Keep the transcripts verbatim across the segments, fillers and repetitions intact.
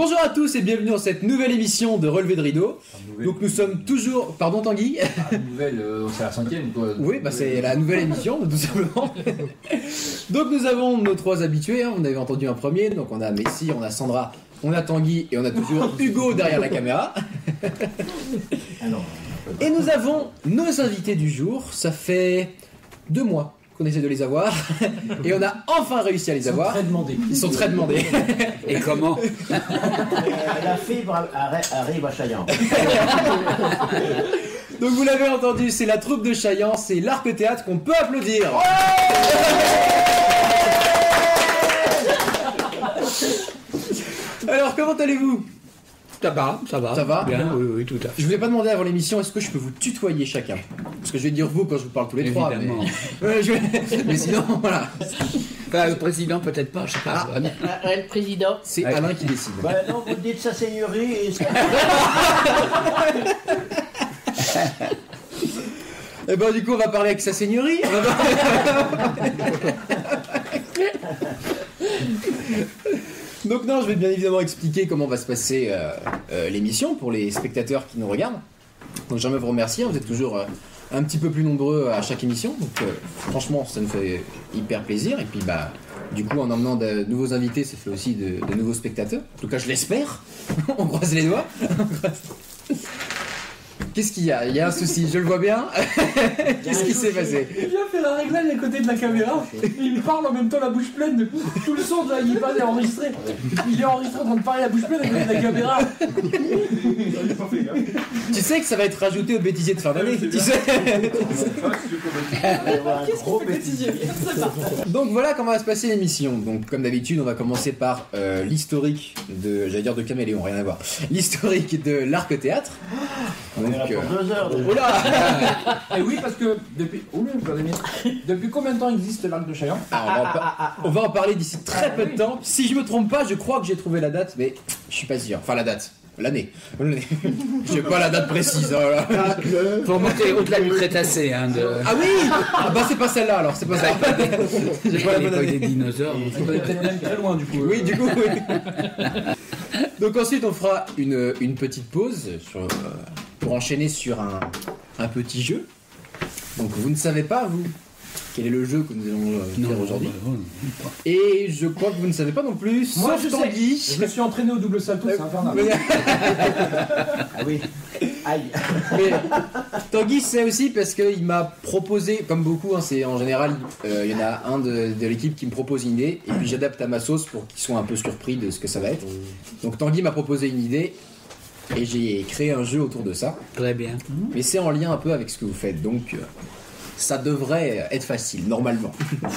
Bonjour à tous et bienvenue dans cette nouvelle émission de Relevé de Rideau. Donc nous sommes toujours... Pardon Tanguy. Ah, nouvelle, euh, c'est la cinquième quoi. Oui, bah c'est la nouvelle émission tout simplement. Donc nous avons nos trois habitués, hein. On avait entendu un premier, donc on a Messi, on a Sandra, on a Tanguy et on a toujours Hugo derrière la caméra. Et nous avons nos invités du jour, ça fait deux mois qu'on essaie de les avoir et on a enfin réussi à les avoir. Ils sont très demandés. Ils sont très demandés. Et comment euh, La fibre arrive à Chaillan. Donc vous l'avez entendu, c'est la troupe de Chaillan, c'est l'Arc Théâtre qu'on peut applaudir. Alors comment allez-vous ? Ça va, ça va. Ça va ? Bien, oui, oui, tout à fait. Je vous ai pas demandé avant l'émission, est-ce que je peux vous tutoyer chacun ? Parce que je vais dire vous quand je vous parle tous les trois. Évidemment. Mais... Ouais, je... mais sinon, voilà. Enfin, le président, peut-être pas, je sais pas. Ah. Ah, ouais, le président. C'est Ouais. Alain qui décide. Bah non, vous dites sa seigneurie et... Et ben du coup, on va parler avec sa seigneurie. On va parler- Donc non, je vais bien évidemment expliquer comment va se passer euh, euh, l'émission pour les spectateurs qui nous regardent. Donc j'aimerais vous remercier, vous êtes toujours euh, un petit peu plus nombreux à chaque émission, donc euh, franchement ça nous fait hyper plaisir. Et puis bah du coup en emmenant de nouveaux invités, ça fait aussi de, de nouveaux spectateurs. En tout cas je l'espère. On croise les doigts. Qu'est-ce qu'il y a ? Il y a un souci, je le vois bien. Qu'est-ce qui s'est passé ? Il vient faire la réglage à côté de la caméra et il parle en même temps la bouche pleine de tout le son de là, il est pas enregistré. Il est enregistré en train de parler la bouche pleine à côté de la caméra. Tu sais que ça va être rajouté au bêtisier de fin d'année. Tu sais. Qu'est-ce gros bêtisier. Donc voilà comment va se passer l'émission. Donc comme d'habitude, on va commencer par euh, l'historique de, j'allais dire de Caméléon, rien à voir. L'historique de l'Arc Théâtre. Donc, On est là pour euh, deux heures. déjà. oh là. Et oui, parce que depuis. Oh là, Vladimir. Depuis combien de temps existe l'Arc de Chaillan ? Alors, on, va en par- on va en parler d'ici très peu de temps. Si je me trompe pas, je crois que j'ai trouvé la date, mais je suis pas sûr. Enfin la date, l'année. L'année. J'ai pas la date précise. Oh là. Faut monter au-delà du Crétacé, hein, de... Ah oui. Ah bah c'est pas celle-là alors, c'est pas ça. J'ai pas la bonne l'époque année. des dinosaures. On est peut-être même très loin du coup. Oui, du coup, oui. Donc ensuite, on fera une, une petite pause sur, euh, pour enchaîner sur un, un petit jeu. Donc vous ne savez pas, vous, quel est le jeu que nous allons euh, faire aujourd'hui. bah, Et je crois que vous ne savez pas non plus, Moi, sauf je sais. Tanguy. Je me suis entraîné au double salto, c'est infernal. Mais, Ah oui. Aïe. mais Tanguy sait aussi parce qu'il m'a proposé, comme beaucoup, hein, c'est en général, euh, il y en a un de, de l'équipe qui me propose une idée, et puis j'adapte à ma sauce pour qu'ils soient un peu surpris de ce que ça va être. Donc Tanguy m'a proposé une idée, et j'ai créé un jeu autour de ça. Très bien. Mais c'est en lien un peu avec ce que vous faites, donc euh, ça devrait être facile, normalement.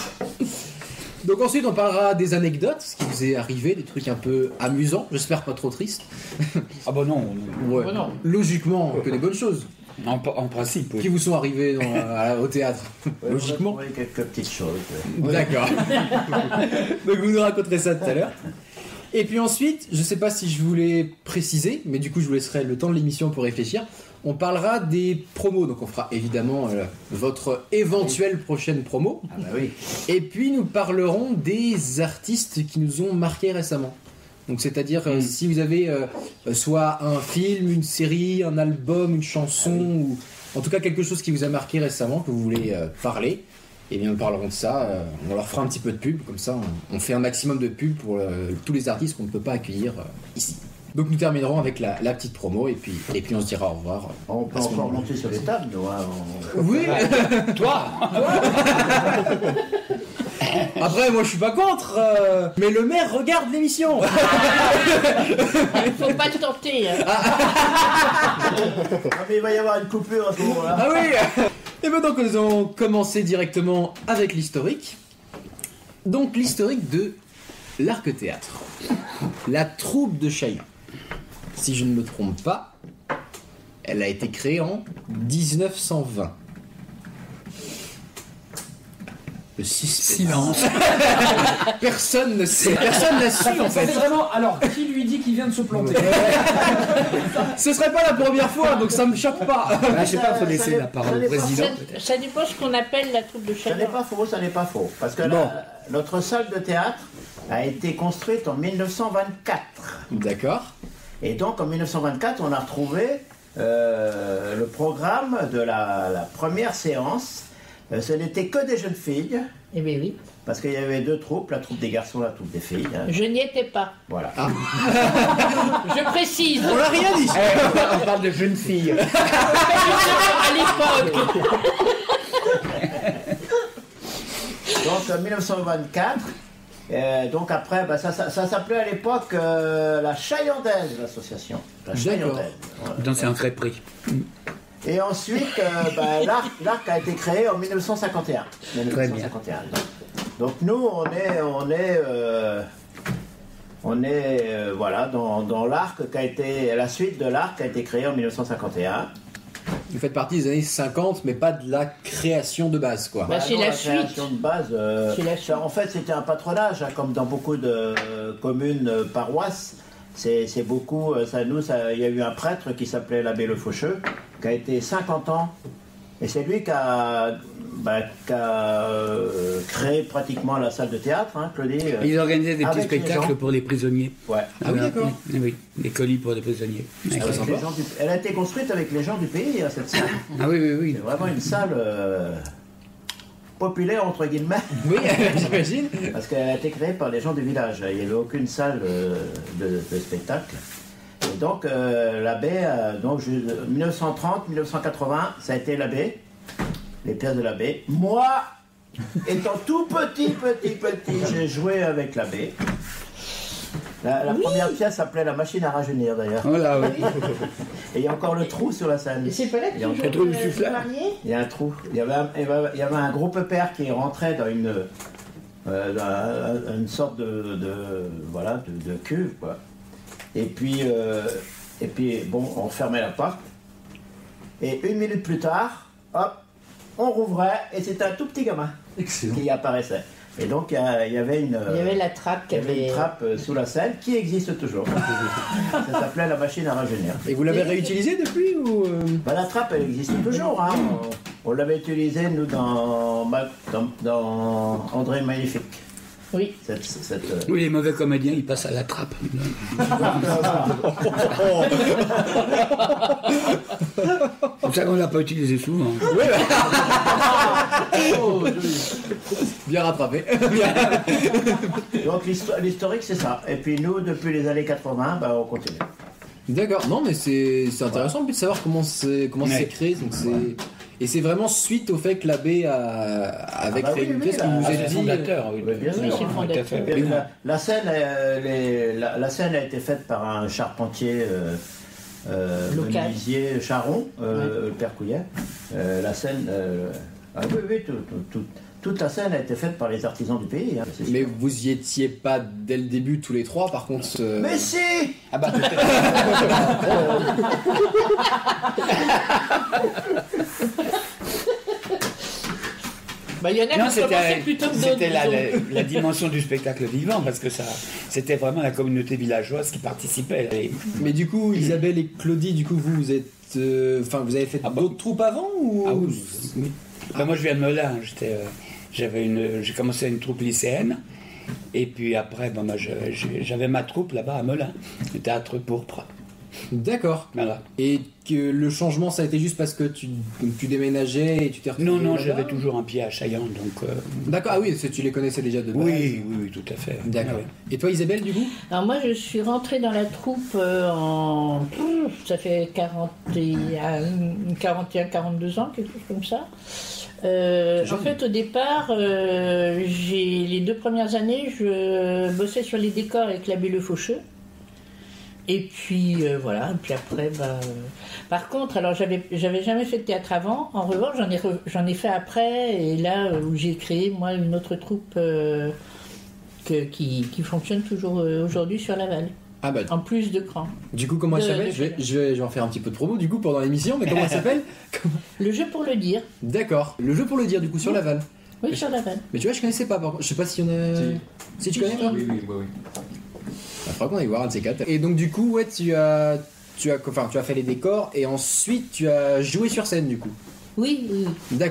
Donc ensuite on parlera des anecdotes, ce qui vous est arrivé, des trucs un peu amusants, j'espère pas trop tristes. Ah bah non, non. Ouais. Oh non. Logiquement, que des bonnes choses En, en principe, oui. qui vous sont arrivées dans- à- au théâtre. Logiquement. Oui, quelques petites choses. ouais. D'accord. Donc vous nous raconterez ça tout à l'heure. Et puis ensuite, je sais pas si je voulais préciser, mais du coup je vous laisserai le temps de l'émission pour réfléchir. On parlera des promos, donc on fera évidemment euh, votre éventuelle prochaine promo. Ah bah oui. Et puis nous parlerons des artistes qui nous ont marqués récemment. Donc c'est-à-dire euh, si vous avez euh, euh, soit un film, une série, un album, une chanson, ou en tout cas quelque chose qui vous a marqué récemment, que vous voulez euh, parler, et bien nous parlerons de ça. Euh, on leur fera un petit peu de pub, comme ça on, on fait un maximum de pub pour euh, tous les artistes qu'on ne peut pas accueillir euh, ici. Donc nous terminerons avec la, la petite promo et puis, et puis on se dira au revoir. euh, On peut à ce encore moment-là. monter sur les tables, nous. Hein. On- Oui. Toi Après, moi je suis pas contre, euh, mais le maire regarde l'émission. Faut pas te tenter. hein. Ah, mais il va y avoir une coupure à ce moment-là. Ah oui. Et maintenant que nous allons commencer directement avec l'historique. Donc l'historique de l'Arc Théâtre. La troupe de Chaillan. Si je ne me trompe pas, elle a été créée en dix-neuf cent vingt. Le suspense. Silence. Personne ne sait, personne n'a su en Ça fait. fait vraiment. Alors, qui lui dit qu'il vient de se planter ? Ce serait pas la première fois, donc ça me choque pas. Ah, je sais pas, faut Ça laisser n'est- la parole ça au n'est pas président. Ça, ça dépend ce qu'on appelle la troupe de Ça n'est Chaillan. pas faux, ça n'est pas faux. Parce que Bon. la- notre salle de théâtre a été construite en mille neuf cent vingt-quatre. D'accord. Et donc en mille neuf cent vingt-quatre, on a retrouvé euh, le programme de la, la première séance. Euh, ce n'était que des jeunes filles, Eh bien oui. parce qu'il y avait deux troupes, la troupe des garçons, la troupe des filles. hein. Je n'y étais pas. Voilà. Je précise. On l'a rien dit. Eh, on parle de jeunes filles. À l'époque. Donc en mille neuf cent vingt-quatre, euh, donc après, bah, ça, ça, ça s'appelait à l'époque euh, la Chaillandaise, l'association. La Chaillandaise. Voilà. Donc c'est un vrai prix. Et ensuite, euh, bah, l'arc, l'arc a été créé en mille neuf cent cinquante et un. Très bien. Donc nous, on est, on est, euh, on est, euh, voilà, dans, dans l'arc qui a été, la suite de l'arc a été créée en mille neuf cent cinquante et un. Vous faites partie des années cinquante, mais pas de la création de base, quoi. Bah, c'est non, la création suite. de base. euh, C'est la suite. ça, en fait, c'était un patronage, hein, comme dans beaucoup de euh, communes, euh, paroisses. C'est, c'est beaucoup. euh, Ça, nous, ça, il y a eu un prêtre qui s'appelait l'abbé Le Faucheux, qui a été cinquante ans, et c'est lui qui a, bah, qui a euh, créé pratiquement la salle de théâtre, hein, Claudie. euh. Ils organisaient des petits Avec les spectacles gens. pour les prisonniers. Ouais. Ah oui, d'accord. Oui, oui, des colis pour les prisonniers. Avec sympa. les gens du- Elle a été construite avec les gens du pays, hein, cette salle. Ah oui, oui, oui. C'est vraiment une salle euh, populaire, entre guillemets. Oui, j'imagine. Parce qu'elle a été créée par les gens du village. Il n'y avait aucune salle euh, de, de spectacle. Et donc, euh, l'abbé, euh, donc, je- mille neuf cent trente mille neuf cent quatre-vingts, ça a été l'abbé, les pièces de l'abbé. Moi, étant tout petit, petit, petit, j'ai joué avec l'abbé. La, la première pièce s'appelait La machine à rajeunir, d'ailleurs. Oh là, oui. Et il y a encore le trou sur la scène. Et c'est pas là Il y a que encore- tu trouve joues le souffleur. marié. Il y a un trou. Il y avait un, il y avait- il y avait un gros pépère qui rentrait dans une, euh, dans une sorte de, de- voilà, de, de cuve, quoi. Et puis, euh, et puis, bon, on fermait la porte. Et une minute plus tard, hop, on rouvrait et c'était un tout petit gamin Excellent. qui apparaissait. Et donc, il y, a- il y avait une, Il y avait la trappe qui il y avait avait. une trappe euh, sous la scène qui existe toujours. Ça s'appelait la machine à rajeunir. Et vous l'avez réutilisé depuis ou euh, Bah, la trappe, elle existe toujours. Hein. On, on l'avait utilisée, nous, dans, Ma- dans, dans André Magnifique. Oui. Cette, cette, euh, Oui, les mauvais comédiens, ils passent à la trappe. C'est pour ça qu'on ne l'a pas utilisé souvent. bien rattrapé. Donc l'histo- l'historique, c'est ça. Et puis nous, depuis les années quatre-vingts, bah, on continue. D'accord. Non, mais c'est c'est intéressant de savoir comment c'est comment Ouais. c'est créé. Donc c'est et c'est vraiment suite au fait que l'abbé a avait Ah bah créé oui, une oui, pièce là, qui vous ah, a C'est le dit. fondateur, oui. Oui, bien sûr. Oui, c'est le Tout à fondateur. fait. Et la, la scène, euh, les- la, la scène a été faite par un charpentier euh, euh, Local. menuisier Charon, euh, le père Couillet. Euh, la scène, euh, ah oui, oui, tout- tout- tout- toute la scène a été faite par les artisans du pays. hein, c'est Mais sûr. vous y étiez pas dès le début tous les trois. Par contre. euh, Mais si. Ah bah peut-être. Bah, il y en a Non, qui commençaient c'était plutôt que d'autres. c'était la, disons. la- la dimension du spectacle vivant, parce que ça, c'était vraiment la communauté villageoise qui participait. Et- Mais du coup, Isabelle et Claudie, du coup, vous, vous êtes. euh, Enfin, vous avez fait Ah bah. d'autres troupes avant ou Ah oui. Ben, moi, je viens de Melun. J'étais, euh, j'avais une, j'ai commencé une troupe lycéenne. Et puis après, ben, moi, je- je- j'avais ma troupe là-bas à Melun, le théâtre pourpre. D'accord. Voilà. Et que le changement, ça a été juste parce que tu, tu déménageais et tu t'es retrouvé Non, non, là-bas j'avais toujours un pied à Chaillande, donc. euh, D'accord, ah oui, c'est- tu les connaissais déjà de base. oui, oui, oui, tout à fait. D'accord. Ouais. Et toi, Isabelle, du coup Alors moi, je suis rentrée dans la troupe euh, en... Ça fait quarante et un, quarante et un, quarante-deux ans, quelque chose comme ça. Euh, C'est en jeune. fait, au départ, euh, j'ai les deux premières années, je bossais sur les décors avec l'abbé Le Faucheux. Et puis euh, voilà, et puis après, bah, euh, par contre, alors j'avais, j'avais jamais fait de théâtre avant. En revanche, j'en ai, re- j'en ai fait après, et là euh, où j'ai créé moi une autre troupe euh, que- qui, qui fonctionne toujours euh, aujourd'hui sur Laval, Ah bah, en plus de cran. du coup, comment elle De- s'appelle de- je, vais, je, vais, je vais en faire un petit peu de promo, du coup, pendant l'émission, mais comment elle s'appelle Le jeu pour le dire, D'accord. Le jeu pour le dire, du coup, sur Laval. oui, sur Laval. Mais tu vois, je connaissais pas, par contre. Je sais pas s'il y en a... Si, tu connais, toi Oui, oui, oui. oui. Il faudra qu'on aille voir un de ces quatre. Et donc, du coup, ouais, tu as... Tu as, enfin, tu as fait les décors et ensuite tu as joué sur scène, du coup. Oui, oui, oui. D'accord.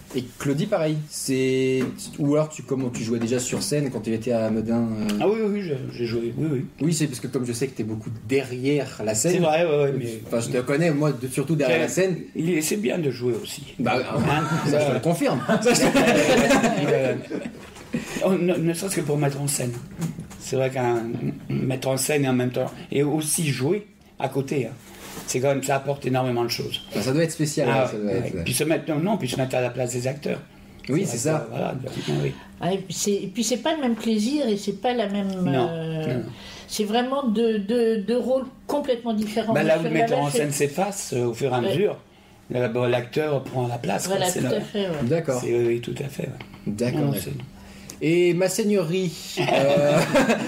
Et Claudie, pareil. C'est ou alors tu comment tu jouais déjà sur scène quand tu étais à Meudin. euh, Ah oui, oui, j'ai- j'ai joué. Oui, oui. Oui, c'est parce que comme je sais que t'es beaucoup derrière la scène. C'est vrai, ouais, ouais, mais. Enfin, je te connais, moi, de- surtout derrière la scène. Il est, c'est bien de jouer aussi. Bah, Hein, ça, je te le confirme. Ça, je te- Euh, oh, ne, ne serait-ce que pour mettre en scène. C'est vrai qu'un mettre en scène et en même temps et aussi jouer à côté, hein. C'est quand même ça apporte énormément de choses. Bah, ça doit être spécial. Ah, hein, ça doit ouais, être- ouais. Puis se mettre non, non, puis se mettre à la place des acteurs. Oui, vrai c'est que, ça. Voilà, oui. Ah, et puis c'est- et puis c'est pas le même plaisir et c'est pas la même. Non, euh, non. C'est vraiment deux, deux, deux rôles complètement différents. Bah, là où Monsieur le metteur en Lavache, scène s'efface euh, au fur et à Ouais. mesure, là, bon, l'acteur prend la place. quoi. Voilà, C'est tout le- à fait. ouais. D'accord. c'est- oui, oui, tout à fait. ouais. D'accord. Non, d'accord. c'est- Et ma seigneurie. euh,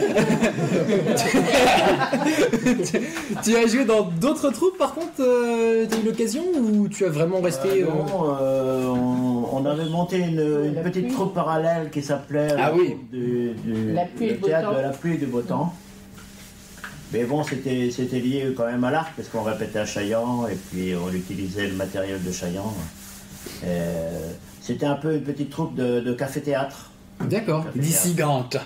tu, tu as joué dans d'autres troupes par contre euh, t'as eu l'occasion ou tu as vraiment resté. Euh, euh, non, euh, on, on avait monté une, une La petite pluie. troupe parallèle qui s'appelait Ah la oui. troupe du, du- La pluie et le le beau théâtre temps. de la pluie et du beau temps. Mais bon, c'était c'était lié quand même à l'arc parce qu'on répétait à Chaillan et puis on utilisait le matériel de Chaillan. Euh, C'était un peu une petite troupe de, de café-théâtre. D'accord. Dissidente.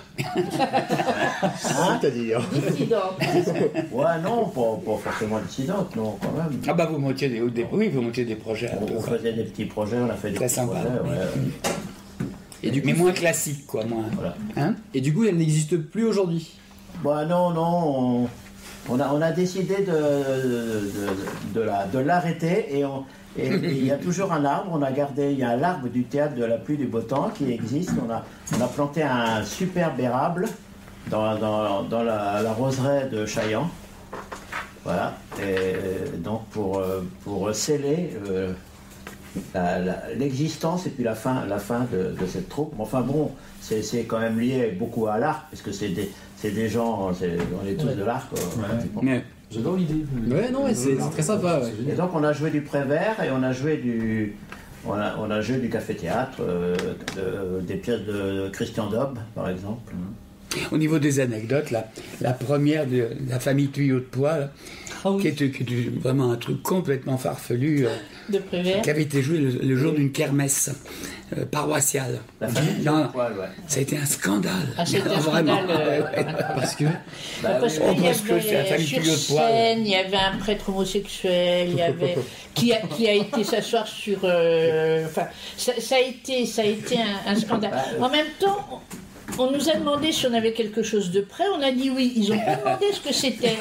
Hein C'est-à-dire. Dissidente. Ouais, non, pas, pas forcément dissidente, non, quand même. Ah bah vous montiez des, des- oui, vous montiez des projets un On, peu, on quoi. faisait des petits projets, on a fait des Très petits sympa. projets, ouais. Et du coup, Mais moins classique, quoi, moins. Voilà. Hein et du coup elle n'existe plus aujourd'hui. Bah non, non, on, on a, on a décidé de, de, de, la- de l'arrêter et on- et- et il y a toujours un arbre, on a gardé, il y a l'arbre du théâtre de la pluie du beau temps qui existe, on a, on a planté un superbe érable dans, dans, dans la, la roseraie de Chaillan, voilà, et donc pour, euh, pour sceller euh, la- la- l'existence et puis la fin, la fin de, de cette troupe. Enfin bon, c'est c'est quand même lié beaucoup à l'arc, parce que c'est des, c'est des gens, c'est- on est tous Ouais. de l'arc. quoi, Ouais. pratiquement. Mais- J'adore l'idée. Ouais, non, ouais, c'est c'est très sympa. Ouais. Et donc on a joué du Prévert et on a joué du, on a, on a joué du café-théâtre, euh, de- des pièces de Christian Dobb, par exemple. Au niveau des anecdotes, la, la première de la famille Tuyau de Poil, Ah oui, qui était, qui était vraiment un truc complètement farfelu, euh, de Prévert. qui avait été joué le, le jour d'une kermesse euh, paroissiale. La famille Non, de Poil, ouais. ça a été un scandale. Ah, c'était un Vraiment. scandale, euh, Ouais, ouais. Parce que. Bah Parce oui, qu'il y parce que c'est la avait famille sur Tuyau de Poil. scène, il y avait un prêtre homosexuel, il y avait qui a, qui a été s'asseoir sur. euh, Enfin, ça, ça a été, ça a été un, un scandale. En même temps, on nous a demandé si on avait quelque chose de prêt, on a dit oui. Ils ont pas demandé ce que c'était.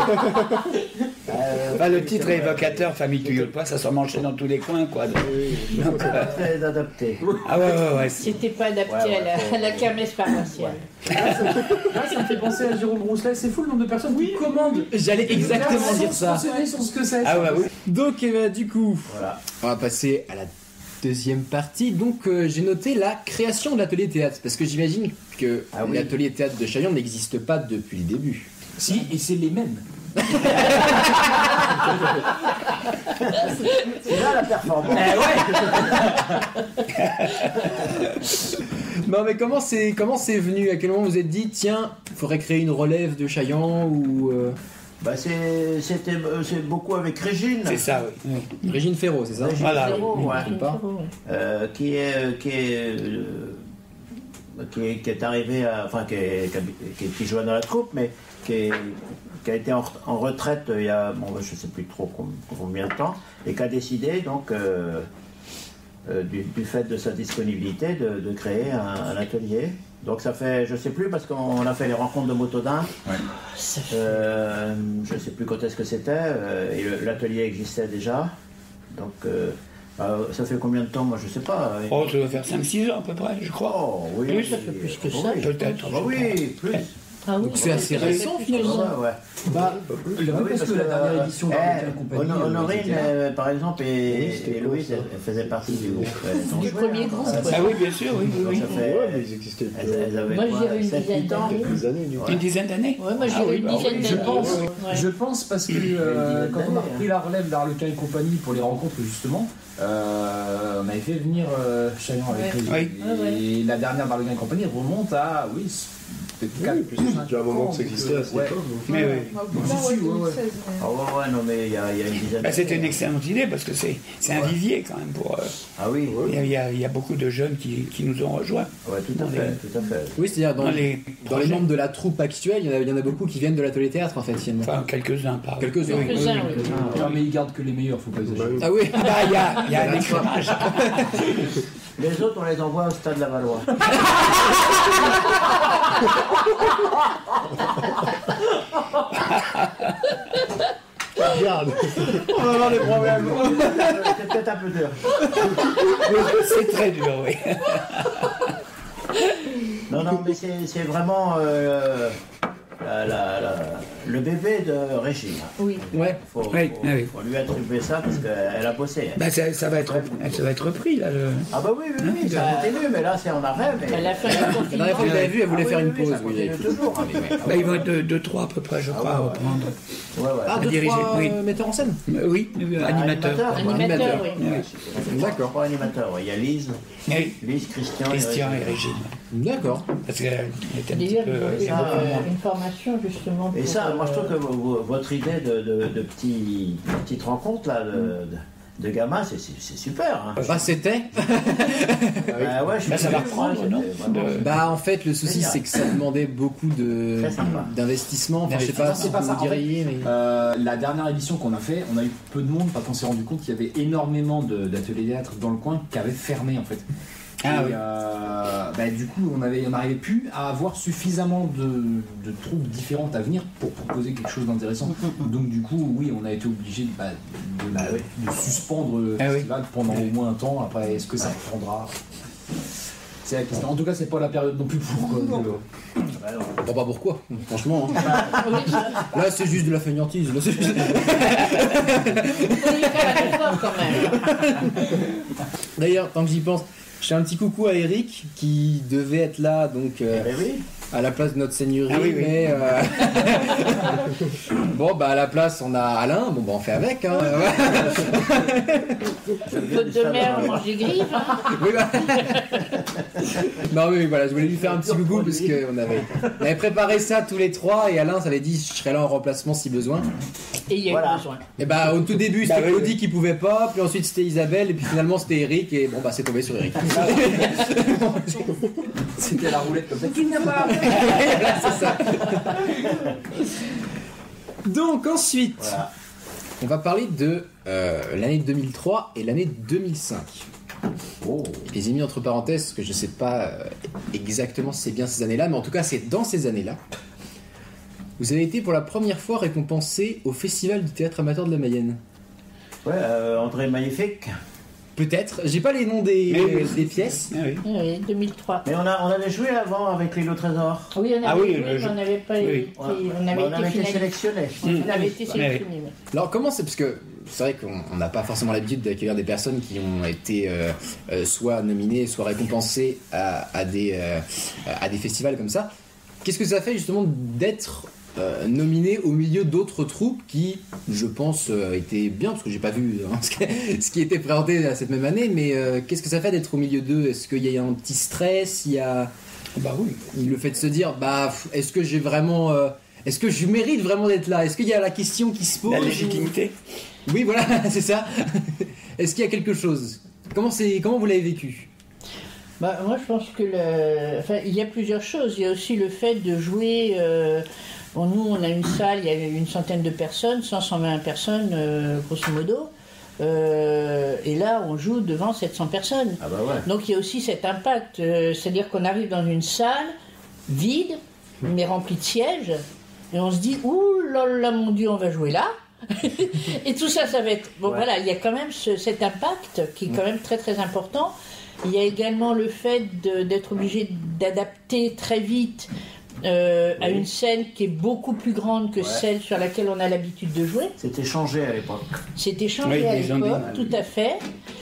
euh, Enfin, le titre est évocateur, famille Tuyau de Poil, ça se manchait dans tous les coins, quoi. Donc, c'est pas très adapté. ah ouais, ouais, ouais. c'est- C'était pas adapté Ouais, ouais, à, la, faut- à la kermesse paroissiale. Là, ça me fait penser à Jérôme Rousselet. C'est fou le nombre de personnes qui commandent. J'allais exactement Sans dire ça. se renseigner sur ce que c'est. Ah ouais, oui. Donc, eh ben, du coup, Voilà. on va passer à la deuxième partie. Donc, euh, j'ai noté la création de l'atelier théâtre. Parce que j'imagine que Ah oui. l'atelier théâtre de Chaillon n'existe pas depuis le début. Si, et c'est les mêmes. C'est là la performance. Non, mais comment c'est comment c'est venu? À quel moment vous vous êtes dit, tiens, il faudrait créer une relève de Chaillon ou. euh, Bah c'est, c'était, euh, c'est beaucoup avec Régine. C'est ça, oui. oui. Régine Ferraud, c'est ça? Régine Voilà, Ferraud, oui. ouais. Je sais pas. Euh, qui est qui est, euh, qui est qui est arrivé à, enfin qui est, qui, a- qui, qui jouait dans la troupe mais qui, est, qui a été en, en retraite il y a bon je sais plus trop com- combien de temps et qui a décidé donc euh, euh, du, du fait de sa disponibilité de, de créer un, un atelier. Donc ça fait je sais plus parce qu'on a fait les rencontres de Motaudin. Ça fait- Euh, je ne sais plus quand est-ce que c'était, euh, et le- l'atelier existait déjà. Donc, euh, bah, ça fait combien de temps? Moi, je ne sais pas. Oh, ça doit faire cinq six ans à peu près, je crois. Oh, oui. Plus, ça fait plus que Oh, ça, oui. je Peut-être. Ah, bah oui, plus. Ah oui, Donc c'est assez récent finalement. Ouais, ouais. Bah, le Ah oui, parce que la dernière édition eh, d'Arlequin Compagnie. Hono- euh, Honorine, c'était là. euh, par exemple, et, Oui, c'était et cool, Louise, ça. elles, elles faisaient partie du groupe. Elles ont Du joué, premier hein. groupe, Ça ouais. Ah oui, bien sûr, oui, oui, oui. Ça fait- Ouais, mais ils existaient Elles, depuis elles avaient Moi, quoi, je dirais une sept, dizaine huit ans. d'années. des années, du coup. Une dizaine d'années. Ouais, moi je Ah dirais oui, une bah dizaine oui, Je d'années. pense, Ouais. je pense parce que euh, quand on a repris la relève d'Arlequin et compagnie pour les rencontres justement, euh, on avait fait venir euh, Chaillon avec Ouais. nous. Oui. Et Ouais, ouais. la dernière d'Arlequin et compagnie remonte à oui peut-être quatre, plus cinq. Déjà un moment que ça existait à cette Ouais. époque. Mais oui. Ah, putain, ouais, deux mille seize, mais- Ah ouais, ouais, non, mais il y a, il y a une dizaine Bah, c'était une d'années. excellente idée parce que c'est, c'est un vivier quand même pour. euh, Ah oui, il, y a, il y a- il y a beaucoup de jeunes qui, qui nous ont rejoints. ouais, tout à Dans fait, les- tout à fait. Oui, c'est-à-dire dans, Dans les dans les projets. membres de la troupe actuelle, il y en a, il y en a beaucoup qui viennent de l'atelier théâtre en fait finalement. Enfin, quelques-uns, par Quelques-uns. Oui, oui. Quelques-uns, oui. Non, mais ils gardent que les meilleurs, faut pas exagérer. Ah oui. Ah bah, il y a, il y a un éclairage. Les autres, on les envoie au stade Lavallois. Regarde. On va avoir des problèmes. C'est peut-être un peu dur. C'est très dur, oui. Non, non, mais c'est c'est vraiment euh, la- la- la- le bébé de Régine. Oui. Ouais. Faut, Oui, faut- ah oui. faut lui attribuer ça parce qu'elle a bossé. Bah, ça, ça, va être, ça va être repris, là. Le... Ah bah oui, oui, oui, ça continue, mais là c'est en arrêt. Mais... À la fin du La confinement. dernière fois que je l'avais vu, elle voulait Ah oui, faire oui, une oui, pause. ça oui. continue toujours. hein, mais- Bah, ils vont être deux, deux, trois à peu près, je crois, Ah à ouais, ouais. reprendre. Ouais, ouais. Ah, deux, Diriger, trois oui. euh, metteurs en scène. Euh, Oui, euh, Ah, animateur. quoi. Animateur, oui. Ouais. D'accord. Trois animateurs, ouais. Il y a Lise, Oui, Lise, Christian, Christian et et Régine. Régine. D'accord. Parce qu'elle était un petit D'ailleurs, peu. ils ont euh, fait ça, euh, euh, une formation justement pour. Et ça, moi je trouve que euh, vo- vo- votre idée de, de, de petits, de petites rencontres là, de, de, de gamins, c'est c'est- c'est super. Hein. Bah c'était. Bah, ouais, je Bah, suis ça va curieux, reprendre, moi, non c'était vraiment- De- Bah en fait le souci Génial. c'est que ça demandait beaucoup de Très sympa. d'investissement. Enfin je sais pas C'est si pas vous ça, en fait. diriez mais. Euh, la dernière édition qu'on a fait, on a eu peu de monde parce qu'on s'est rendu compte qu'il y avait énormément de- d'ateliers théâtre dans le coin qui avaient fermé en fait. Ah Et, oui. euh, bah, du coup, on avait, on n'arrivait plus à avoir suffisamment de, de troupes différentes à venir pour proposer quelque chose d'intéressant. Donc du coup, oui, on a été obligé bah, de, Bah oui. de suspendre le Ah oui. festival pendant au moins un temps. Après, est-ce que ça reprendra? C'est la question. En tout cas, c'est pas la période non plus pour. quoi, de- Bah, non. Bon bah pourquoi franchement. hein. Oui, Là c'est juste de la fainéantise. Là, c'est juste- il faut lui faire un effort quand même. D'ailleurs tant que j'y pense. Je fais un petit coucou à Eric qui devait être là donc euh, Eh oui. à la place de notre seigneurie, Ah oui, oui. mais euh, bon bah à la place on a Alain, bon bah on fait avec. Hein. Faute de mer, on mange des grives. Hein. Oui, bah. Non mais voilà, je voulais lui faire un petit coucou parce qu'on avait, on avait préparé ça tous les trois et Alain s'avait dit je serais là en remplacement si besoin. Et il y a Voilà. eu besoin. Et bah au tout début Bah c'était oui, Claudie oui. qui pouvait pas, puis ensuite c'était Isabelle et puis finalement c'était Eric et bon bah c'est tombé sur Eric. C'était la roulette comme ça. Voilà, c'est ça. Donc ensuite, Voilà. on va parler de euh, l'année deux mille trois et l'année deux mille cinq. Oh. Je les ai mis entre parenthèses parce que je sais pas euh, exactement si c'est bien ces années-là, mais en tout cas c'est dans ces années-là. Vous avez été pour la première fois récompensé au Festival du Théâtre Amateur de la Mayenne. Ouais, euh, André Magnifique. Peut-être, j'ai pas les noms des, Mais oui. des pièces. Ah oui. Oui, deux mille trois. Mais on, a, on avait joué avant avec l'île au trésor. Oui, on avait Ah oui, joué, le mais jeu. on n'avait pas Oui. été, Ouais. on avait Bah, on été avait été finaliste. sélectionnés. On avait été Ouais. sélectionnés. oui. Alors comment c'est, parce que c'est vrai qu'on on n'a pas forcément l'habitude d'accueillir des personnes qui ont été euh, euh, soit nominées, soit récompensées à, à, des, euh, à des festivals comme ça. Qu'est-ce que ça fait justement d'être euh, nominé au milieu d'autres troupes qui, je pense, euh, étaient bien, parce que j'ai pas vu hein, ce, qui, ce qui était présenté à cette même année, mais euh, qu'est-ce que ça fait d'être au milieu d'eux? Est-ce qu'il y a un petit stress? Il y a Bah oui. le fait de se dire, bah, pff, est-ce que j'ai vraiment... euh, est-ce que je mérite vraiment d'être là? Est-ce qu'il y a la question qui se pose? La légitimité. Oui, voilà, c'est ça. Est-ce qu'il y a quelque chose? Comment, c'est, comment vous l'avez vécu? Bah, moi, je pense que le... enfin, il y a plusieurs choses. Il y a aussi le fait de jouer. euh, Bon, nous, on a une salle, il y a une centaine de personnes, cent, cent vingt personnes, euh, grosso modo. Euh, et là, on joue devant sept cents personnes. Ah bah ouais. Donc, il y a aussi cet impact. euh, c'est-à-dire qu'on arrive dans une salle vide, mais remplie de sièges, et on se dit, ouh là là, mon Dieu, on va jouer là. Et tout ça, ça va être... Bon, Ouais. voilà, il y a quand même ce- cet impact qui est quand même très, très important. Il y a également le fait de- d'être obligé d'adapter très vite euh, à une scène qui est beaucoup plus grande que Ouais. celle sur laquelle on a l'habitude de jouer. C'était changé à l'époque. C'était changé Oui, à ils ont l'époque, dit- tout à fait.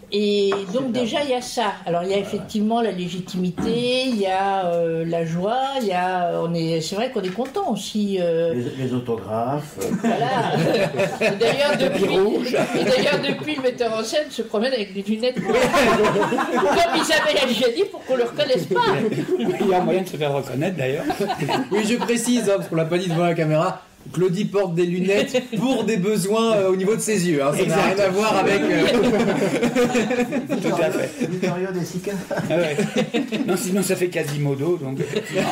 Et donc déjà il y a ça. Alors il y a effectivement la légitimité, il y a euh, la joie, il y a, on est, c'est vrai qu'on est content aussi. Euh, Les, les autographes. euh, voilà. Et d'ailleurs depuis, et d'ailleurs depuis le metteur en scène se promène avec des lunettes noires. Comme Isabelle a déjà dit pour qu'on le reconnaisse pas. Il y a moyen de se faire reconnaître d'ailleurs. Oui, je précise, hein, parce qu'on l'a pas dit devant la caméra. Claudie porte des lunettes pour des besoins euh, au niveau de ses yeux. Hein. Ça n'a rien à voir avec. Euh... Tout à fait. Vittorio De Sica. Ah ouais. Non, sinon ça fait Quasimodo. Donc, effectivement.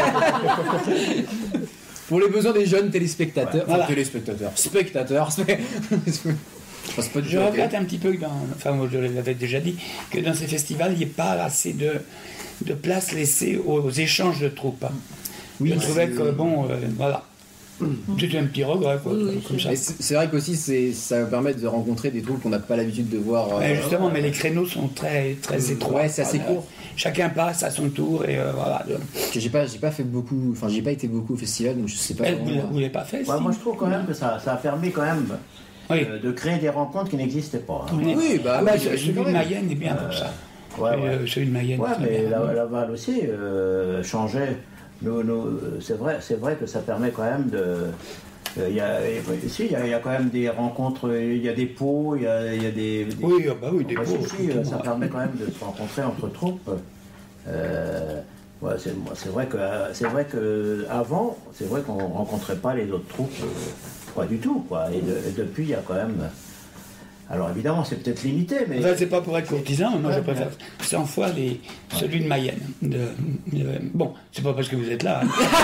Pour les besoins des jeunes téléspectateurs. Voilà. Enfin, téléspectateurs. Spectateurs. Enfin, c'est pas du Je tout ok. regrette un petit peu que dans, enfin moi je l'avais déjà dit, que dans ces festivals il n'y ait pas assez de, de place laissée aux, aux échanges de troupes. hein. Oui, je trouvais c'est- que bon, euh, voilà. C'était un petit regret, quoi, Oui, oui, comme ça. Mais c'est c'est vrai qu'aussi c'est, ça va permettre de rencontrer des troupes qu'on n'a pas l'habitude de voir. euh, Ouais, justement, mais les créneaux sont très, très étroits. Ouais, c'est assez Voilà. court. Chacun passe à son tour et euh, voilà. Parce que j'ai pas, j'ai pas fait beaucoup, enfin j'ai pas été beaucoup au festival, donc je sais pas. Elle, vous vraiment- ne vous l'avez pas fait Ouais, si moi je trouve quand même que ça, ça a permis quand même Oui. euh, de créer des rencontres qui n'existaient pas. hein. Oui, Oui, bah, Ah bah, oui, celui c'est de vrai. Mayenne est bien pour ça. Ouais, ouais. Euh, celui de Mayenne. Ouais, très mais bien. la, Laval aussi euh, changeait. Nous, nous, c'est vrai, c'est vrai que ça permet quand même de. euh, Il y, a, ici, il y, a, il y a quand même des rencontres, il y a des pots, il y a, il y a des. des- Oui, ah bah oui, des Ouais, pots, si, si, euh, ça effectivement. permet quand même de se rencontrer entre troupes. Euh, ouais, c'est, moi, c'est vrai que c'est vrai que avant, c'est vrai qu'on rencontrait pas les autres troupes, euh, pas du tout, quoi. Et, de- et depuis, il y a quand même. Alors évidemment, c'est peut-être limité, mais. Enfin, c'est pas pour être courtisan, moi je Ouais, préfère cent fois les, celui de Mayenne. De, de- bon, c'est pas parce que vous êtes là.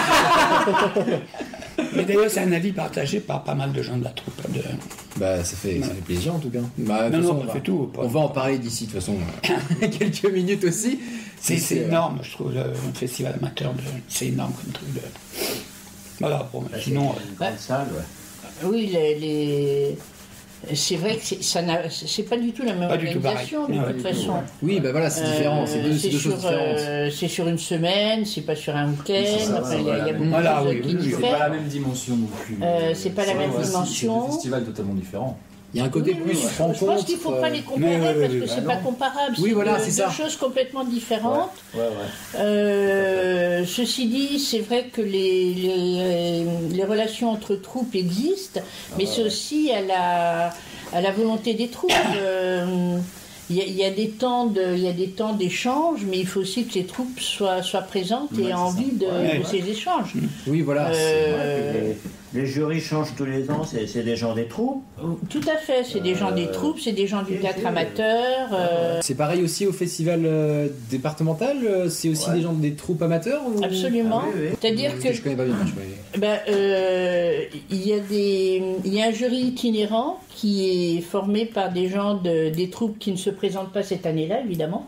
hein. Mais d'ailleurs, c'est un avis partagé par pas mal de gens de la troupe. de- Bah ça fait, ça fait plaisir en tout cas. Bah, de Non, toute non, façon, on on fait va- tout. On va en parler d'ici de toute façon. Quelques minutes aussi. C'est, c'est euh, énorme, je trouve, le, le festival amateur, de, c'est énorme comme truc. De... Voilà, bon, Bah, sinon. c'est une grande salle, ouais. Oui, les, les- c'est vrai que c'est, ça n'a, c'est pas du tout la même Pas du tout organisation pareil. de Ouais, toute du tout, façon. ouais. Oui, bah voilà, c'est différent. Euh, C'est deux, c'est deux sur, choses différentes. euh, c'est sur une semaine, c'est pas sur un week-end. C'est ça, Enfin, il y a, il y a voilà. beaucoup Voilà, de choses oui, qui oui, oui. C'est diffèrent. pas la même dimension non plus. Euh, c'est pas la même ouais, c'est- dimension. C'est des festivals totalement différents. Il y a un côté Oui, plus oui, je rencontre. pense qu'il ne faut pas les comparer mais, euh, parce que bah c'est non. pas comparable. Oui, voilà, deux, c'est ça. deux choses complètement différentes. Ouais, ouais. Euh, ceci dit, c'est vrai que les, les, les relations entre troupes existent, mais c'est aussi à la, à la volonté des troupes. Euh, Il y, a, il y a des temps de, il y a des temps d'échange, mais il faut aussi que les troupes soient, soient présentes et Ouais, aient c'est envie de, Ouais, de ouais. ces échanges. Oui, voilà. c'est- Euh, Ouais, puis les, les jurys changent tous les ans, c'est, c'est des gens des troupes. Tout à fait, c'est des gens des troupes, c'est des gens du ok, théâtre ok. amateur. euh, C'est pareil aussi au festival euh, départemental. euh, C'est aussi Ouais. des gens des troupes amateurs ou... Absolument. Ah oui, oui. C'est-à-dire Parce que je connais pas bien. Je connais- Ben, euh, il y a des, il y a un jury itinérant qui est formé par des gens de, des troupes qui ne se présentent pas cette année-là, évidemment.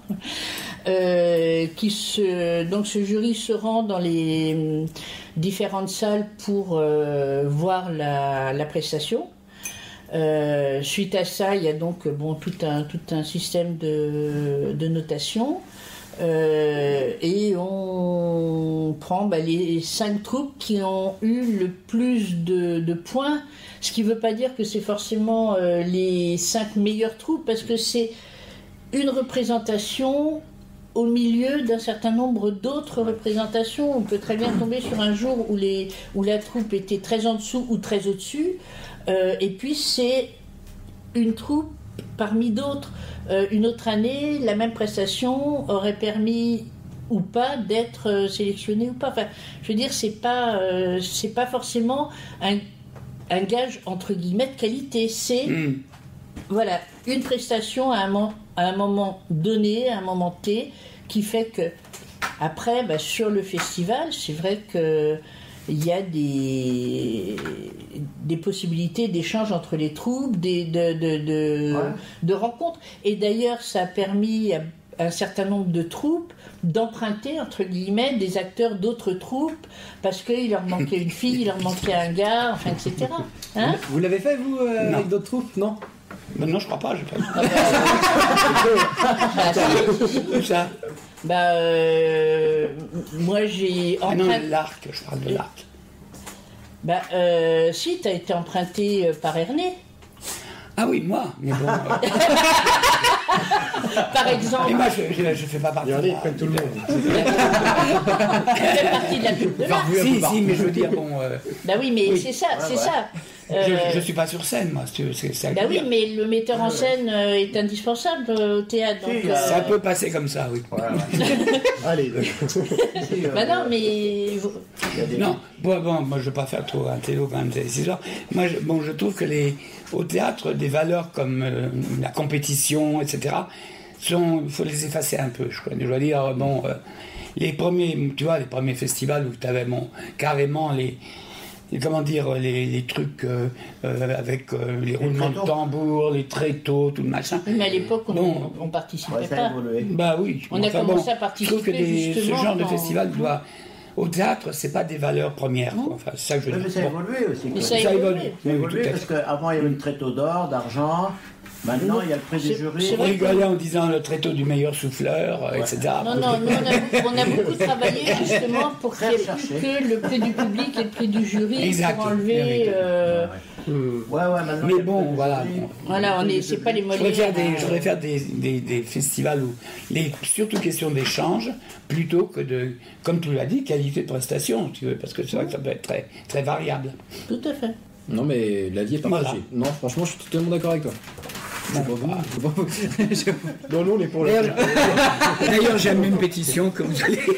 Euh, qui se, donc ce jury se rend dans les hum, différentes salles pour euh, voir la, la prestation. Euh, suite à ça, il y a donc bon, tout, un, tout un système de, de notation. Euh, et on prend bah, les cinq troupes qui ont eu le plus de, de points, ce qui ne veut pas dire que c'est forcément euh, les cinq meilleures troupes, parce que c'est une représentation au milieu d'un certain nombre d'autres représentations. On peut très bien tomber sur un jour où, les, où la troupe était très en dessous ou très au-dessus, euh, et puis c'est une troupe parmi d'autres. Euh, une autre année, la même prestation aurait permis ou pas d'être euh, sélectionnée ou pas. Enfin, je veux dire, c'est pas, euh, c'est pas forcément un, un gage entre guillemets de qualité. C'est Hum. voilà une prestation à un, mo- à un moment donné, à un moment T, qui fait que après, bah, sur le festival, c'est vrai que il y a des, des possibilités d'échange entre les troupes, des, de, de, de, Ouais. de rencontres. Et d'ailleurs, ça a permis à un certain nombre de troupes d'emprunter, entre guillemets, des acteurs d'autres troupes, parce qu'il leur manquait une fille, il leur manquait un gars, enfin, et cetera. Hein? Vous l'avez fait vous euh, Non. avec d'autres troupes, non? Ben non, je crois pas, j'ai pas Bah, si. vu ça. Bah, euh, moi, j'ai Ah non, emprunté... l'arc, je parle de l'arc. Bah, euh, si, tu as été emprunté euh, par Ernest. Ah oui, moi, mais bon. euh, Par exemple, mais moi, je ne fais pas partie. Regardez, de ils la- prennent tout le monde. tu fais partie de la troupe de l'art. Barbu un peu Si, partout. si, mais je veux dire, bon, euh, Bah oui, mais Oui. c'est ça, c'est ouais. ça. je Euh, ne suis pas sur scène, moi, c'est c'est ça. que Bah je veux oui, dire. mais le metteur en scène euh, est indispensable euh, au théâtre. Donc, Si, euh, Ça peut passer comme ça, oui. Voilà, ouais. Allez, d'accord. Si, euh, Bah non, mais vous- il y a des- Non, bon, bon, moi je ne veux pas faire trop un télo quand même ces histoires. Moi, je, bon, je trouve que les, au théâtre, des valeurs comme euh, la compétition, et cetera, il faut les effacer un peu. Je, crois. Je dois dire, bon, euh, les premiers, tu vois, les premiers festivals où tu avais bon, carrément les, les- comment dire, les, les trucs euh, euh, avec euh, les roulements de tréteaux. tambour, les tréteaux, tout le machin. mais à l'époque, on Bon. on participait Ouais, ça a pas. évolué. Bah oui. On a Enfin, commencé à Je trouve que participer des- ce justement genre de quand- festival doit. Au théâtre, c'est pas des valeurs premières. Quoi. Enfin, c'est ça que je Oui, veux mais dire. ça a Bon. évolué aussi. Mais quoi. ça a Ça évolué. évolue. Ça a Oui, évolué tout à parce fait. qu'avant il y avait le tréteau d'or, d'argent. Maintenant il y a le prix du C'est- jury. c'est On vrai. rigolait en disant le tréteau du meilleur souffleur, euh, et cetera. Non, non, nous on a, beaucoup- on a beaucoup travaillé justement pour qu'il n'y ait plus que le prix du public et le prix du jury Exact. pour enlever. euh, Ouais, ouais, maintenant. il y a Mais le bon, prix du voilà. jury. bon. Voilà, on est, c'est pas les Je Molières. préfère, des, hein. je préfère des, des, des festivals où, les, surtout question d'échange, plutôt que de, comme tu l'as dit, qualité de prestation, tu veux, parce que c'est vrai que ça peut être très, très variable. Tout à fait. Non, mais l'avis est partagé. Voilà. Non, franchement, je suis totalement d'accord avec toi. Bon, C'est pas bah, vous. C'est pas vous. Non, nous, on est pour le. D'ailleurs, d'ailleurs, j'ai amené une pétition que vous allez.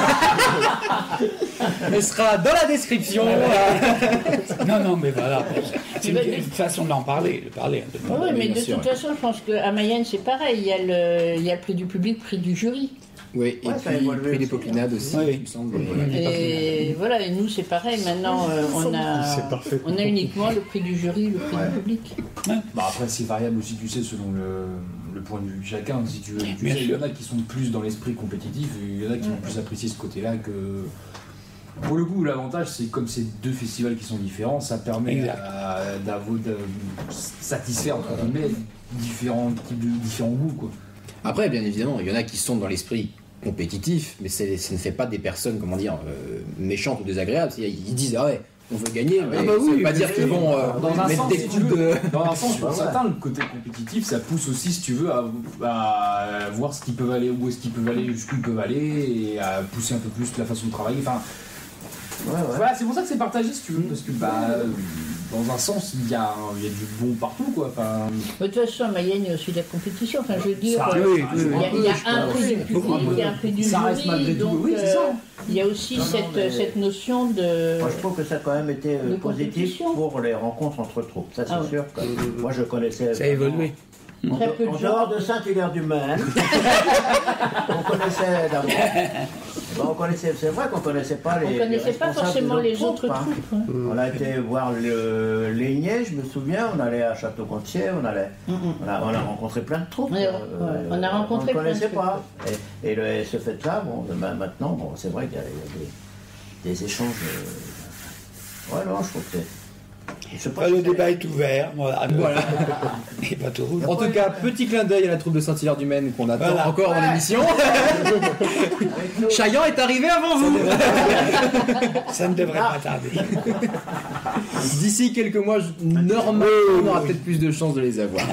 Elle sera dans la description. Non, non, mais voilà. C'est une, une façon d'en parler, de parler. de Oui, parler. mais bien de sûr, toute ouais. façon, je pense qu'à Mayenne, c'est pareil. Il y, a le, il y a le prix du public, le prix du jury. Oui, et Ouais, ça a puis évolué prix des aussi, Popinades aussi, Oui, oui. il me semble. Et voilà, et nous, c'est pareil. Maintenant, euh, on, a, C'est parfait. on a uniquement le prix du jury, le prix Ouais. du public. Bah après c'est variable aussi tu sais selon le, le point de vue de chacun si tu veux. Tu Bien sais, il y en sûr. a qui sont plus dans l'esprit compétitif et il y en a qui vont plus apprécier ce côté-là que. Pour le coup l'avantage c'est comme c'est deux festivals qui sont différents ça permet Exact. à- d'avo- de satisfaire entre guillemets différents types de différents goûts quoi. Après, bien évidemment, il y en a qui sont dans l'esprit compétitif, mais c'est- ça ne fait pas des personnes, comment dire, euh, méchantes ou désagréables. C'est-à-dire, ils disent, ah ouais, on veut gagner, mais bah ça oui, veut pas oui, dire oui, qu'ils vont euh, Dans un mettre sens, des si coups tu veux, de... dans un sens, pour Ouais. certains, le côté compétitif, ça pousse aussi, si tu veux, à, à voir ce qu'ils peuvent aller, où est-ce qu'ils peuvent aller, jusqu'où ils peuvent aller, et à pousser un peu plus la façon de travailler. Enfin, Ouais, ouais. voilà, c'est pour ça que c'est partagé, si tu veux, parce que bah, euh, dans un sens, il y a, il y a du bon partout, quoi. Enfin, De toute façon, à Mayenne, il y a aussi de la compétition. Enfin, je veux dire, Ça euh, oui, il oui, y a, il y a un prix du Beaucoup, public, il y a un prix du ça reste jury, malgré tout, donc oui, c'est ça. euh, il y a aussi Non, non, cette, mais- cette notion de... Moi, je trouve que ça a quand même été euh, De positif compétition. pour les rencontres entre troupes. Ça, c'est Ah ouais. sûr. Que moi, je connaissais. Ça a évolué. En, Très peu de en gens. dehors de Saint-Hilaire-du-Maine, on connaissait d'abord. Bon, on connaissait, c'est vrai qu'on connaissait pas les. On ne connaissait les pas responsables forcément des les autres hein. troupes. hein. On a été voir le Lénier, je me souviens, on allait à Château-Gontier, on allait, Mm, mm. on a, on a rencontré plein de troupes. Ouais, euh, ouais, on a rencontré on ne plein de connaissait troupes. pas. Et, et le- ce fait-là, bon, ben, maintenant, bon, c'est vrai qu'il y a, il y a des, des échanges. euh, Ouais, non, je trouve que c'est. je sais pas Enfin, si le c'est- débat est ouvert. Voilà. Voilà. Et pas tout rouge. En tout cas, petit clin d'œil à la troupe de Saint-Hilaire-du-Maine qu'on attend Voilà. encore dans l'émission. Avec nous. Chaillan est arrivé avant vous. Ça ne devrait pas tarder. D'ici quelques mois, je- normalement, on aura peut-être plus de chances de les avoir.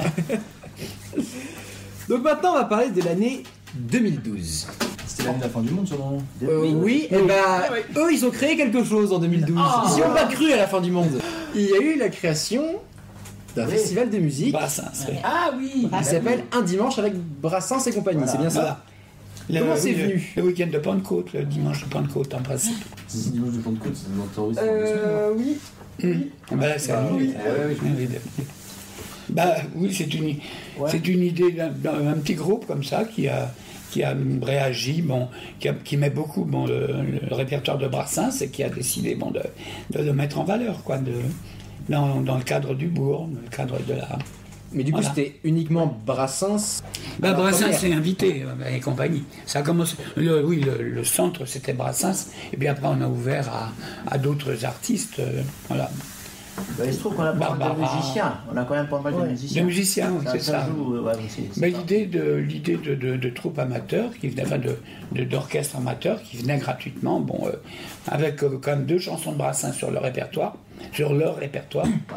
Donc maintenant, on va parler de l'année deux mille douze. C'était l'année de la fin du monde, sûrement. Euh, oui, et bah, eux, ils ont créé quelque chose en deux mille douze. Ils n'y ont pas cru à la fin du monde. Il y a eu la création d'un Oui. festival de musique Brassens, oui. Ah oui qui s'appelle Un dimanche avec Brassens et compagnie. C'est bien ça. Voilà. Le- Comment c'est le- venu Le week-end de Pentecôte, le dimanche de Pentecôte en principe. C'est dimanche de Pentecôte, c'est dans le terrorisme. Euh, oui. Ah bah là, c'est à lui. Ah ouais, oui, je- Oui, oui. Bah oui, c'est une, c'est une idée d'un, d'un petit groupe comme ça qui a, qui a réagi, bon, qui, a- qui met beaucoup bon, le, le répertoire de Brassens et qui a décidé bon, de, de le mettre en valeur, quoi, de, dans, dans le cadre du bourg, dans le cadre de la... Mais du coup, Voilà. c'était uniquement Brassens. Bah, Alors, Brassens première. s'est invité euh, et compagnie. Ça a commencé. Le, oui, le, le centre c'était Brassens, et puis après on a ouvert à, à d'autres artistes. euh, voilà. Ben, il se trouve qu'on a pas mal de Barbara. musiciens. On a quand même pas mal de Ouais. musiciens. Des musiciens, oui, c'est ça. joue, ouais, aussi, c'est Mais ça. l'idée de l'idée de, de, de troupes amateurs qui venaient, enfin de, de d'orchestres amateurs qui venaient gratuitement, bon, euh, avec euh, quand même deux chansons de Brassens sur le répertoire, sur leur répertoire, Ouais.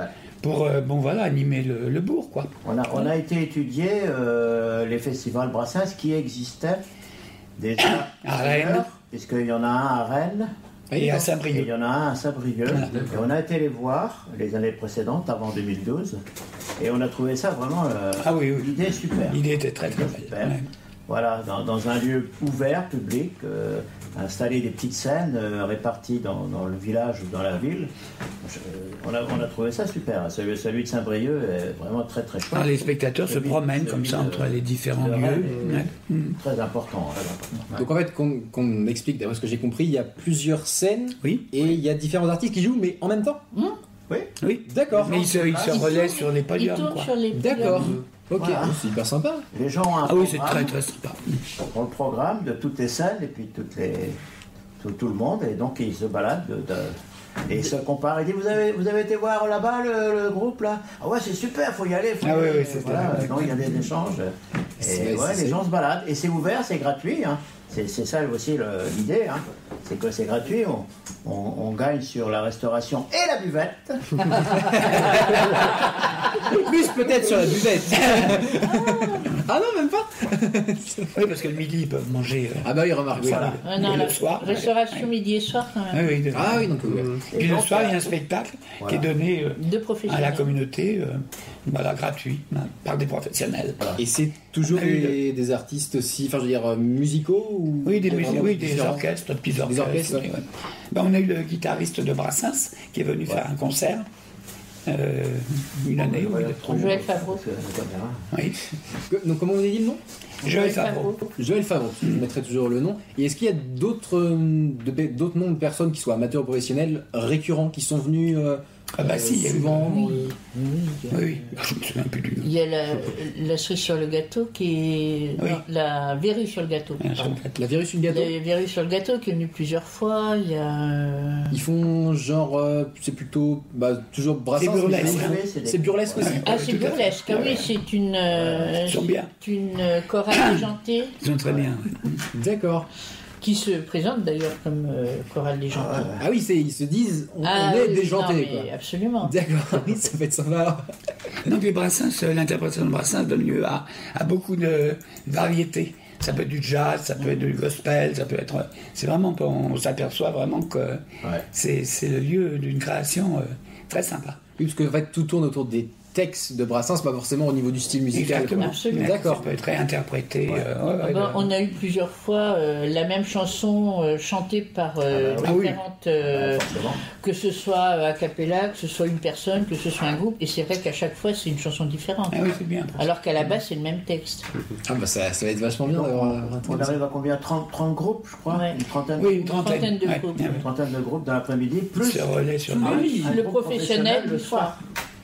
pour euh, bon, voilà, animer le, le bourg, quoi. On a, on a été étudier euh, les festivals Brassens qui existaient déjà À Rennes. ailleurs, puisqu'il y en a un à Rennes. Et à Et Saint-Brieuc. il y en a un à Saint-Brieuc. Voilà. Et on a été les voir les années précédentes, avant deux mille douze. Et on a trouvé ça vraiment. euh, Ah oui, oui. L'idée est super. L'idée était très très belle. Super. Ouais. Voilà, dans, dans un lieu ouvert, public, euh, installer des petites scènes euh, réparties dans, dans le village ou dans la ville. Je- on, a, on a trouvé ça super. Celui, celui de Saint-Brieuc est vraiment très très chouette. Alors, les spectateurs se Celui- promènent celui comme ça de- entre les différents de lieux. Rennes est Ouais. Mm. Très important. Très important. Donc en fait, qu'on qu'on explique, d'après ce que j'ai compris, il y a plusieurs scènes Oui, et il y a différents artistes qui jouent, mais en même temps. oui. D'accord. Mais ils se, ils se Ils relaient tournent- sur les Ils podiums, tournent quoi. sur les D'accord. podiums. Ok, Voilà. oh, c'est hyper sympa. Les gens ont un Ah oui, c'est programme, très très sympa. ont le programme de toutes les scènes et puis toutes les, tout, tout le monde. Et donc ils se baladent de- de- et ils se comparent. Ils disent vous avez, vous avez été voir là-bas le, le groupe là? Ah ouais, c'est super, faut y aller. Faut y Ah oui, aller. oui, c'est Voilà, ça. donc il y a des échanges. C'est- Et ouais, c'est- les gens se baladent. Et c'est ouvert, c'est gratuit. Hein. C'est c'est ça aussi le- l'idée. Hein. C'est que c'est gratuit. On, on- on gagne sur la restauration et la buvette. Plus peut-être sur la buvette. Ah non, même pas. Oui, parce que le midi, ils peuvent manger. euh, Ah bah oui, remarque. oui. Voilà. Ah non, Et la le soir. restauration midi et soir quand Oui, même. oui, de- Ah oui, donc. euh, Puis Et le donc, soir, il y a euh, un spectacle voilà. qui est donné euh, Deux à professionnels. la communauté, euh, voilà, gratuit, hein, par des professionnels. Et c'est toujours Ah oui, des, des artistes aussi, enfin je veux dire euh, musicaux ou Oui, des, ou musiques, vraiment oui, des différents orchestres, des petits Des orchestres. orchestres, oui, ouais. Ben, on a eu le guitariste de Brassens qui est venu faire un concert euh, une année. Oui, de- Joël Favreau. oui. Que- Donc comment vous avez dit le nom Joël Favreau. Joël Favreau, je mettrai toujours le nom. Et est-ce qu'il y a d'autres euh, de pe- d'autres noms de personnes qui soient amateurs ou professionnels récurrents qui sont venus euh, Ah bah euh, si, il y a eu- souvent dans le- Oui, oui. Je me souviens plus du nom. Il y a la, la cerise sur le gâteau qui est. Oui. non, la verrue sur le gâteau. Hein, pardon. je regrette. La virus une gâteau. La verrue sur le gâteau qui est venue plusieurs fois. Il y a. euh, Ils font genre, euh, c'est plutôt bah, toujours Brassens. C'est burlesque. mais C'est C'est burlesque aussi. Ouais. Ah, c'est tout à fait. burlesque. Ah oui, c'est une. euh, Ils sont bien. c'est une euh, chorale déjantée Ils sont très bien. ouais. D'accord. qui se présente d'ailleurs comme euh, chorale déjantée. Ah oui, c'est- ils se disent, on, Ah, on est oui, déjanté non, quoi. mais absolument. D'accord, oui, ça peut être sympa alors. Donc les Brassens, euh, l'interprétation de Brassens donne lieu à, à beaucoup de variétés. Ça peut être du jazz, ça peut être du gospel, ça peut être. C'est vraiment, on s'aperçoit vraiment que c'est c'est le lieu d'une création euh, très sympa. Oui, parce que en fait, tout tourne autour des textes de Brassens, pas forcément au niveau du style musical. Exactement. quoi. Absolument. D'accord. Ça peut être réinterprété. Ouais. euh, ouais, Ah ouais, ben, de- on a eu plusieurs fois euh, la même chanson euh, chantée par euh, Ah oui. différentes, euh, Forcément. que ce soit a cappella, que ce soit une personne, que ce soit un groupe, et c'est vrai qu'à chaque fois c'est une chanson différente. Ah oui, c'est bien. Alors qu'à la base c'est le même texte. Ah bah ça, ça va être vachement bien Donc, d'avoir un on, truc on comme ça. arrive à combien? trente, trente groupes, je crois. Ouais. Une trentaine, Oui, une Une trentaine, trentaine de ouais, groupes. ouais, une trentaine de groupes dans l'après-midi, Plus plus se relaie sur Plus le un le groupe professionnel le soir.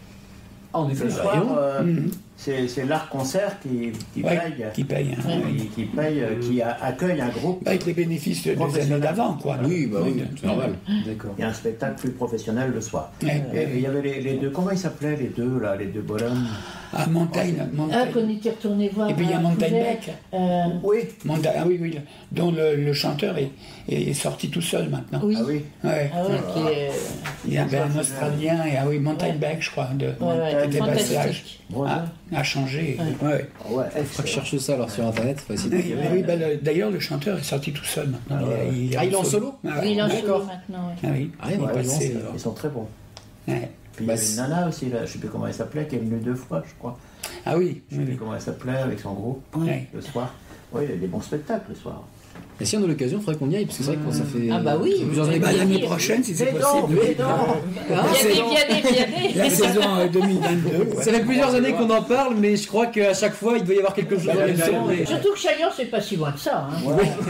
Ah, en effet. Le soir, Rayon. euh, Mhm. c'est c'est l'art concert qui, qui Ouais, paye, qui paye. hein, Ouais. oui. qui, qui paye, euh, qui a- accueille un groupe. Avec les bénéfices des années Professionnel. d'avant, quoi. Oui, bah oui, de- c'est normal. D'accord. Il y a un spectacle plus professionnel le soir. Ouais. Et et il y avait les, les deux, comment ils s'appelaient les deux là, les deux bonhommes? Ah, Montagne. Ah, Montagne. qu'on était retourné voir. Et puis il y a à Mountain Couvert, Beck. euh, Oui. Montagne, ah oui, oui, le- dont le, le chanteur est, est sorti tout seul maintenant. oui. Ah oui. Ouais. Ah ouais, qui est, Il y avait un Australien, et ah oui, Mountain Ouais. Beck, je crois, de, ouais, ouais, qui était passé à, fantastique. à, à changer. Ouais. Ouais, Je crois que je cherche ça alors sur internet, facile. Oui, oui, bah, le- d'ailleurs, le chanteur est sorti tout seul maintenant. Il est- Ah, il est en solo Ah, Oui, il est en D'accord. solo maintenant. ouais. Ah oui. Ah, il est Il est pas passé, avancé, euh, alors. Ils sont très bons. ouais. Puis Bah, il y avait c'est- une nana aussi, là, je sais plus comment elle s'appelait, qui est venue deux fois, je crois. Ah oui, Je sais oui, plus oui. comment elle s'appelait avec son groupe Ouais. le soir. Oui, il y a des bons spectacles le soir. Et si on a l'occasion, il faudrait qu'on y aille, parce que c'est vrai que quand ça fait Ah bah oui. ça fait plusieurs années Bah, qu'on y l'année oui. prochaine, si c'est Mais non, possible. mais non. Vianney, Vianney, Vianney. La saison euh, deux mille vingt-deux. ouais. Ça fait plusieurs années qu'on en parle, mais je crois qu'à chaque fois, il doit y avoir quelque chose dans l'émission. Et... Surtout que Chaillot, c'est pas si loin que ça. Hein.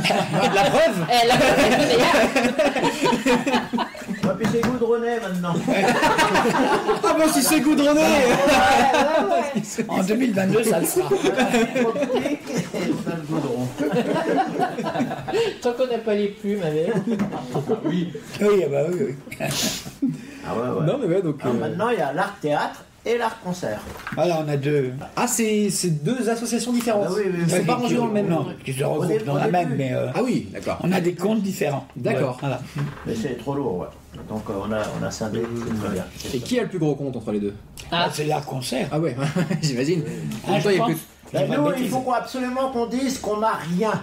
La preuve Eh, la Ouais, puis c'est goudronné maintenant. Ah bah si c'est goudronné En deux mille vingt-deux, ça le sera. Optique et on a le goudron. Tant qu'on n'a pas les plumes avec. Oui, ah bah oui, oui. Ah ouais, ouais. Non mais ouais, donc... Alors euh, maintenant, il y a l'art théâtre et l'Art-Concert. Voilà, on a deux. Ah, c'est c'est deux associations différentes. Ah bah oui, oui, Ils oui. sont pas rangés dans le même Non, nom. qui se Au regroupent dé- dans au la début. même, mais euh, Ah oui, d'accord. on a des comptes différents. D'accord. Voilà. Mais c'est trop lourd, ouais. Donc euh, on a, on a scindé, c'est très bien. Et qui a le plus gros compte entre les deux? Ah, c'est l'art-concert. Ah ouais, j'imagine. Ah, En même je temps, il y a pense. plus- Ben, Pas de nous, il bêtises. faut qu'on- absolument qu'on dise qu'on n'a rien.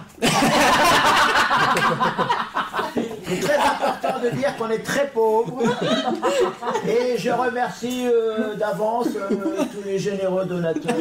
C'est très important de dire qu'on est très pauvre. Et je remercie euh, d'avance euh, tous les généreux donateurs.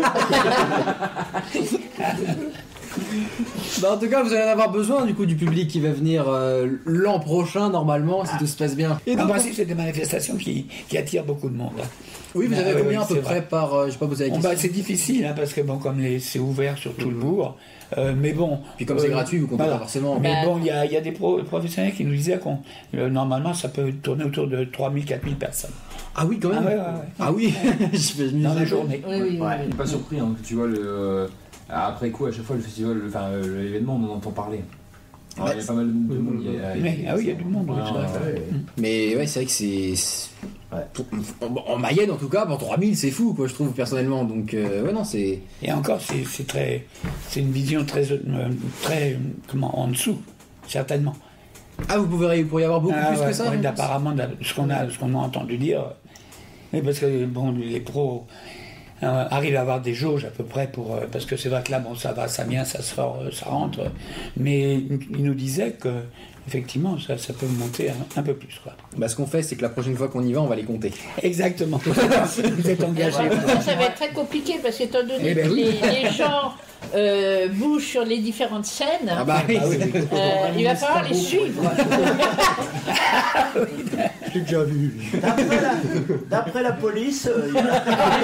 Bah, en tout cas, vous allez en avoir besoin du coup du public qui va venir euh, l'an prochain normalement si tout se passe bien. Et En donc, principe, c'est des manifestations qui, qui attirent beaucoup de monde. hein. oui, vous Ah, avez oui, combien oui, à peu c'est près vrai. par euh, je sais pas posé la Bon, question. bah, c'est difficile, hein, parce que bon, comme les- c'est ouvert sur tout le bourg, euh, mais bon. Puis comme c'est euh, gratuit, vous comptez voilà. pas forcément. Mais Bah, bon, il y a, il y a des pro- professionnels qui nous disaient qu'on euh, normalement ça peut tourner autour de trois mille, quatre mille personnes Ah oui, quand même. Ah ouais, ouais, ouais. Ah oui. Je me dans disais- la journée. Oui, oui, oui. Ouais. Je suis pas surpris hein, que tu vois le. euh, Après coup, à chaque fois, le festival, le- enfin euh, l'événement, on en entend parler. Alors, il y a pas mal de monde. il y a- il y a- Mais, ah oui, il y a du monde. oui, c'est vrai. Ouais, ouais. Mais ouais, c'est vrai que c'est. c'est- Ouais. pour- En, en Mayenne, en tout cas, pour trois mille, c'est fou, quoi, je trouve, personnellement. Donc, euh, ouais, non, c'est. Et encore, c'est c'est très, c'est une vision très, euh, très, euh, comment, en dessous, certainement. Ah, vous, pouvez, vous pourriez avoir beaucoup Ah, plus ouais, que ça ouais, je pense. apparemment, de ce qu'on a, ce qu'on a entendu dire. Mais parce que bon, les pros euh, arrivent à avoir des jauges à peu près pour, euh, parce que c'est vrai que là, bon, ça va, ça vient, ça sort, euh, ça rentre. Mais ils nous disaient que effectivement, ça, ça peut monter un, un peu plus, quoi. Bah, ce qu'on fait, c'est que la prochaine fois qu'on y va, on va les compter. Exactement. Vous êtes engagé. Ça, ça va être très compliqué parce qu'étant donné Eh ben que oui. les, les gens euh, bougent sur les différentes scènes, Ah bah oui. Ah oui, oui. euh, il va falloir les suivre. J'ai déjà vu. D'après la, d'après la police, euh, il y a-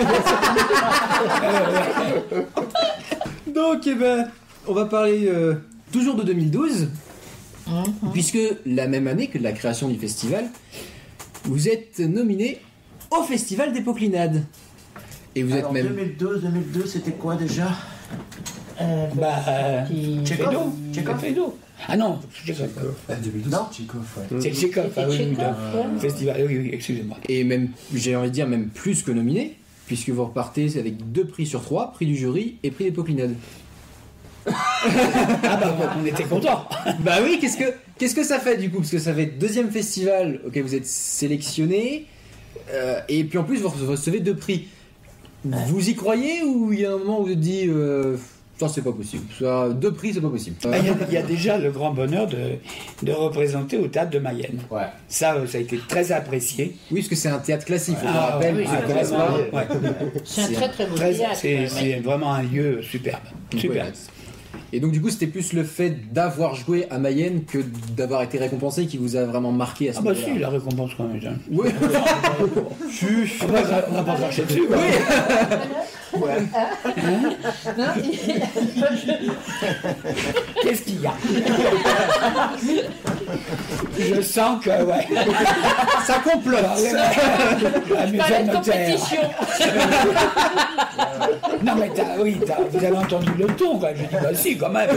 Donc, eh ben, on va parler euh, toujours de deux mille douze, puisque la même année que la création du festival, vous êtes nominé au Festival des Poclinades. Et vous Alors, êtes même. deux mille deux, deux mille deux, c'était quoi déjà? Euh, Bah, euh, qui- Tchekhov. Fédo. Tchekhov. Fédo. Ah non, Tchekhov. Ah, deux mille douze, Non. c'est Tchekhov, ouais. C'est Tchekhov. Ah oui, oui, Tchekhov, dans ouais. le festival. Oui, oui, excusez-moi. Et même, j'ai envie de dire, même plus que nominé, puisque vous repartez avec deux prix sur trois, prix du jury et prix des Poclinades. Ah bah, on était contents. Bah oui, qu'est-ce que, qu'est-ce que ça fait du coup? Parce que ça fait deuxième festival auquel vous êtes sélectionné, euh, et puis en plus vous recevez deux prix. Vous y croyez ou il y a un moment où vous vous dites, euh, ça c'est pas possible, ça, deux prix c'est pas possible. Ah, Il y, a- il y a déjà le grand bonheur de, de représenter au théâtre de Mayenne. Ouais. Ça, euh, ça a été très apprécié. Oui, parce que c'est un théâtre classique, je Ah, vous rappelle, oui, pour ceux qui c'est connaissent pas. vraiment, ouais. C'est un très très beau Très- théâtre. c'est mais- c'est vraiment un lieu superbe. Donc, Superbe. ouais. Et donc du coup c'était plus le fait d'avoir joué à Mayenne que d'avoir été récompensé qui vous a vraiment marqué à ce Ah bah moment-là. si, la récompense quand même. hein. Oui. On va pas- on va pas cracher dessus. quoi. Non, Qu'est-ce qu'il y a Je sens que, ouais. Ça complote. La je maison parlais de notaire. compétition. Non mais t'as- oui, t'as- vous avez entendu le ton, quoi. Je dis, bah si, quand même.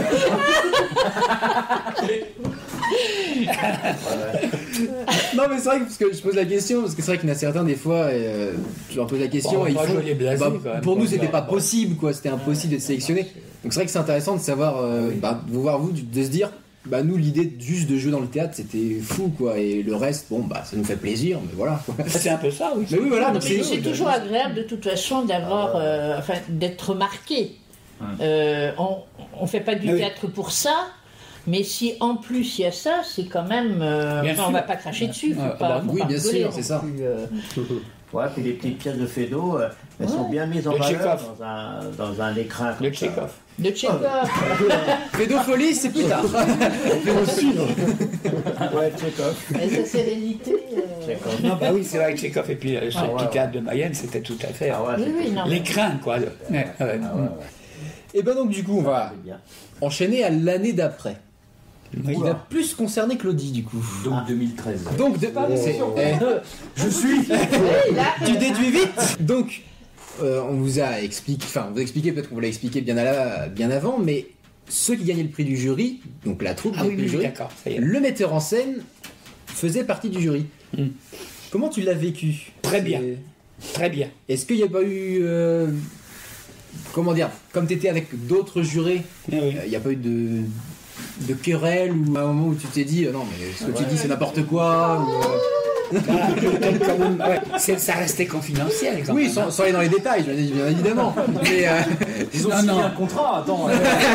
Non mais c'est vrai que, parce que je pose la question parce que c'est vrai qu'il y en a certains des fois euh, je leur pose la question Bon, et ils moi, font je les blasés, bah, quand même, pour quoi, nous c'était dire, pas bon. possible quoi, c'était impossible d'être sélectionné. Donc c'est vrai que c'est intéressant de savoir euh, bah, de vous voir vous de se dire bah nous l'idée de- juste de jouer dans le théâtre c'était fou quoi et le reste bon bah ça nous fait plaisir mais voilà quoi. C'est un peu ça, oui. Mais oui voilà donc Mais c'est c'est toujours agréable de toute façon d'avoir, euh, enfin, d'être remarqué. Euh, on ne fait pas du Oui. théâtre pour ça, mais si en plus il y a ça, c'est quand même. euh, Bien enfin, sûr. on va pas cracher dessus. Faut Ouais, pas, bah, faut oui, pas bien rigoler sûr, non c'est ça. plus, euh. Ouais, puis les petites pièces de Fédo, euh, elles sont bien mises en Le valeur Tchekhov. dans un, dans un écrin. Le comme ça. Tchekhov. De Tchekhov. pédophilie c'est plus tard. Ouais, Tchekhov. Et sa sérénité. euh, Tchekhov. Non, bah oui, c'est vrai que Tchekhov et puis euh, ce Ah, ouais, petit ouais. théâtre de Mayenne, c'était tout à fait. Ah ouais, Oui, c'est- oui, non. Les crins, quoi. Ouais, ouais. ah ouais, ouais. Et ben donc du coup on va C'est bien. enchaîner à l'année d'après Oui. qui va plus concerner Claudie du coup. Donc deux mille treize. Donc de... c'est- eh, je suis Oui, là, tu déduis vite. Donc, euh, on vous a expliqué, enfin, on vous a expliqué, peut-être qu'on vous l'a expliqué bien, à la- bien avant, mais ceux qui gagnaient le prix du jury, donc la troupe Ah du oui, prix oui, du jury, d'accord, ça y est. le metteur en scène faisait partie du jury. Mm. Comment tu l'as vécu? Très bien. C'est- Très bien. Est-ce qu'il n'y a pas eu... euh, comment dire, comme tu étais avec d'autres jurés, Eh oui. il n'y a pas eu de, de querelle ou à un moment où tu t'es dit, euh, non mais ce que tu dis c'est n'importe quoi ou, euh, Voilà, je donne quand même- ouais, c'est- ça restait confidentiel. quand Oui, même, sans, hein. sans aller dans les détails, je dis, bien évidemment. Mais, euh, Ils ont Non, signé non. un contrat, attends.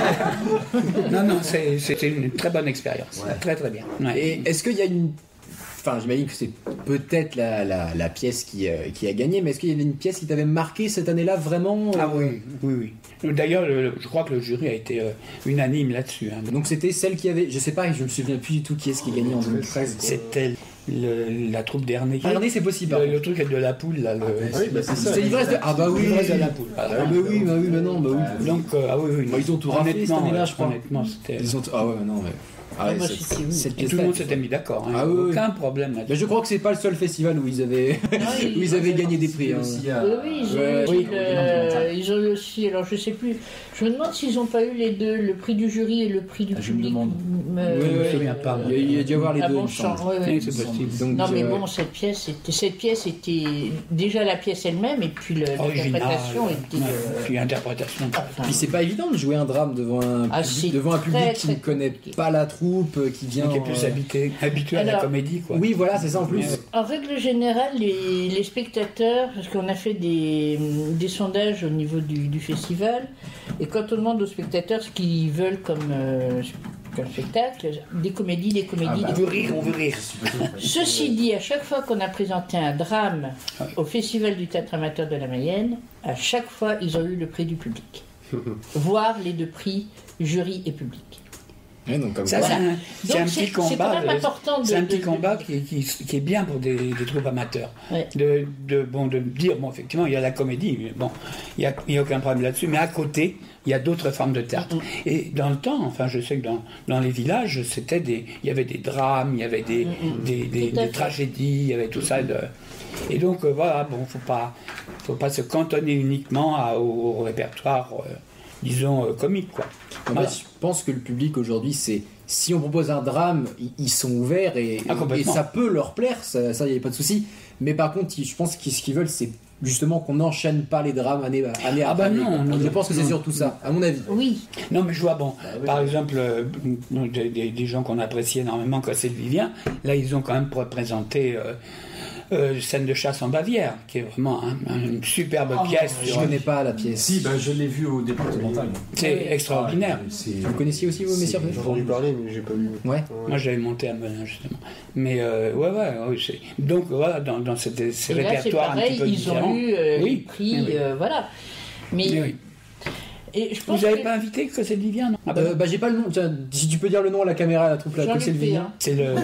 Non, non, c'est- c'était une très bonne expérience. Ouais. Très, très bien. Ouais. et est-ce qu'il y a une... Enfin, j'imagine que c'est peut-être la, la, la pièce qui, euh, qui a gagné, mais est-ce qu'il y avait une pièce qui t'avait marqué cette année-là vraiment euh, Ah oui, oui, oui. D'ailleurs, le- le- je crois que le jury a été euh, unanime là-dessus. hein. Donc c'était celle qui avait... Je sais pas, je me souviens plus du tout qui est-ce qui a gagné en deux mille treize. C'était le- la troupe d'Ernest. Ah, regardez, c'est possible. Le, le truc avec de la poule, là. Le, Oui, bah c'est ça. C'est l'ivresse de... Ah bah oui, l'ivresse de la poule. Ah Voilà. bah oui, bah oui, bah non, bah oui. Donc, euh, ah oui, oui. Bah, ils ont tout raflé cette Honnêtement, année-là, euh, je crois. Honnêtement, c'était... Ils ont... Ah ouais, non, mais... Ah ouais, Ah bah, cette- c'était- oui. cette Et pièce tout le monde s'était mis d'accord. Hein. Ah oui, oui. Aucun problème Mais là-dessus. je crois que c'est pas le seul festival où ils avaient, Non, où ils avaient gagné des prix. hein. Aussi, à- Oui, oui, ils ont, Ouais, eu oui. le- ils ont eu aussi, alors je sais plus, je me demande s'ils n'ont pas eu les deux, le prix du jury et le prix du Ah, je me public. demande. Euh, Oui, Je me oui. souviens pas. Il y a, il y a dû avoir les à deux. il me Bonchamp, semble. ouais, ouais. Oui, c'est possible. Donc, Non mais euh, bon, cette pièce, était, cette pièce était déjà la pièce elle-même et puis le- Original. l'interprétation était. Ouais. euh, Puis interprétation. enfin, Puis c'est pas évident de jouer un drame devant un Ah, public, c'est devant un public très, qui très ne connaît compliqué. pas la troupe, euh, qui vient. Qui est plus euh, habitué, habitué à la Alors, comédie, quoi. Oui, voilà, c'est ça en plus. Ouais. En règle générale, les, les spectateurs, parce qu'on a fait des, des sondages au niveau du, du festival, et quand on demande aux spectateurs ce qu'ils veulent comme, euh, comme spectacle, des comédies, des comédies, Ah bah, des On veut rire, on veut rire. Ceci dit, à chaque fois qu'on a présenté un drame au Festival du théâtre amateur de la Mayenne, à chaque fois, ils ont eu le prix du public. Voire les deux prix, jury et public. Ouais, donc, comme Ça, quoi. c'est un, c'est un Donc, petit c'est- c'est quand combat. même de- important de- C'est un de- petit de- combat qui, qui, qui est bien pour des, des troupes amateurs. Ouais. De, de, bon, de dire, bon, effectivement, il y a la comédie, mais bon, il n'y a, il y a aucun problème là-dessus, mais à côté, il y a d'autres formes de théâtre. Et dans le temps, enfin, je sais que dans, dans les villages, c'était des, il y avait des drames, il y avait des, des, des, Tout à des fait. tragédies, il y avait tout ça. De, et donc, euh, voilà, bon, faut pas, faut pas se cantonner uniquement à- au, au répertoire, euh, disons, euh, comique, quoi. En Voilà. fait, je pense que le public aujourd'hui, c'est si on propose un drame, ils- ils sont ouverts et, Ah, et complètement. ça peut leur plaire, ça, il n'y a pas de souci. Mais par contre, ils- je pense que ce qu'ils veulent, c'est justement qu'on n'enchaîne pas les drames année, année Ah après bah année, non, quoi. non, Je pense que c'est non. surtout ça, à mon avis. Oui, Non, mais je vois, bon, oui. par exemple, euh, des, des- des gens qu'on apprécie énormément quand c'est le Vivien, là, ils ont quand même présenté euh, euh, Scène de chasse en Bavière, qui est vraiment un- un- une superbe Oh, pièce. Je sur- connais pas la pièce. Si, bah, je l'ai vu au départemental. C'est extraordinaire. Ah, c'est- Vous connaissiez aussi, vous, messieurs J'ai entendu parler, mais j'ai pas vu. Ouais. Moi, j'avais monté à Melun, justement. Mais, euh, ouais, ouais, ouais, c'est- donc, voilà, dans, dans cette- ces et là c'est répertoires un pareil, petit peu ils différents. ont eu euh, Oui, les prix, oui, oui. euh, voilà. Mais Oui, oui. et je pense Vous n'avez que pas invité que c'est le Vivien, non Ah bah, Euh, bah, j'ai pas le nom. Tiens, si tu peux dire le nom à la caméra, la troupe, là, Jean-Luc que c'est le Péan. Vignon. c'est le...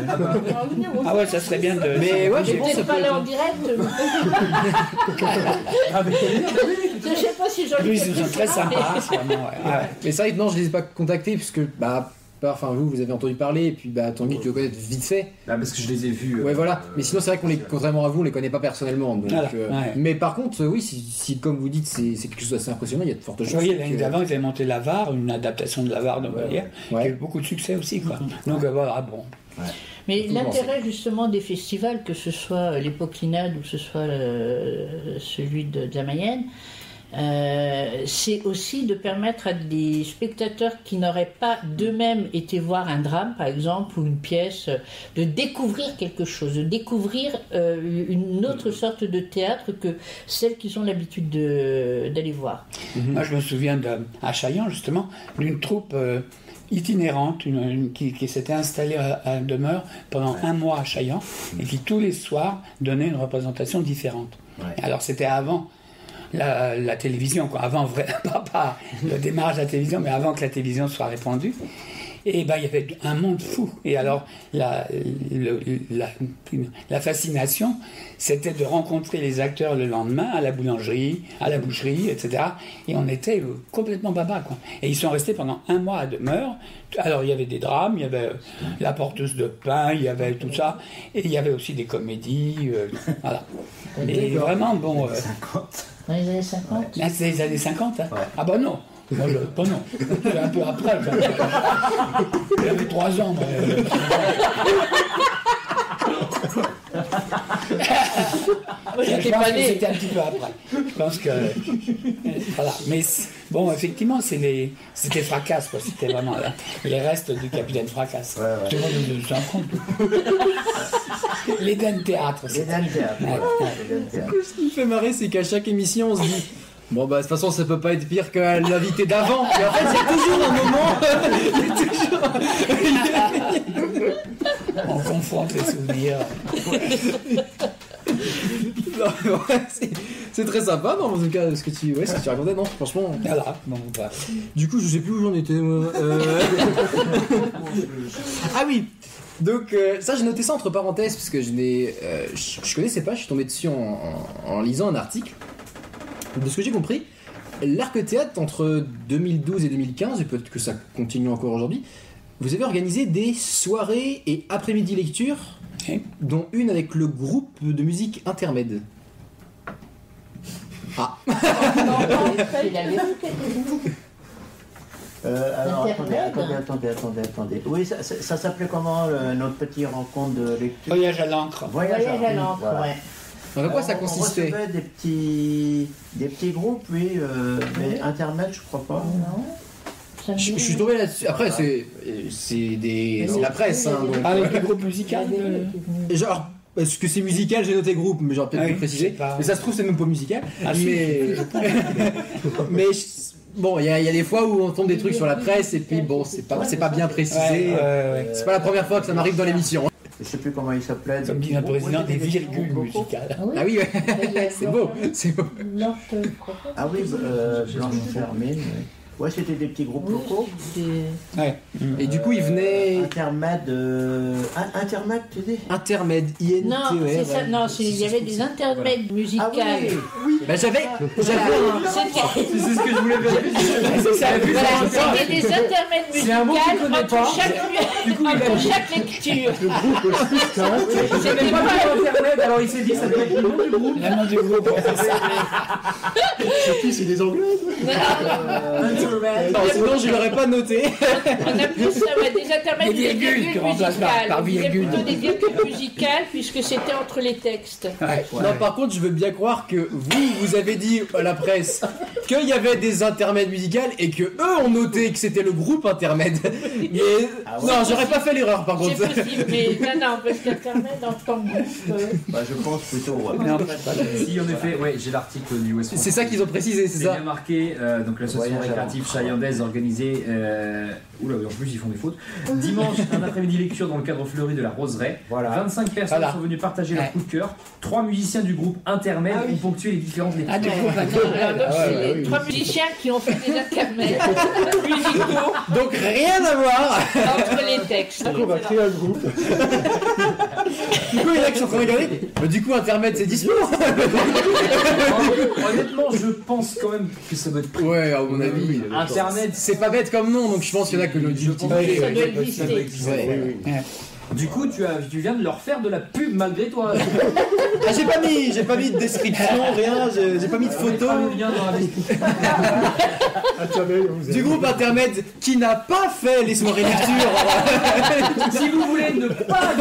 Ah ouais, ça serait bien de... Mais ouais, J'ai je pense que ça peut-être pas peut là en être- direct. Ah, mais Je sais pas si j'en Lui, ils sont très sympas, vraiment, ouais. Ah ouais. Mais c'est vrai que non, je les ai pas contactés, puisque, bah, pas- enfin, vous, vous avez entendu parler, et puis, bah, Tanguy, tu le connais vite fait. Ah, parce que je les ai vus. euh, Ouais, voilà. Mais sinon, c'est vrai qu'on les, contrairement à vous, on les connaît pas personnellement. Donc, Voilà, euh, ouais. Mais par contre, euh, oui, si, si, comme vous dites, c'est c'est quelque chose d'assez impressionnant, il y a de fortes Vous chances. voyez, que- l'année d'avant, ils avaient monté l'Avare, une adaptation de l'Avare de Molière, qui a eu Ouais. beaucoup de succès aussi, quoi. Donc, euh, voilà, bon. Mais Faut l'intérêt justement des festivals, que ce soit les Poquinades ou que ce soit euh, celui de, de la Mayenne, euh, c'est aussi de permettre à des spectateurs qui n'auraient pas d'eux-mêmes été voir un drame, par exemple, ou une pièce, de découvrir quelque chose, de découvrir euh, une autre sorte de théâtre que celle qu'ils ont l'habitude de- d'aller voir. Moi, je me souviens de, à Chaillans, justement, d'une troupe euh, itinérante une- une- qui, qui s'était installée à, à demeure pendant un mois à Chaillans et qui, tous les soirs, donnait une représentation différente. Ouais. Alors, c'était avant la, la télévision, quoi. Avant, vrai, pas, pas le démarrage de la télévision, mais avant que la télévision soit répandue. Et ben, il y avait un monde fou. Et alors, la, le- la, la fascination, c'était de rencontrer les acteurs le lendemain à la boulangerie, à la boucherie, et cetera. Et on était euh, complètement baba, quoi. Et ils sont restés pendant un mois à demeure. Alors, il y avait des drames, il y avait euh, la porteuse de pain, il y avait tout ça. Et il y avait aussi des comédies, euh, voilà. Et vraiment, bon... euh, cinquante. Dans les années cinquante. Là, c'est les années cinquante, hein. Ouais. Ah bah non. Moi, je, pas non. C'est un peu après. j'ai- J'avais trois ans. moi. moi, Je j'étais pense pas que née. c'était un petit peu après. Je pense que. euh, voilà. Mais c'est- bon, effectivement, c'est les, c'était Fracasse, quoi. C'était vraiment là, les restes du capitaine Fracasse. Ouais, ouais. Tout le monde se rend compte. L'Éden Théâtre. Les c'était- Dan Théâtre. Ouais, voilà. ouais. Les Dan Théâtre. Ce qui me fait marrer, c'est qu'à chaque émission, on se dit bon, bah, de toute façon, ça peut pas être pire que l'invité d'avant. Et en fait, il y a toujours un moment. il y a toujours- On confronte les souvenirs. Non, ouais, c'est- c'est très sympa, non, en tout cas, ce que tu, ouais, ce que tu racontais, non, franchement. Voilà. Bon, bah, Du coup, je sais plus où j'en étais, moi. Euh, ah oui. Donc euh, ça, j'ai noté ça entre parenthèses parce que je n'ai, euh, je, je connaissais pas. Je suis tombé dessus en, en- en lisant un article. De ce que j'ai compris, l'Arc Théâtre entre deux mille douze et deux mille quinze, et peut-être que ça continue encore aujourd'hui, vous avez organisé des soirées et après-midi lecture, Ok. dont une avec le groupe de musique Intermède. Ah. Il avait vu quelque Euh, alors, attendez, Intermède. attendez, attendez, attendez, attendez. Oui, ça, ça, ça s'appelait comment, le- notre petit rencontre de lecture Voyage à l'encre. Voyage à l'encre, voilà. ouais. Donc, à quoi Alors, ça on- consistait? On recevait des petits, des petits groupes, oui, euh, mais internet, je crois pas. Non. Ça me Je, dit je suis rien. tombé là-dessus. Après, c'est, c'est des, c'est la presse, hein, donc. Avec le groupe musical. Il y avait- de- Et genre, est-ce que c'est musical? J'ai noté groupe, mais j'aurais peut-être Ah pu oui, préciser. je sais pas. Mais ça se trouve, c'est même pas musical. Ah, si, mais mais je- bon, il y, a- il y a des fois où on tombe des trucs sur la presse et puis bon, c'est pas, c'est pas bien précisé. Ouais, ouais, ouais. C'est pas la première fois que ça m'arrive dans l'émission. Je sais plus comment il s'appelait. Comme dit notre président, des virgules musicales. Ah oui, Ah oui, ouais. il y a c'est beau, c'est beau. Blanche, euh, Croquette. Ah oui, euh, Blanche Fermine. Oui. Ouais, c'était des petits groupes Oui, locaux. c'était- Ouais. Et du coup, il venait Intermède. euh, un- Intermède, tu dis intermède, I N T E R. Non, c'est ça, non, c'est- il y avait des intermèdes Ah musicales. oui, Bah j'avais, j'avais un... C'était C'est ce que je voulais faire. C'est ça, voilà, c'était des intermèdes C'est un mot qu'il musicales connaît entre pas. chaque, entre chaque lecture. Je savais pas que internet, alors il s'est dit ça doit être le nom du groupe. Le nom du groupe, on fait ça. C'est qui, c'est des Anglais? Non, sinon je l'aurais pas noté. On a plus ça, ouais, des intermèdes Des des virgules, virgules tu remplaces par- musicales. par On disait virgule. plutôt des virgules musicales puisque c'était entre les textes. Ouais. Non, par contre, je veux bien croire que vous, vous avez dit à la presse qu'il y avait des intermèdes musicales et que eux ont noté que c'était le groupe intermède. Mais Ah ouais. non, j'aurais pas fait l'erreur par C'est contre. possible, mais non, non, parce qu'intermède en tant que groupe. euh, bah, je pense plutôt. Ouais. Non, pas de- Si, en effet, ouais, j'ai l'article du West France. C'est ça qu'ils ont précisé, c'est C'est ça. bien marqué, euh, donc l'association Voyage à récréative l'encre. chaillandaise organisée, euh, oula, en plus ils font des fautes, dimanche, un après-midi lecture dans le cadre fleuri de la Roseraie. Voilà. vingt-cinq personnes Voilà. sont venues partager leur Ouais. coup de cœur. Trois musiciens du groupe Intermède ont ponctué les différentes lectures. Ah, du groupe Alors, intermède. donc, Ah c'est ouais, les trois musiciens qui ont fait des intermèdes musicaux Donc rien à voir. entre les textes. On va créer un groupe. Du coup, il y en a qui sont en train de regarder. Bah, du coup, intermède, c'est dispo. Honnêtement, je pense quand même que ça doit être pris. Ouais, à mon avis. Internet, C'est pas bête comme nom, donc je pense qu'il y en a que le Je pense Ça que doit ça doit exister. exister. Ouais. Ouais. Du coup, tu, as, tu viens de leur faire de la pub malgré toi. Ah, j'ai pas mis, j'ai pas mis de description, rien, j'ai j'ai pas mis de On mettra photo. le lien dans la description. Intermède, vous Du avez- groupe intermède qui n'a pas fait les soirées lecture. Si vous voulez ne pas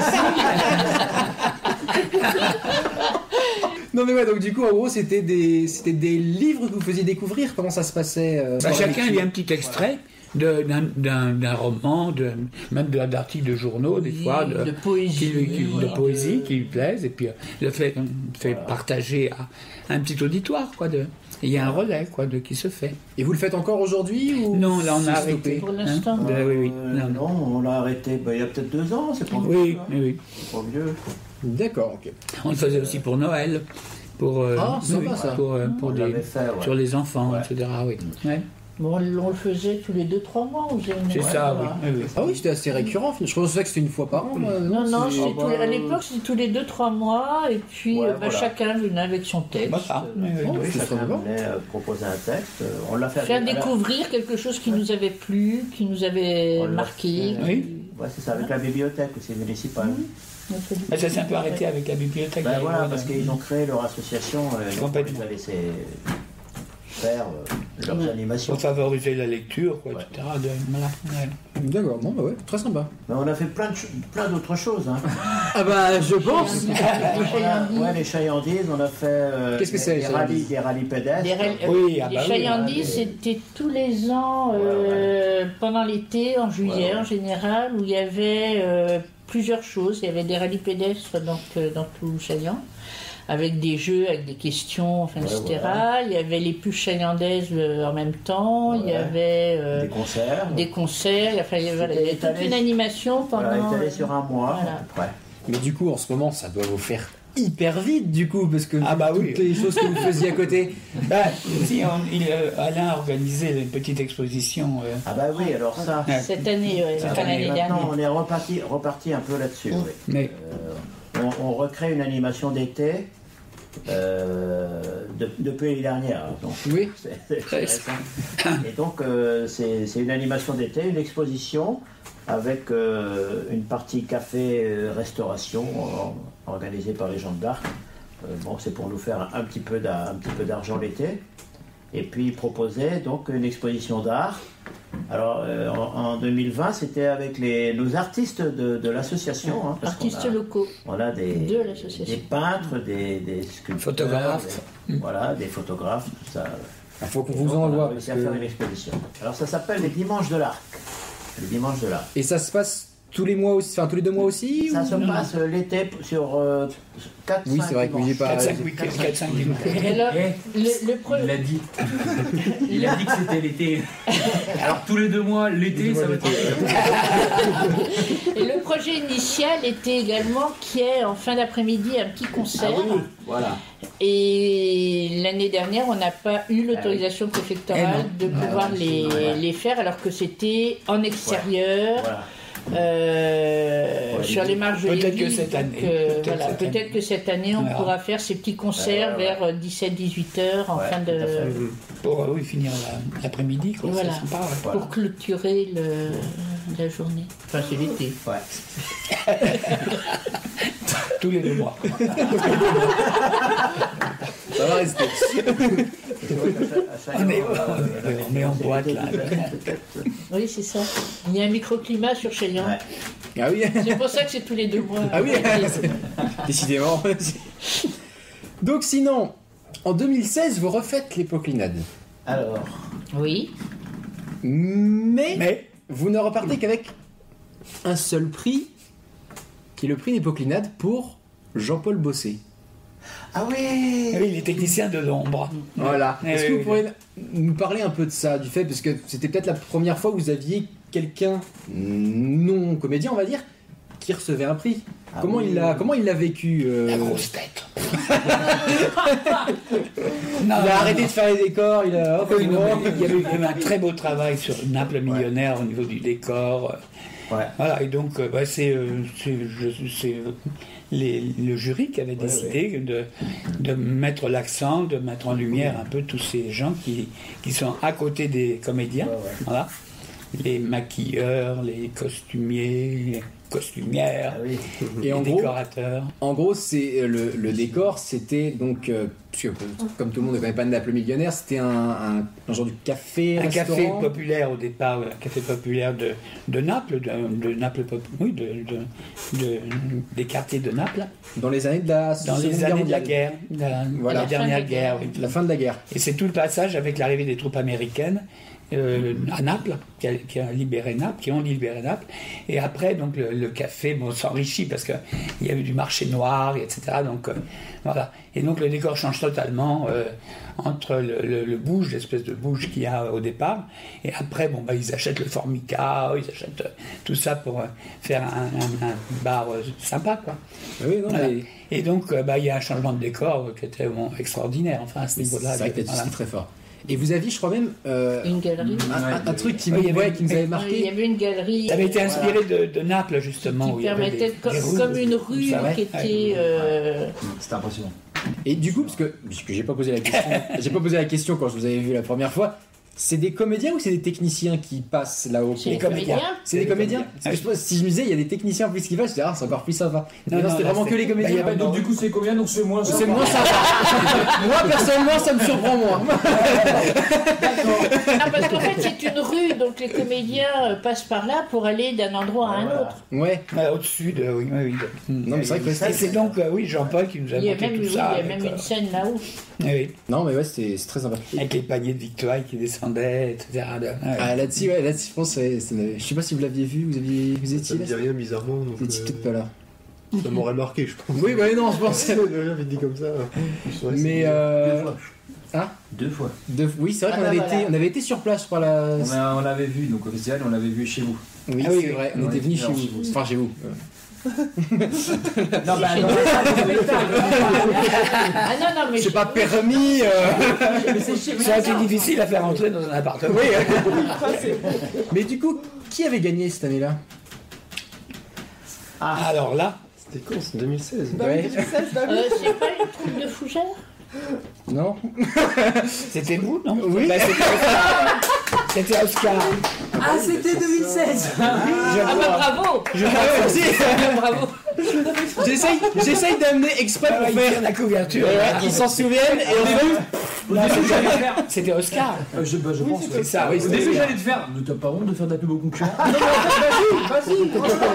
Non mais ouais, donc du coup en gros c'était des c'était des livres que vous faisiez découvrir. Comment ça se passait euh, Bah, dans la chacun lecture lit un petit extrait de- d'un- d'un d'un roman, de, même de- d'articles de journaux, des fois, de, de poésie. qui lui- qui- de poésie qui lui plaisent, et puis euh, le fait, fait partager à un petit auditoire, quoi. De, il y a un relais, quoi, de, qui se fait. Et vous le faites encore aujourd'hui ou Non, là, on c'est a stoppé arrêté. Pour l'instant. Hein, de- oui, oui. Euh, Non, non. non, on l'a arrêté bah, il y a peut-être deux ans, c'est pas Oui, vieux, hein. oui, oui. C'est pas vieux. D'accord, ok. On le faisait aussi pour Noël, pour, euh, Ah, sympa, oui, ça. pour, euh, pour On des, l'avait fait, ouais. sur les enfants, Ouais. et cetera. Oui. Ouais, Bon, on le faisait tous les deux trois mois. ou j'ai- c'est ouais, ça, voilà. oui. oui, oui. Ah oui, c'était assez récurrent. Je pensais que c'était une fois par an. moi. Non, non, c'est- c'était tous les- à l'époque c'était tous les deux trois mois et puis Ouais, euh, bah, voilà. chacun venait avec son texte. Voilà. Oui, oui. Oh, Oui, c'est chacun très bien. venait euh, proposer un texte. euh, On l'a fait. Faire avec- découvrir quelque chose qui nous avait plu, qui nous avait On l'a marqué. fait. Oui. Ouais, c'est ça, avec la bibliothèque aussi municipale. Notre Mais ça s'est un peu arrêté avec la bibliothèque. Ben d'ailleurs, voilà, de- parce qu'ils ont créé leur association. euh, donc on Complètement. les a laissés faire euh, leurs Ouais. animations. Pour favoriser la lecture, quoi, Ouais. et cetera. De, voilà, ouais. D'accord, non, bah ouais, très sympa. Mais on a fait plein, de ch- plein d'autres choses. Hein. Ah bah, je pense. Les On a- chayandises. ouais, les chayandises, on a fait euh, Qu'est-ce que c'est, des, les des rallyes, chayandises des rallyes pédestres. Les, rel- Oui, ah les bah oui, chayandises, hein, c'était tous les ans, euh, pendant l'été, en juillet Ouais, ouais. en général, où il y avait euh, plusieurs choses. Il y avait des rallyes pédestres donc, euh, dans tout Chaillan, avec des jeux, avec des questions, enfin, Ouais, et cetera. voilà. Il y avait les puces chaillandaises euh, en même temps. Il y Ouais. avait euh, Des concerts. des concerts. Enfin, il y avait, voilà, il y avait C'était toute étalé- une animation pendant. Voilà, étalé sur un mois Voilà. à peu près. Mais du coup, en ce moment, ça doit vous faire hyper vite, du coup, parce que Ah bah toutes oui. les choses que vous faisiez à côté. Bah, si on, il, euh, Alain a organisé une petite exposition. euh, Ah bah oui, alors ça. Ouais. Cette année, ouais, Cette enfin, année, l'année Maintenant, dernière. on est reparti, reparti un peu là-dessus. Mm. oui. mais Euh, on, on recrée une animation d'été euh, de- depuis l'année dernière. Donc, Oui. c'est- c'est récent. Et donc, euh, c'est c'est une animation d'été, une exposition avec euh, une partie café-restauration organisée par les gens de l'Arc. Euh, bon, c'est pour nous faire un, un petit peu d'a- un petit peu d'argent l'été. Et puis proposer donc une exposition d'art. Alors euh, en, en deux mille vingt, c'était avec les, nos artistes de, de l'association. hein, parce qu'on Artistes a- locaux. on a des, De l'association. des peintres, des, des sculpteurs, Photographes. des- voilà, des photographes, tout ça. Il faut qu'on Et vous donc, on a envoie. réussi parce à que- faire une exposition. Alors ça s'appelle les Dimanches de l'Arc. Les Dimanches de l'Arc. Et ça se passe tous les mois aussi, enfin tous les deux mois aussi Ça ou- se passe euh, l'été sur euh, quatre Oui, c'est vrai que vous y êtes pas- quatre cinq week-ends, quatre cinq dimanches. Et là, Eh, le, le pre- Il l'a dit. Il a dit que c'était l'été. Alors tous les deux mois, l'été, ça va être. Et le projet initial était également qu'il y ait en fin d'après-midi un petit concert. Ah oui, voilà. Et l'année dernière, on n'a pas eu l'autorisation préfectorale Eh de pouvoir Ah, les, voilà. les faire alors que c'était en extérieur. Voilà. euh, Ouais, sur les marges de peut-être l'église. que cette Donc, année, euh, peut-être voilà, cette peut-être année. que cette année, on Voilà. pourra faire ces petits concerts Ouais, ouais, vers dix-sept à dix-huit heures en Ouais, fin tout à fait. de. Pour euh, oui, finir la- l'après-midi, quoi. Voilà. C'est sympa, ouais. Voilà. Pour clôturer le, la journée. Enfin, c'est l'été. Ouais. Tous les deux mois. Ça va rester. On est- on est en boîte, là. Oui, c'est ça. Il y a un microclimat sur Chaillan. Ouais. Ah oui. C'est pour ça que c'est tous les deux mois. Ah oui. Décidément. Donc sinon, en deux mille seize, vous refaites les Poclinades. Alors, Oui. Mais, Mais, vous ne repartez qu'avec un seul prix, qui est le prix des Poclinades pour Jean-Paul Bossé. ah oui, oui, les techniciens de l'ombre. Voilà. Oui, Est-ce oui, que vous oui. pourriez nous parler un peu de ça, du fait, parce que c'était peut-être la première fois où vous aviez quelqu'un non comédien, on va dire, qui recevait un prix. Ah comment oui. il l'a, comment il l'a vécu euh, La grosse tête. Il a arrêté de faire les décors, il a. hop, Oui, non, hop, mais il y avait eu un très beau travail sur Naples millionnaire au niveau du décor. Ouais. Voilà, et donc euh, bah, c'est euh, c'est- je- c'est, euh, les- le jury qui avait décidé De, de mettre l'accent, de mettre en lumière un peu tous ces gens qui, qui sont à côté des comédiens. Ouais, ouais. Voilà. Les maquilleurs, les costumiers, les costumières, Ah oui. Et les en gros, décorateurs. en gros, c'est euh, le, le décor, c'était donc, euh, parce que, euh, comme tout le monde ne connaît pas Naples millionnaire, c'était un, un, un genre de café, Un café restaurant. populaire au départ, un café populaire de, de Naples, de, de Naples, pop- oui, de, de- de- des quartiers de Naples, Dans les années de la dans Seconde les Guerre années de la mondiale. guerre, de la, Voilà. la dernière guerre. oui. La fin de la guerre. Et c'est tout le passage avec l'arrivée des troupes américaines euh, à Naples, qui a, qui a libéré Naples, qui ont libéré Naples. Et après, donc le, le café, bon, s'enrichit parce que il y a eu du marché noir, et cetera. Donc euh, voilà. Et donc le décor change totalement euh, entre le, le, le bouge, l'espèce de bouge qu'il y a au départ, et après, bon, bah, ils achètent le formica, ils achètent euh, tout ça pour euh, faire un, un- un bar euh, sympa, quoi. Ah oui, non, Voilà. mais Et donc, euh, bah, il y a un changement de décor euh, qui était bon, extraordinaire, enfin, à ce c'est niveau-là. vrai que Voilà. c'est très fort. Et vous aviez, je crois même, euh, Une galerie. un, un- un truc qui, Oui, il y me- avait- ouais, qui nous avait Il y marqué. avait une galerie. Ça avait été euh, inspiré de, de Naples, justement. où qui il y avait permettait, des- co- des rues. comme une rue Ça, ouais. qui était. Ouais. euh, C'était impressionnant. Et du coup, parce que, puisque j'ai pas posé la question, j'ai pas posé la question quand je vous avais vu la première fois, C'est des comédiens ou c'est des techniciens qui passent là-haut? C'est des pour- comédiens. C'est des comédiens. Parce que je pense, si je me disais, il y a des techniciens en plus qui passent, je disais, ah, c'est encore plus sympa. Non, Non, non, non, c'était là, vraiment que c'est- les comédiens. bah, y a pas Donc du coup c'est combien? Donc c'est moins C'est moins sympa. Moi, personnellement, ça me surprend moins. Ah, parce qu'en fait, c'est une rue, donc les comédiens euh, passent par là pour aller d'un endroit à un Voilà. autre. Ouais. Ouais, au-dessus de. Oui, oui, oui. Non, mais c'est vrai que Et c'est donc, euh, oui, Jean-Paul qui nous a Il y a monté même, tout oui, ça. il y a avec, même euh, une scène là-haut. oui, Non, mais ouais, c'est c'est très sympa. avec les paniers de victoire qui descendaient, et cetera. De- ouais. Ah, là-dessus, ouais, là-dessus, je pense, c'est- c'est- je sais pas si vous l'aviez vu, vous, aviez, vous Ça étiez me là. dit rien bizarrement. Donc, Vous étiez euh, peut-être pas là. Ça m'aurait marqué, je pense. Oui, bah non, je pense. J'avais dit comme ça. C'est vrai, Mais c'est- euh... Deux fois. Hein Deux fois. de- Oui, c'est vrai Ah qu'on bah avait, voilà. été, on avait été sur place pour la. On, a- on l'avait vu donc au festival, on l'avait vu chez vous. Oui, Ah oui, c'est oui. vrai, on Ouais, était venus chez alors, vous. chez vous. Enfin, chez vous. Non, bah non, Ah non, non, mais C'est je- pas permis. euh. Ça a été difficile à faire entrer dans un appartement. Oui, ouais. Mais du coup, qui avait gagné cette année-là? Alors là, C'était con, c'est deux mille seize. Ouais. euh, c'est pas une troupe de fougères? Non. c'était vous, non Oui. Bah, c'était Oscar. C'était Oscar. Ah, c'était deux mille seize. Je Ah bah bravo. Je vas-y. Bravo. J'essaye, j'essaye d'amener exprès Ah, pour il tire faire. la couverture. Ouais, ils s'en souviennent et en fait. Non, c'était- C'était Oscar. Euh, je, bah, je pense. C'est ça, oui. Au c'était début Oscar. j'allais te faire. Ne t'as pas honte de faire de la pub aux concurrents? Mais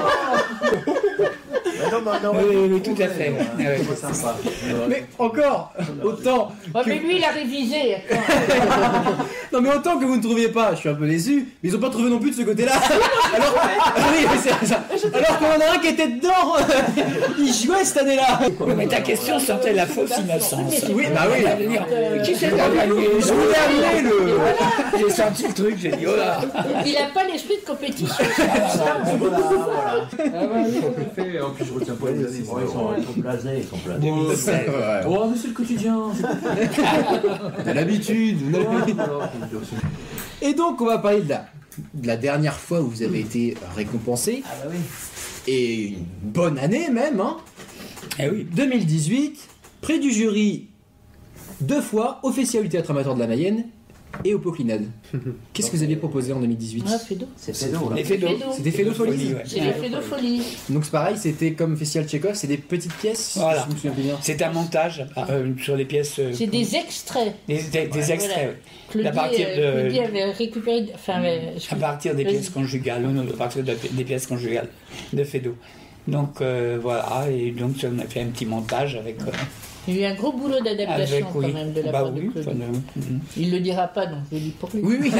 non, mais on aurait Oui, dû oui, tout à trouver, fait. euh, Ah ouais. c'est sympa. Mais encore, autant. Ouais, que- mais lui, il a révisé. Attends. Non mais autant que vous ne trouviez pas, je suis un peu déçu, mais ils ont pas trouvé non plus de ce côté-là. Alors, oui, mais c'est ça. Alors qu'on en a un qui était dedans, il jouait cette année-là. Oui, mais ta question sentait la fausse innocence. Oui, bah oui. Ça veut dire, qui c'est qui a gagné Je voulais amener le. J'ai senti le truc, j'ai dit oh là. Il a pas l'esprit de compétition. Voilà, voilà. Fait, en plus je retiens pas les années. Bon, ils, sont, ils sont blasés, ils sont blasés. deux mille seize. Ouais. Oh mais c'est le quotidien. On a l'habitude. on a l'habitude. Et donc on va parler de la, de la dernière fois où vous avez été récompensé. Ah bah oui. Et une bonne année même, hein. Eh oui. deux mille dix-huit, prix du jury deux fois au Festival du Théâtre Amateur de la Mayenne et au Poclinade. Qu'est-ce que vous aviez proposé en deux mille dix-huit? Ah, Fédo. C'est Fédo, là. Les Fédos. Fédos. C'était Fédo Folie. ouais. C'est les Fédophilie. Donc c'est pareil, c'était comme Festival Tchekhov, c'est des petites pièces. Voilà. si Je me souviens bien. C'est un montage euh, sur les pièces. euh, C'est des extraits. des, des- des extraits. Voilà. ouais. Claudie, À partir de- euh, Claudie avait récupéré. Enfin, euh, À partir des Vas-y. pièces conjugales, non, non, à partir de- des pièces conjugales de Fédo. Donc euh, voilà, et donc on a fait un petit montage avec. euh, il y a eu un gros boulot d'adaptation avec quand oui. même de la Bah part oui, de Claudie. enfin, euh, mhm. Il le dira pas, donc je le dis pour lui. Oui, oui.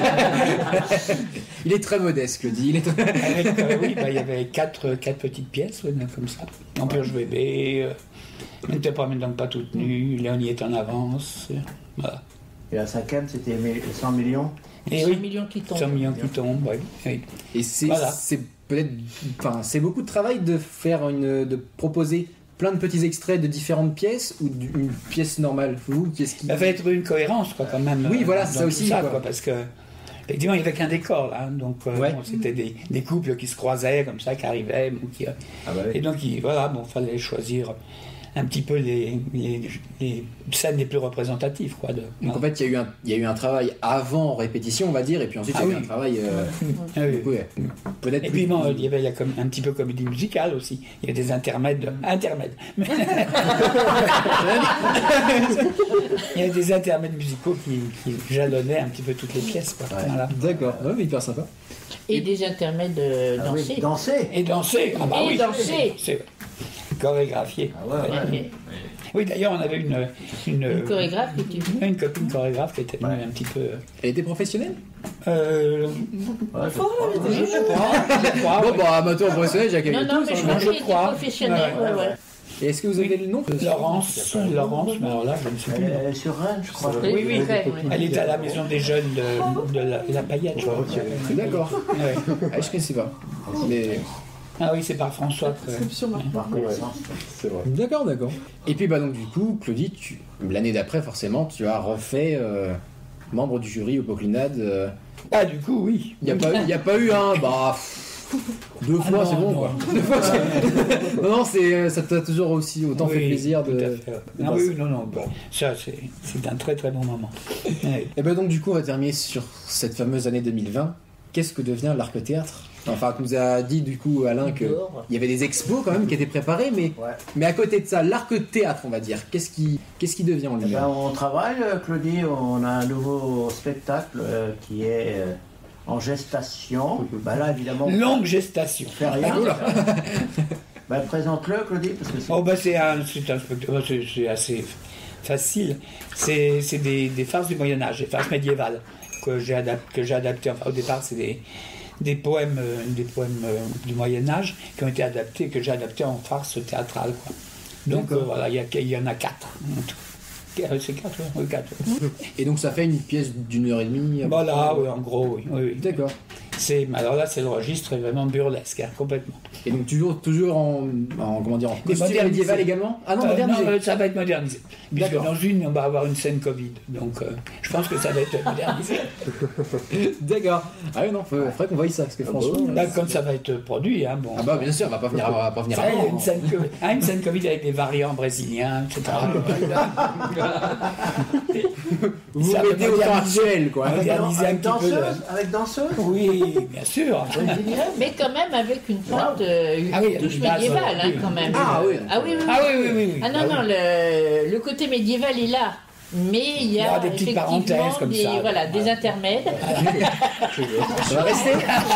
Il est très modeste, Claudie. Il est très... Avec, euh, oui, bah, il y avait quatre, quatre petites pièces, ouais, comme ça. En purge bébé, euh, mais n'était pas donc pas toute nue, Léonie est en avance. euh, Voilà. Et la cinquième, c'était cent millions. Et cent oui, millions qui tombent. cent millions qui tombent, oui. oui. Et c'est Voilà. c'est peut-être, enfin, c'est beaucoup de travail de faire une, de proposer plein de petits extraits de différentes pièces ou d'une pièce normale. Vous, qu'est-ce qui Il va être une cohérence, quoi, quand même. Oui, euh, voilà, dans ça tout aussi, Ça, quoi. quoi, parce que, effectivement, il n'y avait qu'un décor, là. hein, donc, euh, Ouais. bon, c'était des, des couples qui se croisaient, comme ça, qui arrivaient. bon, qui, euh, Ah bah oui. et donc, il, voilà, bon, fallait choisir un petit peu les, les, les scènes les plus représentatives, quoi. De, Donc en fait, il y, a eu un- il y a eu un travail avant répétition, on va dire, et puis ensuite Ah il y a eu oui. un travail. euh, Ah oui. oui, peut-être. Et plus- puis bon, il y avait la com- un petit peu comédie musicale aussi. Il y a des intermèdes. Intermèdes. Il y a des intermèdes musicaux qui, qui jalonnaient un petit peu toutes les pièces. Quoi. Ouais. Voilà. D'accord, ouais, mais hyper sympa. Et des intermèdes euh, Ah oui, dansés. danser. Et danser. Ah bah Et oui. danser. C'est ouais. Chorégraphié. Ah ouais, ouais. Et- Oui, d'ailleurs, on avait une, une, Une chorégraphe qui était venue. une copine chorégraphe qui était venue un petit peu. Elle était professionnelle Euh, Ouais, je crois. je sais pas. Je crois. Bon, ouais. bah, amateur professionnel, j'ai Non, non, mais je crois je qu'elle était crois. professionnelle. Ouais, Ouais, ouais. Et est-ce que vous avez le nom Laurence, Laurence, mais alors là, je ne sais plus. Elle est sur Rennes, je crois. Oui, oui, ouais, ouais. Elle est à la maison des jeunes de, de la, la Paillette, je crois. D'accord. Ouais. Ah, je connaissais pas. Mais... Ah oui, c'est par François. que- Par connaissance. C'est vrai. D'accord, d'accord. Et puis, bah, donc, du coup, Claudie, tu... l'année d'après, forcément, tu as refait euh, membre du jury au Poclinade. euh, Ah, du coup, oui. Il n'y a, pas eu- y a pas eu un. Bah. pff, Deux Ah fois, non, c'est bon, non. quoi. Deux fois, c'est- non, non, c'est, ça t'a toujours aussi autant Oui, fait plaisir tout de. à fait. de Ah passer. oui, non, non, bon, ça c'est, c'est un très très bon moment. Ouais. Et ben donc du coup on va terminer sur cette fameuse année deux mille vingt. Qu'est-ce que devient l'Arc Théâtre? Enfin, tu nous a dit du coup Alain que Dehors. il y avait des expos quand même qui étaient préparés, mais Ouais. mais à côté de ça, l'Arc Théâtre, on va dire, qu'est-ce qui qu'est-ce qui devient en Eh lui-même? ben, on travaille, euh, Claudie, on a un nouveau spectacle euh, qui est euh, en gestation. Ben là, évidemment, on Longue gestation. fait rien. Ben, présente-le, Claudie, parce que c'est... Oh, bah, c'est un, c'est un spectacle, c'est, c'est assez facile. C'est, c'est des, des farces du Moyen-Âge, des farces médiévales que j'ai, adap- que j'ai adaptées. Enfin, au départ, c'est des, des poèmes, euh, des poèmes euh, du Moyen-Âge qui ont été adaptés, que j'ai adaptés en farce théâtrale, quoi. Donc, euh, voilà, il y, a- il y en a quatre. en tout. Euh, C'est quatre, oui, quatre. Et donc ça fait une pièce d'une heure et demie. à peu Voilà, près. oui, en gros, oui. oui, oui. D'accord. C'est, alors là, c'est le registre est vraiment burlesque, hein, complètement. Et donc toujours toujours en, en comment dire en Mais costume modernisé. médiéval également. Ah non, Euh, modernisé. non, euh, ça va être modernisé. Puisque D'accord. dans une, on va avoir une scène Covid. Donc, euh, je pense que ça va être modernisé. D'accord. Ah oui non, faut- faudrait qu'on voie ça parce que franchement. Là, comme ça va être produit, hein, bon. Ah bah bien sûr, on va pas venir, on va pas venir Ça, il y a avant. une scène, COVID, hein, une scène Covid avec des variants brésiliens, et cetera. Vous Ça vous va mettez au temps moderniser. actuel quoi. Ouais. moderniser un avec petit peu, danseuse, là. avec danseuse. Oui, bien sûr. Mais quand même avec une pointe, euh, une Ah oui, touche une base, médiévale, euh, hein, oui. quand même. Ah oui. Ah oui, oui, oui. Ah oui, oui, oui. oui. Ah non, Ah oui. non, le, le côté médiéval est là. Mais il y a, Il y aura des petites effectivement parenthèses comme des, ça. Voilà, des Voilà. intermèdes. Ça va rester.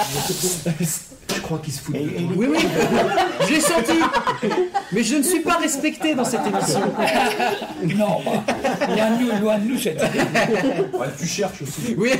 Je crois qu'il se fout de Et- nous. et- Oui oui. Je l'ai senti. Mais je ne suis pas respecté dans cette émission. Non, bah, loin de nous, loin de nous cette idée. Ouais, tu cherches aussi. Oui.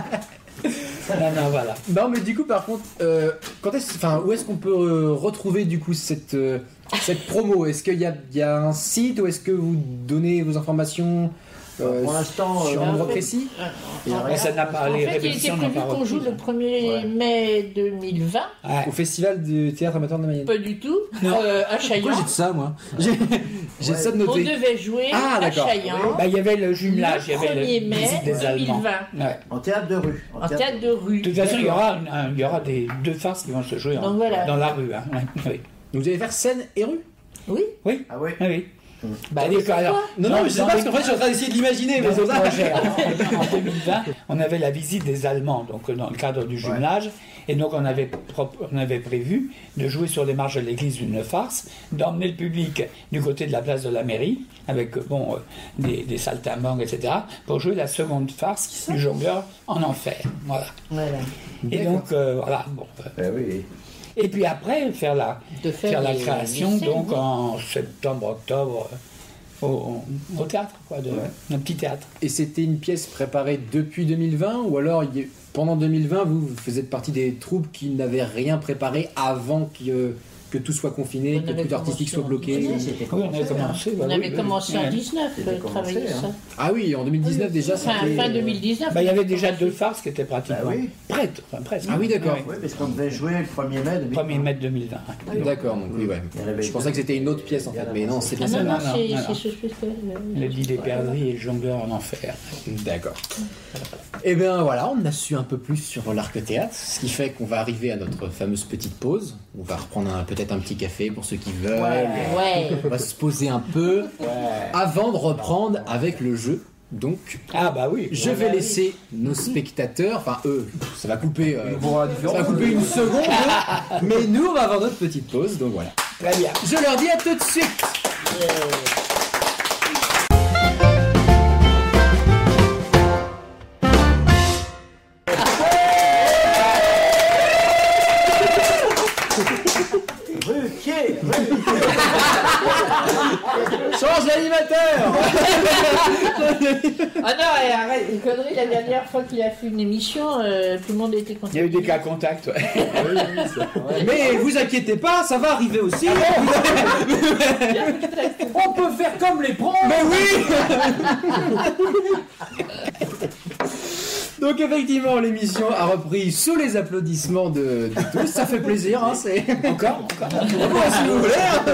Non, non, voilà. Non mais du coup par contre, euh, quand est-ce, enfin où est-ce qu'on peut euh, retrouver du coup cette euh, cette promo? Est-ce qu'il y a, il y a un site ou est-ce que vous donnez vos informations euh, Pour l'instant, sur euh, un endroit en fait, précis? il y a Mais rien. ça n'a pas, En les fait, il était répétitions n'ont prévu pas qu'on joue repris. le premier Ouais. mai deux mille vingt. Ouais. Au festival du théâtre amateur de Mayenne. Pas du tout. Non. Euh, à Pourquoi Chaillan. j'ai de ça moi? J'ai j'ai Ouais. ça de On noter. devait jouer Ah, à d'accord. Chaillan Bah, il y avait le jumelage, il y le avait premier le mai visite des Allemands. deux mille vingt. Ouais. En théâtre de rue. En théâtre de rue. De toute façon, il y aura, un- il y aura des deux farces qui vont se jouer en- Donc voilà. dans la rue. Hein. Ouais, oui. Donc vous allez faire scène et rue? Oui. Oui, Ah oui. oui, oui. Bah, C'est-à-dire que, alors, Non, non, dans- mais je sais dans pas, les- parce qu'en fait, je suis en train d'essayer de l'imaginer. dans Mais le c'est ça. projet, en, en deux mille vingt, on avait la visite des Allemands, donc dans le cadre du jumelage, et donc on avait, pro- on avait prévu de jouer sur les marges de l'église une farce, d'emmener le public du côté de la place de la mairie, avec bon, euh, des, des saltimbanques, et cetera, pour jouer la seconde farce du jongleur en enfer. Voilà. Voilà. Et D'accord. donc, euh, voilà. Bon, euh, Eh oui. et puis après, faire la, De faire, faire la les- création, les scènes, donc oui. en septembre, octobre, euh, au, au théâtre, quoi, de, un petit théâtre. Et c'était une pièce préparée depuis deux mille vingt ou alors il y a- pendant deux mille vingt vous, vous faites partie des troupes qui n'avaient rien préparé avant que, que tout soit confiné, On que avait tout artistique soit commencé en bloqué? Oui, c'était Oui, on avait commencé, hein. commencé. bah On oui, avait oui, commencé oui. en dix-neuf, C'était euh, travailler commencé, ça. hein. Ah oui, en deux mille dix-neuf déjà Fin, c'était... fin deux mille dix-neuf. Bah, il y avait déjà deux farces qui étaient pratiquement Bah oui. prêtes, enfin presque. Ah oui, d'accord. Oui, parce qu'on devait jouer le premier mai. de premier mai deux mille vingt. ouais. D'accord, donc oui, ouais. Il y en avait Je pensais que c'était une autre pièce en fait, mais non, c'est Ah bien non, ça. non, non, c'est non, c'est non. ce spectacle. Le dit des perdrix et le jongleur en enfer. D'accord. Et bien voilà, on a su un peu plus sur l'Arc Théâtre, ce qui fait qu'on va arriver à notre fameuse petite pause. On va reprendre un- peut-être un petit café pour ceux qui veulent. Ouais. On va se poser un peu avant de reprendre avec le jeu. Donc, Ah bah oui. je vais laisser nos spectateurs, enfin eux, ça va couper, euh, On voit la ça différence. va couper une seconde, eux, mais nous on va avoir notre petite pause, donc voilà. Très bien. Je leur dis à tout de suite. Rue, pied, rue. Change l'animateur. Ah non, et arrête, une connerie, la dernière fois qu'il a fait une émission, euh, tout le monde était content. Il y a eu des cas contacts. Ouais. Mais vous inquiétez pas, ça va arriver aussi. On peut faire comme les pros. Mais oui. Donc effectivement, l'émission a repris sous les applaudissements de, de tous. Ça fait plaisir, hein, c'est... Encore, encore. Encore, si vous voulez, hein.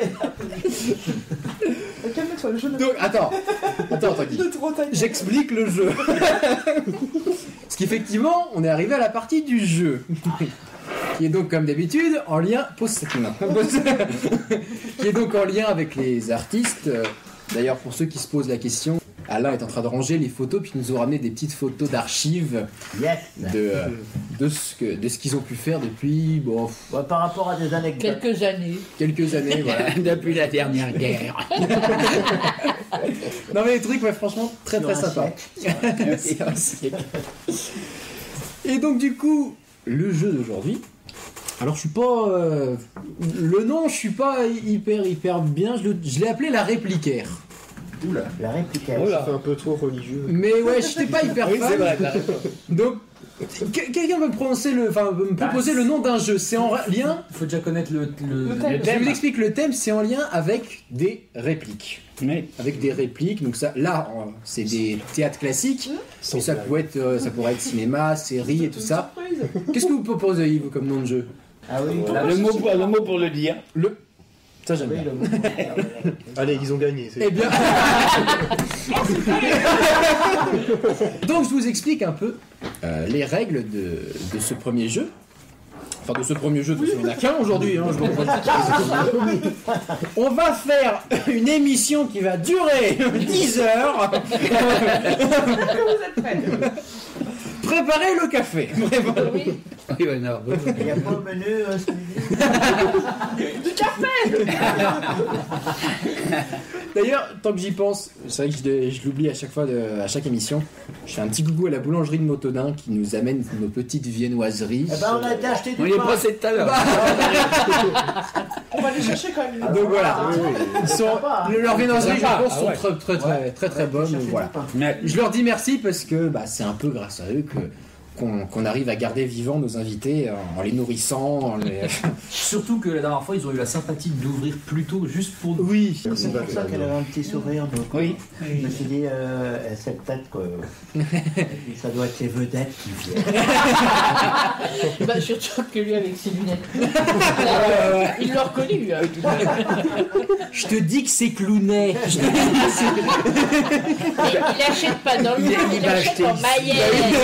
Calme-toi, le jeu Donc, attends, attends, attends, Guy. de trop taille. J'explique le jeu. Parce qu'effectivement, on est arrivé à la partie du jeu. qui est donc comme d'habitude en lien pose cette main. Qui est donc en lien avec les artistes. D'ailleurs, pour ceux qui se posent la question, Alain est en train de ranger les photos, puis il nous a ramené des petites photos d'archives Yes. de, euh, de ce que, de ce qu'ils ont pu faire depuis bon, Ouais, par rapport à des anecdotes. Quelques années. quelques années. Voilà. Depuis la dernière guerre. Non mais les trucs, ouais, franchement, très Sur très un sympa. siècle. C'est un siècle. Et donc du coup, le jeu d'aujourd'hui. Alors je suis pas euh, le nom, je suis pas hyper hyper bien. Je, le- je l'ai appelé la répliquaire. Oula. La réplique. Ça fait un peu trop religieux. Mais ouais, je n'étais pas hyper Oui, fan. c'est vrai. t'as raison. Donc que- quelqu'un peut me prononcer le, enfin peut me proposer le nom d'un jeu. C'est en ra- lien. Il faut déjà connaître le, le, Le thème. Je vous explique le thème. C'est en lien avec des répliques. Oui. Avec des répliques. Donc ça, là, en- c'est des théâtres classiques. Mais ça pourrait être, euh, ça pourrait être cinéma, série et tout ça. Qu'est-ce que vous proposez Yves comme nom de jeu? Ah oui. Le mot, pour, le mot pour le dire. Le. Ça j'aime Oui, bien. le mot. Allez, ils ont gagné. c'est- Eh bien. Donc je vous explique un peu euh, les règles de, de ce premier jeu. Enfin de ce premier jeu, de toute façon, il n'y en a qu'un aujourd'hui. Hein, je vous comprends. On va faire une émission qui va durer dix heures. Préparez le café. Oui. Oui, ouais, non. Il n'y a pas au menu euh, ce midi. D'ailleurs, tant que j'y pense, c'est vrai que je, l'ai- je l'oublie à chaque fois, de- à chaque émission. Je fais un petit coucou à la boulangerie de Motodin qui nous amène nos petites viennoiseries. Eh ben, on a été acheter On du y est pain. passé tout à l'heure. On va les chercher quand même. Donc voilà, ils sont, le- leurs viennoiseries, je Sympa, pense, ah sont ouais. très très très très très bonnes. donc voilà. Mais- Je leur dis merci parce que bah, c'est un peu grâce à eux que qu'on qu'on arrive à garder vivants nos invités en, en les nourrissant. En les... Surtout que la dernière fois, ils ont eu la sympathie d'ouvrir plus tôt juste pour nous. Oui, C'est pour ça qu'elle avait un petit sourire. Donc, Oui. je me suis dit, euh, c'est peut-être que ça doit être les vedettes qui viennent. Bah, surtout que lui avec ses lunettes. Il l'a reconnu. hein. je te dis que c'est Clounet. Je te dis que c'est- Mais il achète pas dans le Il- monde, il il, va achète acheter en ici. Mayenne.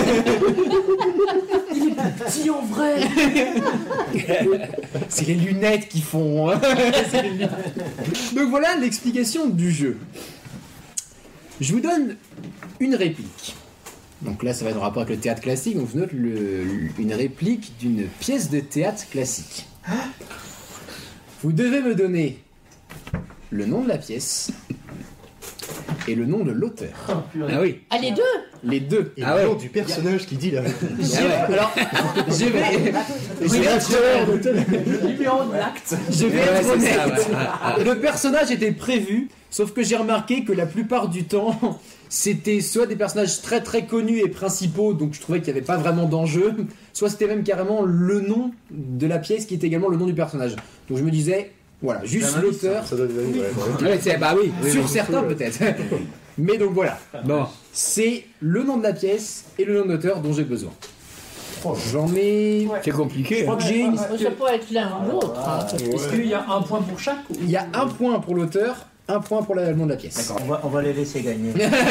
Si en vrai. C'est les lunettes qui font. hein. C'est les lunettes. Donc voilà l'explication du jeu. Je vous donne une réplique. Donc là, ça va être en rapport avec le théâtre classique. Donc je vous note le- une réplique d'une pièce de théâtre classique. Vous devez me donner le nom de la pièce et le nom de l'auteur. Ah oui. Ah, les deux. Les deux. Et Ah le ouais. nom du personnage qui dit la réplique. J'ai- Alors, je vais, je vais être, Le numéro de l'acte. je vais Ouais, être c'est honnête. ça, ouais. Ah, ah. Le personnage était prévu, sauf que j'ai remarqué que la plupart du temps, c'était soit des personnages très très connus et principaux, donc je trouvais qu'il n'y avait pas vraiment d'enjeu, soit c'était même carrément le nom de la pièce qui était également le nom du personnage. Donc je me disais, voilà, juste C'est un indice, l'auteur, Ça doit être ouais, ouais. Ouais, c'est- bah oui. oui, sur oui. certains peut-être. Mais donc voilà, Bon. c'est le nom de la pièce et le nom de l'auteur dont j'ai besoin. J'en ai... Ouais. C'est compliqué. Je crois hein. que j'ai une... Ça peut être l'un ou l'autre. hein. Est-ce qu'il y a un point pour chaque ou- Il y a un point pour l'auteur, un point pour la- le nom de la pièce. D'accord, on va, on va les laisser gagner.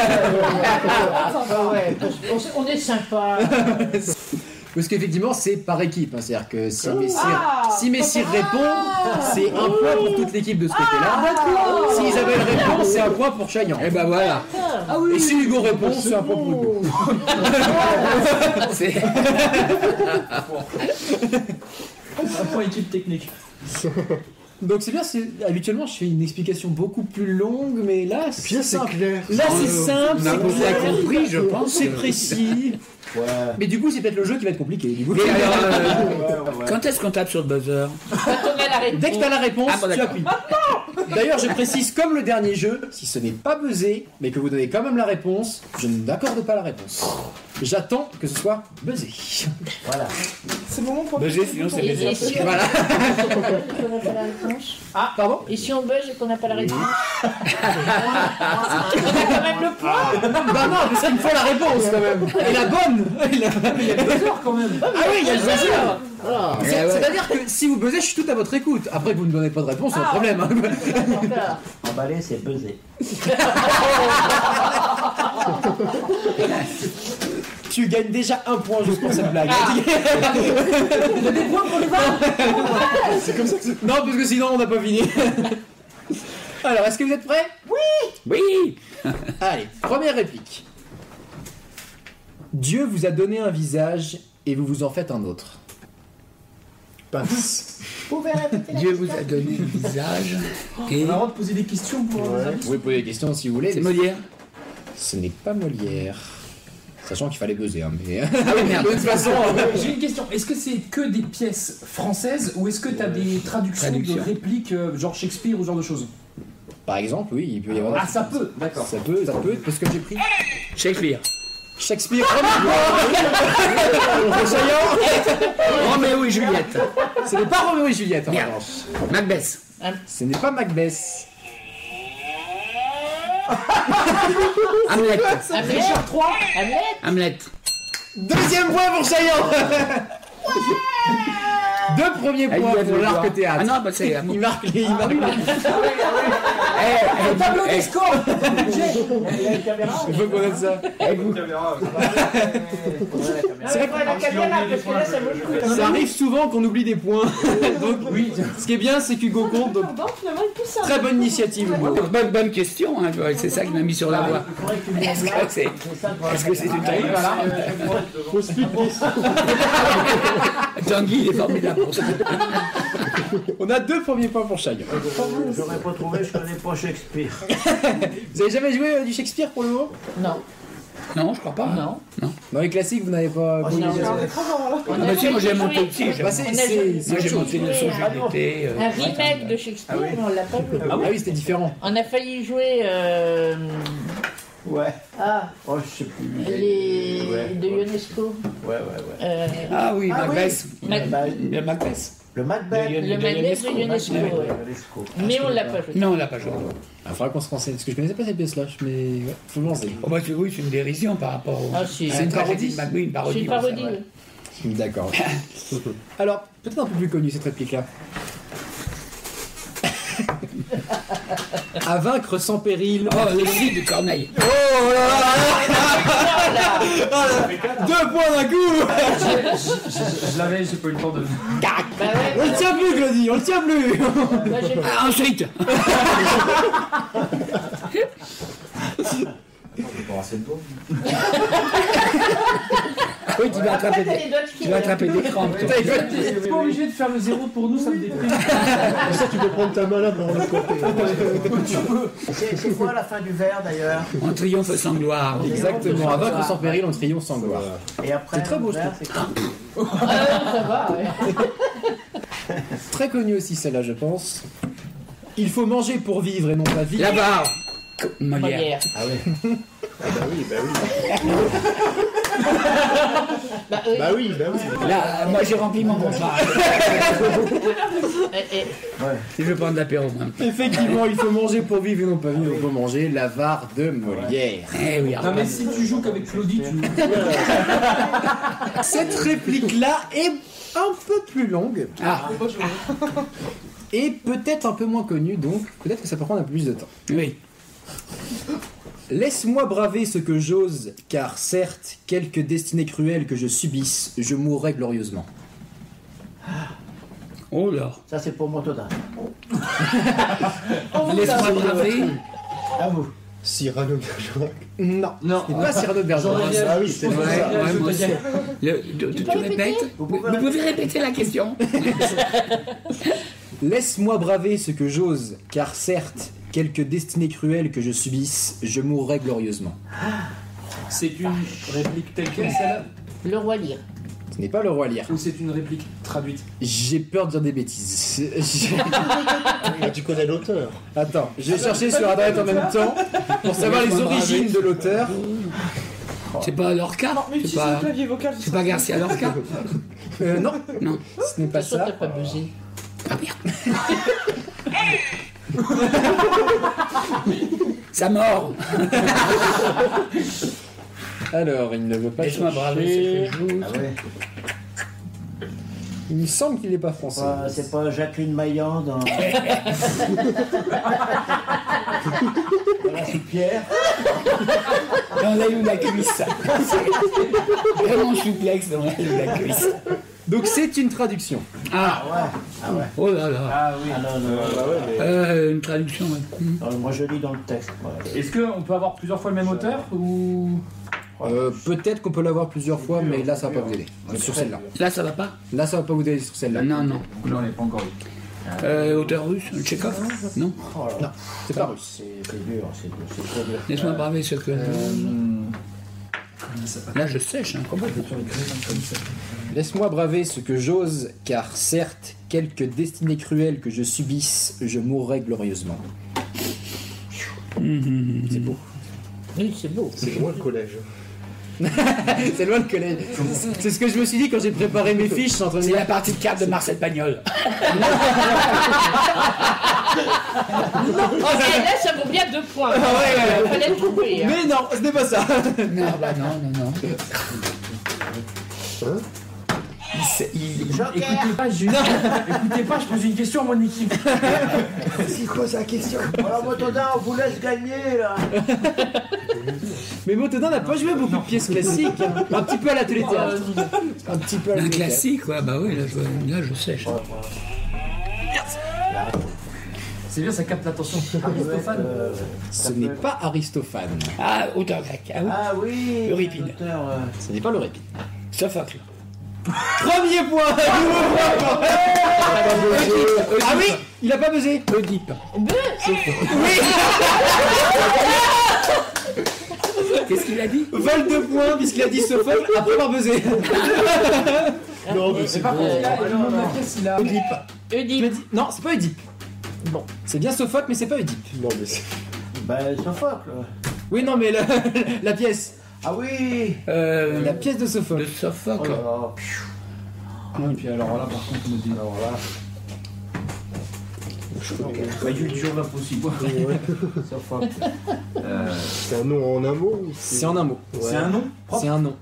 Ah ouais, parce qu'on- on est sympa. Parce qu'effectivement, c'est par équipe. hein. C'est-à-dire que si Messire, Ah. si Messire répond, c'est un point pour toute l'équipe de ce côté-là. Si Isabelle répond, c'est un point pour Chaillan. Et ben voilà. Ah oui. Et si Hugo répond, c'est un point pour Hugo. C'est- Un point équipe technique. Donc c'est bien, c'est- habituellement je fais une explication beaucoup plus longue, mais là c'est Puis là, c'est simple. clair. Là c'est simple, On a c'est bien clair, compris, je pense. c'est précis. Ouais. Mais du coup c'est peut-être le jeu qui va être compliqué. Du coup. Mais alors, euh, Ouais, ouais. quand est-ce qu'on tape sur le buzzer? Quand on a la réponse. Dès que tu as la réponse, Ah, bon, tu d'accord. appuies. D'ailleurs, je précise, comme le dernier jeu, si ce n'est pas buzzé, mais que vous donnez quand même la réponse, je n'accorde pas la réponse. J'attends que ce soit buzzé. Voilà. C'est le moment pour Buzzer, sinon c'est Et, les et si on Voilà. qu'on n'a pas la réponse Ah, pardon Et si on buzz et qu'on n'a pas la réponse On a quand même le point. Bah non, parce qu'il me faut la réponse quand même. Et la bonne. Et la- quand même. Ah oui, il y a le buzzer. Eh C'est- ouais. C'est-à-dire que si vous buzzez, je suis tout à votre écoute. Après que vous ne donnez pas de réponse, c'est un Ah. problème. hein. D'accord. Emballé, c'est buzzé. tu gagnes déjà un point juste pour cette blague. Il y a des points pour les vingt. C'est comme ça que c'est... Non, parce que sinon on n'a pas fini. Alors, est-ce que vous êtes prêts? Oui. Allez, première réplique. Dieu vous a donné un visage et vous vous en faites un autre. Passe. Vous pouvez répéter la Dieu question vous a donné un visage. Et On a le droit de poser des questions pour Ouais. les amis. Vous pouvez poser des questions si vous voulez. c'est mais Molière. ce n'est pas Molière. Sachant qu'il fallait buzzer, hein, mais... Ah oui, merde. De toute façon... J'ai une question. Est-ce que c'est que des pièces françaises ou est-ce que tu as des traductions Traduction. de répliques euh, genre Shakespeare ou ce genre de choses? Par exemple, oui, il peut y avoir... Ah, ça peut, d'accord. Ça peut, ça peut, parce que j'ai pris Shakespeare. Shakespeare, Roméo Roméo et Juliette. Ce n'est pas Roméo et Juliette, en Merde. revanche. Macbeth. Ce n'est pas Macbeth. Hamlet. Hamlet. trois. Hamlet. Hamlet. Deuxième point pour Chaillot. Deux premiers Ah, il points y a pour deux l'arc points. théâtre. Ah non, bah c'est. Il marque les... Il marque les... Eh, eh, Tableau eh, des scores. Il faut connaître ça. C'est vrai que la caméra, parce que là, ça vaut le coup. ça arrive souvent qu'on oublie des points. Donc, oui. Ce qui est bien, c'est qu'Hugo compte. Donc, Bon, finalement, il pousse ça. très bonne initiative, Hugo. Bonne, bonne question, hein, tu vois, c'est ça qui m'a mis sur la voie. Est-ce que c'est est-ce que c'est une traduction? Tanguy, il est formidable pour ça. On a deux premiers points pour Chaillot. J'aurais pas trouvé, je connais pas Shakespeare. Vous avez jamais joué euh, du Shakespeare pour le moment? Non. Non, je crois pas. Non. Dans les classiques, vous n'avez pas... Ah, connu non. les- On est trop fort là. On Ah bah a si, moi j'ai failli monté jouer- aussi. j'ai- Bah, c'est- On a c'est- joué- c'est Moi j'ai autre monté chose. le son d'été. Un remake de Shakespeare, mais on l'a pas joué. Ah oui, c'était différent. On a failli jouer euh, Ouais. ah, Oh, je sais plus. les Ouais. de Ionesco. Ouais, ouais, ouais. Euh, Ah oui, Ah Macbeth. Mac- Bah, Le Macbeth. le Macbeth. De- le de Macbeth Ionesco. de Ionesco. Ouais. ouais. Mais on l'a pas joué. Non, on l'a pas joué. Il faudra qu'on se renseigne, parce que je connaissais pas cette pièce-là, mais ouais, faut me lancer. Oh, bah, c'est- oui, c'est une dérision par rapport au. Ah, si. C'est une tragédie parodie. de Macbeth, une parodie. C'est une oui, parodie. vrai. ouais. D'accord. Alors, peut-être un peu plus connue cette réplique-là. À vaincre sans péril. Oh, le lit de Corneille. Oh là là là là. Deux points d'un coup. Je l'avais, j'ai pas eu le temps de. Bah ouais, On le tient plus, Claudie, on le tient plus. moi, j'ai Ah, ensuite. Bon, assez de beau. Oui, tu vas attraper T'as des, les doigts de tu ski, vas ouais. attraper des crampes. toi. T'es pas obligé de faire le zéro pour nous, ça me déprime. Pour ça, tu peux prendre ta main là pour le côté. C'est c'est quoi la fin du vers d'ailleurs? En triomphe sans gloire. Exactement, à vaincre sans péril, on triomphe sans gloire. Et après, C'est très beau, le vers, je c'est quoi? Ah, ça va, ouais. Très connue aussi celle-là, je pense. Il faut manger pour vivre et non pas vivre. La barre. Molière. Molière. Ah oui. Bah oui, bah oui. Bah, euh, Bah oui, bah oui. Là, moi j'ai rempli mon contrat. eh, eh, Si je veux prendre l'apéro, moi. Effectivement, il faut manger pour vivre et non pas vivre. Il faut manger l'avare de Molière. Eh oui, Non, mais si tu joues qu'avec Claudie, tu. Cette réplique-là est un peu plus longue Ah, et peut-être un peu moins connue, donc peut-être que ça peut prendre un peu plus de temps. oui. Laisse-moi braver ce que j'ose, car certes, quelque destinée cruelle que je subisse, je mourrai glorieusement. Oh là. Ça, c'est pour Motoda. Laisse-moi braver. À vous. Cyrano de Bergerac. Non, Non. c'est pas Cyrano de Bergerac. Ah oui, c'était Ouais, pour ça. ouais, moi aussi. Le- tu, tu peux répètes répéter vous, Vous pouvez vous pouvez répéter la question? Laisse-moi braver ce que j'ose, car certes, quelque destinée cruelle que je subisse, je mourrai glorieusement. C'est une réplique telle quelle, celle-là? le roi Lear. Ce n'est pas le roi Lear. Ou c'est une réplique traduite? J'ai peur de dire des bêtises. J'ai- Ah, tu connais l'auteur. Attends, je vais chercher sur internet en même temps pour savoir les origines de l'auteur. C'est pas Lorca? Non, mais C'est utilise pas, le clavier vocal. c'est pas Garcia Lorca? Euh, non, Non. ce n'est pas Sûr, t'as ça. pas buzzé. Ah merde. Ça mord. Alors, il ne veut pas Laisse-moi braver chercher. ce que je joue. Ah ouais. Il me semble qu'il n'est pas français. Pas- C'est pas Jacqueline Maillan dans. Voilà, c'est Pierre. Dans l'aile ou la cuisse. Vraiment souplex dans l'aile ou la cuisse. Donc c'est une traduction. Ah, Ah ouais. oh là là. Ah oui. Ah non, non, non. Bah ouais, mais... Euh, une traduction, ouais. Hmm. Alors, moi je lis dans le texte. moi. Est-ce qu'on peut avoir plusieurs fois le même auteur ou Euh, Peut-être qu'on peut l'avoir plusieurs fois, mais là ça va pas vous aider. Sur celle-là. Là, ça va pas? Là ça va pas vous aider sur celle-là. Non, non. Là, on n'est pas encore eu. Euh, auteur russe, Tchekhov? Non? Oh là là. Non, c'est pas russe. C'est c'est dur, c'est dur, c'est très dur. Laisse-moi parler ce que. Hum, Là, je sèche, hein. Laisse-moi braver ce que j'ose, car certes, quelque destinée cruelle que je subisse, je mourrai glorieusement. C'est beau. Oui, c'est beau. C'est loin le collège. C'est loin le collège. C'est ce que je me suis dit quand j'ai préparé mes fiches. Je suis en train de me C'est dire, la partie de carte de Marcel Pagnol. Oh, et là, ça vaut bien deux points. ouais, ouais. Il fallait le trouver. hein. Mais non, ce n'est pas ça. Non, bah non, non, non. Hein? Il, sait- il- Écoutez pas, je... Écoutez pas, je pose une question à mon équipe. C'est quoi sa question? Alors Motodin, on vous laisse gagner là. Mais Motodin n'a pas joué beaucoup de pièces classiques. hein. Un petit peu à l'atelier théâtre. Un petit peu à Un l'atelier théâtre. classique, quoi. Bah oui, là, je, là, je sèche. C'est bien, ça capte l'attention. Aristophane. Euh, Ce n'est pas Aristophane. Ah, auteur grec. Ah oui. Ah oui. Euripide. l'auteur, euh, Ce n'est pas l'Euripide. Sophocle. Premier point. Nouveau point. Ah oui, il a pas buzzé. Oedipe. Oui. Qu'est-ce qu'il a dit? Vol de points puisqu'il a dit Sophocle après avoir buzzé. Non, mais C'est c'est pas bon. contre, il a- le nom de la pièce, il a. Oedipe. Oedipe. Oedipe. Non, c'est pas Oedipe. Bon. C'est bien Sophocle, mais c'est pas Oedipe. Non, mais c'est... Bah Sophocle. Oui, non, mais la, la pièce. Ah oui. Euh, La pièce de de Sophocle. Oh Sophocle. là là. Et puis alors là, par contre, on me dit. Alors là. Bah, culture impossible. Sophocle. Euh, c'est un nom en un mot ou C'est en un mot. Ouais. C'est un nom propre. C'est un nom.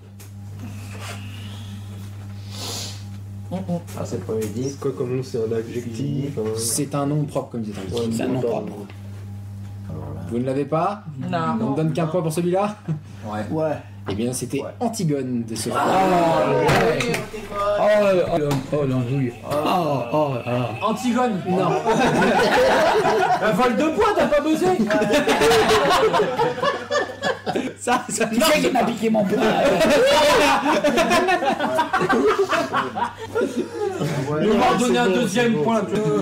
Ah c'est pas Oedipe. C'est quoi comme nom? C'est un adjectif un... C'est un nom propre, comme disait Ouais, Tanguy. C'est un nom dans- propre. Alors là. Vous ne l'avez pas? Non. On ne donne qu'un point pour celui-là? Ouais. Ouais. Eh bien, c'était Ouais. Antigone de Sophocle. Oh, oh, oh, oh, l'andouille. Oh, oh, oh. Antigone. Non. Un vol de poids, t'as pas buzzé. Ça, ça Qui c'est qui m'a piqué mon point? Ouais. On va donner un deuxième point.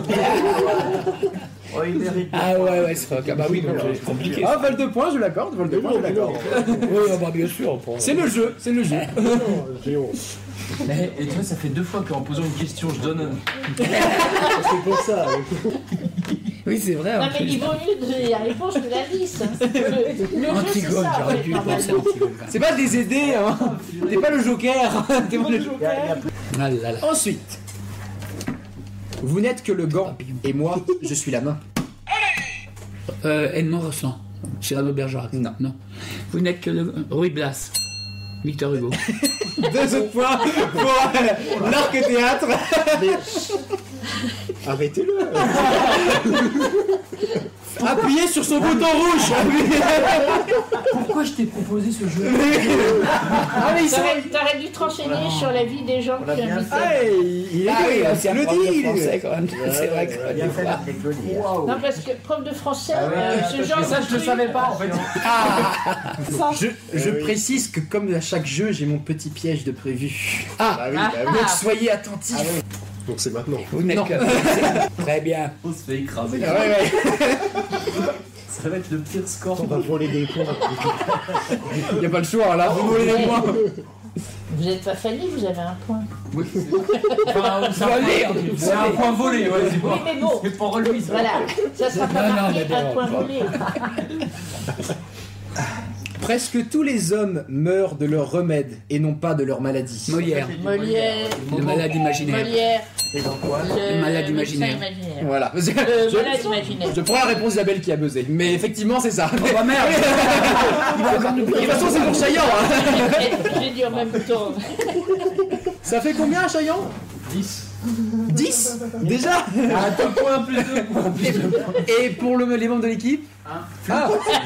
Oh, il mérite. Ah ouais, ouais, c'est ah bah oui, donc c'est compliqué. Ah, vol de points, je l'accorde. Vol de points, je l'accorde. Oui, ah bah bien sûr. pour- C'est le jeu, c'est le jeu. Non, j'ai honte. Mais, et tu vois, ça fait deux fois qu'en posant une question, je donne un. C'est pour ça. Oui, c'est vrai. Non, en mais plus. il vaut mieux de la réponse que l'indice. hein. Le, le jeu, c'est Antigone, ça, j'aurais ouais, dû penser à normalement. Antigone. C'est pas de les aider, hein. T'es pas le joker. T'es pas le joker. Il y a- il y a plus- Ah là là. Ensuite, vous n'êtes que le gant, et moi, je suis la main. Euh, Edmond Rostand. Cyrano Bergerac. Non. Non. Vous n'êtes que le. Ruy Blas. Victor Hugo. Deux autres points pour euh, l'arc théâtre. Arrêtez-le. Appuyez sur son bouton rouge. Pourquoi je t'ai proposé ce jeu? Ah, mais il T'aurais serait... t'aurais dû te renseigner sur la vie des gens On l'a qui bien invitaient. Ah, il il est Ah oui, doué, c'est un le prof dit, de il est français doué. quand même. C'est vrai que Il a des fait fois. avec Claudie. hein. Waouh. Non, parce que prof de français, Ah ouais, euh, ouais, ce parce genre Mais ça, de je le truc- savais pas en fait. Je, je précise que comme à chaque jeu, j'ai mon petit piège de prévu. Ah oui, bah oui. Donc soyez attentifs. Donc c'est maintenant. Vous n'êtes Non. que. Très bien. On se fait écraser. Ah ouais, ouais. Ça va être le pire score. On va voler des points. Y a pas le choix là, vous volez les points. Vous n'êtes pas Fanny, vous avez un point. Oui, c'est enfin, c'est un Volé, point- on dit c'est un volé. point volé, ouais, c'est Oui, pas, mais bon. c'est pas relevé ça. Voilà, ça sera pas Non, non, marqué mais un bon, point bon. volé. Presque tous les hommes meurent de leur remède et non pas de leur maladie. Molière. Molière, Le malade imaginaire. Molière, C'est dans quoi? le, Le malade médecin imaginaire. imaginaire. Voilà. Le Je, malade imaginaire. je prends la réponse d'Isabelle qui a buzzé. Mais effectivement, c'est ça. Oh bah merde. Il va encore nous De toute façon, c'est pour Chaillan. Hein. J'ai dit en même temps. Ça fait combien, Chaillan? dix. dix déjà. Ah, deux points plus deux points plus deux points. Et pour le, les membres de l'équipe Un. Ah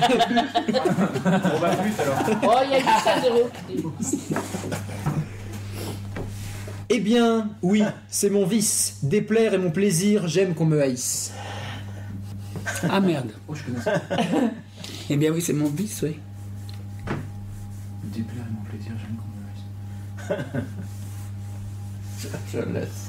On va plus alors. Oh, il y a dix à zéro. Eh bien, oui, c'est mon vice. Déplaire est mon plaisir, j'aime qu'on me haïsse. Ah merde. Oh, je connais ça. Eh bien oui, c'est mon vice, oui. Déplaire et mon plaisir, j'aime qu'on me haïsse. Je le laisse.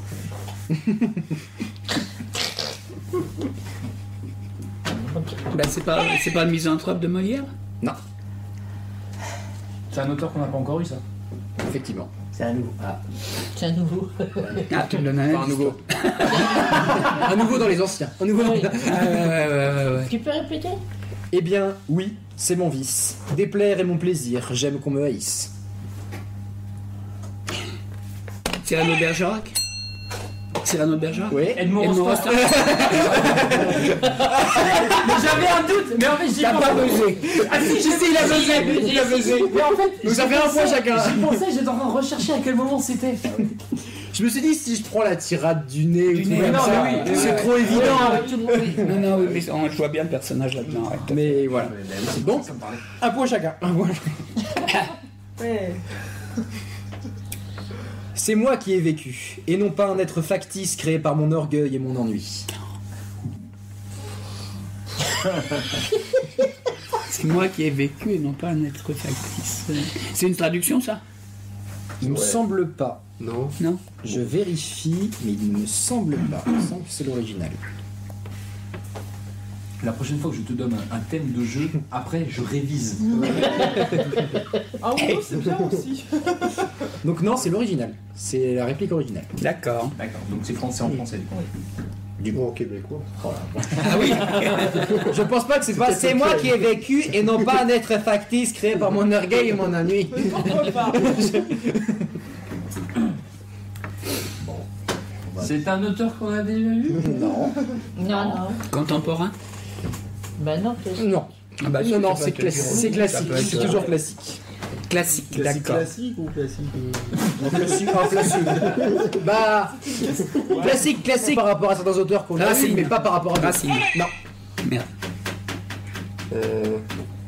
Bah, c'est pas, c'est pas le misanthrope de Molière? Non, C'est un auteur qu'on n'a pas encore eu, ça. effectivement. C'est un nouveau. Ah. C'est un nouveau. Ah, tu me donnes un Enfin, un nouveau. Un nouveau dans les anciens. Un nouveau dans les... Ah, ouais, ouais, ouais, ouais, ouais. Tu peux répéter? Eh bien, oui, c'est mon vice. Déplaire est mon plaisir, j'aime qu'on me haïsse. Cyrano de Bergerac? Cyrano de Bergerac? Oui. Edmond Edmond Rostand. Rostand. Mais j'avais un doute, mais en fait j'y T'as pas pensé. buzzé. Ah si, Si, si, il a buzzé, il a buzzé. Mais en fait, Donc ça fait un point chacun. J'y pensais, j'étais en train de rechercher à quel moment c'était. Je me suis dit, si je prends la tirade du nez ou Du tout nez, comme non, ça, mais oui, c'est ouais. trop évident. Non, non, oui, mais on, je vois bien le personnage là-dedans. Ouais. Mais voilà. C'est bon. Ça me parlait. Un point chacun. Un point chacun. Ouais. C'est moi qui ai vécu, et non pas un être factice créé par mon orgueil et mon ennui. C'est moi qui ai vécu et non pas un être factice. C'est une traduction, ça? Il me Ouais. semble pas. Non. Non? Je vérifie, mais il ne me semble pas. Il me semble que c'est l'original. La prochaine fois que je te donne un, un thème de jeu, après je révise. Ah oui, c'est bien aussi. Donc non, c'est l'original. C'est la réplique originale. D'accord. D'accord, donc c'est français en français du coup. Du coup en québécois. Ah oui. Je pense pas que c'est pas c'est moi qui ai vécu et non pas un être factice créé par mon orgueil et mon ennui. Pourquoi pas? C'est un auteur qu'on a déjà eu. Non. Non, non. Contemporain? Bah non, que... Non. Ah bah, Non, non, je sais c'est pas te cla- dire. c'est Ça classique. peut être, C'est euh, toujours classique. Classique, Classique d'accord. classique ou classique En classique, en classique. Bah, classique, classique par rapport à certains auteurs qu'on a Racine. vus, mais pas par rapport à d'autres. Racine. Non. Merde. euh,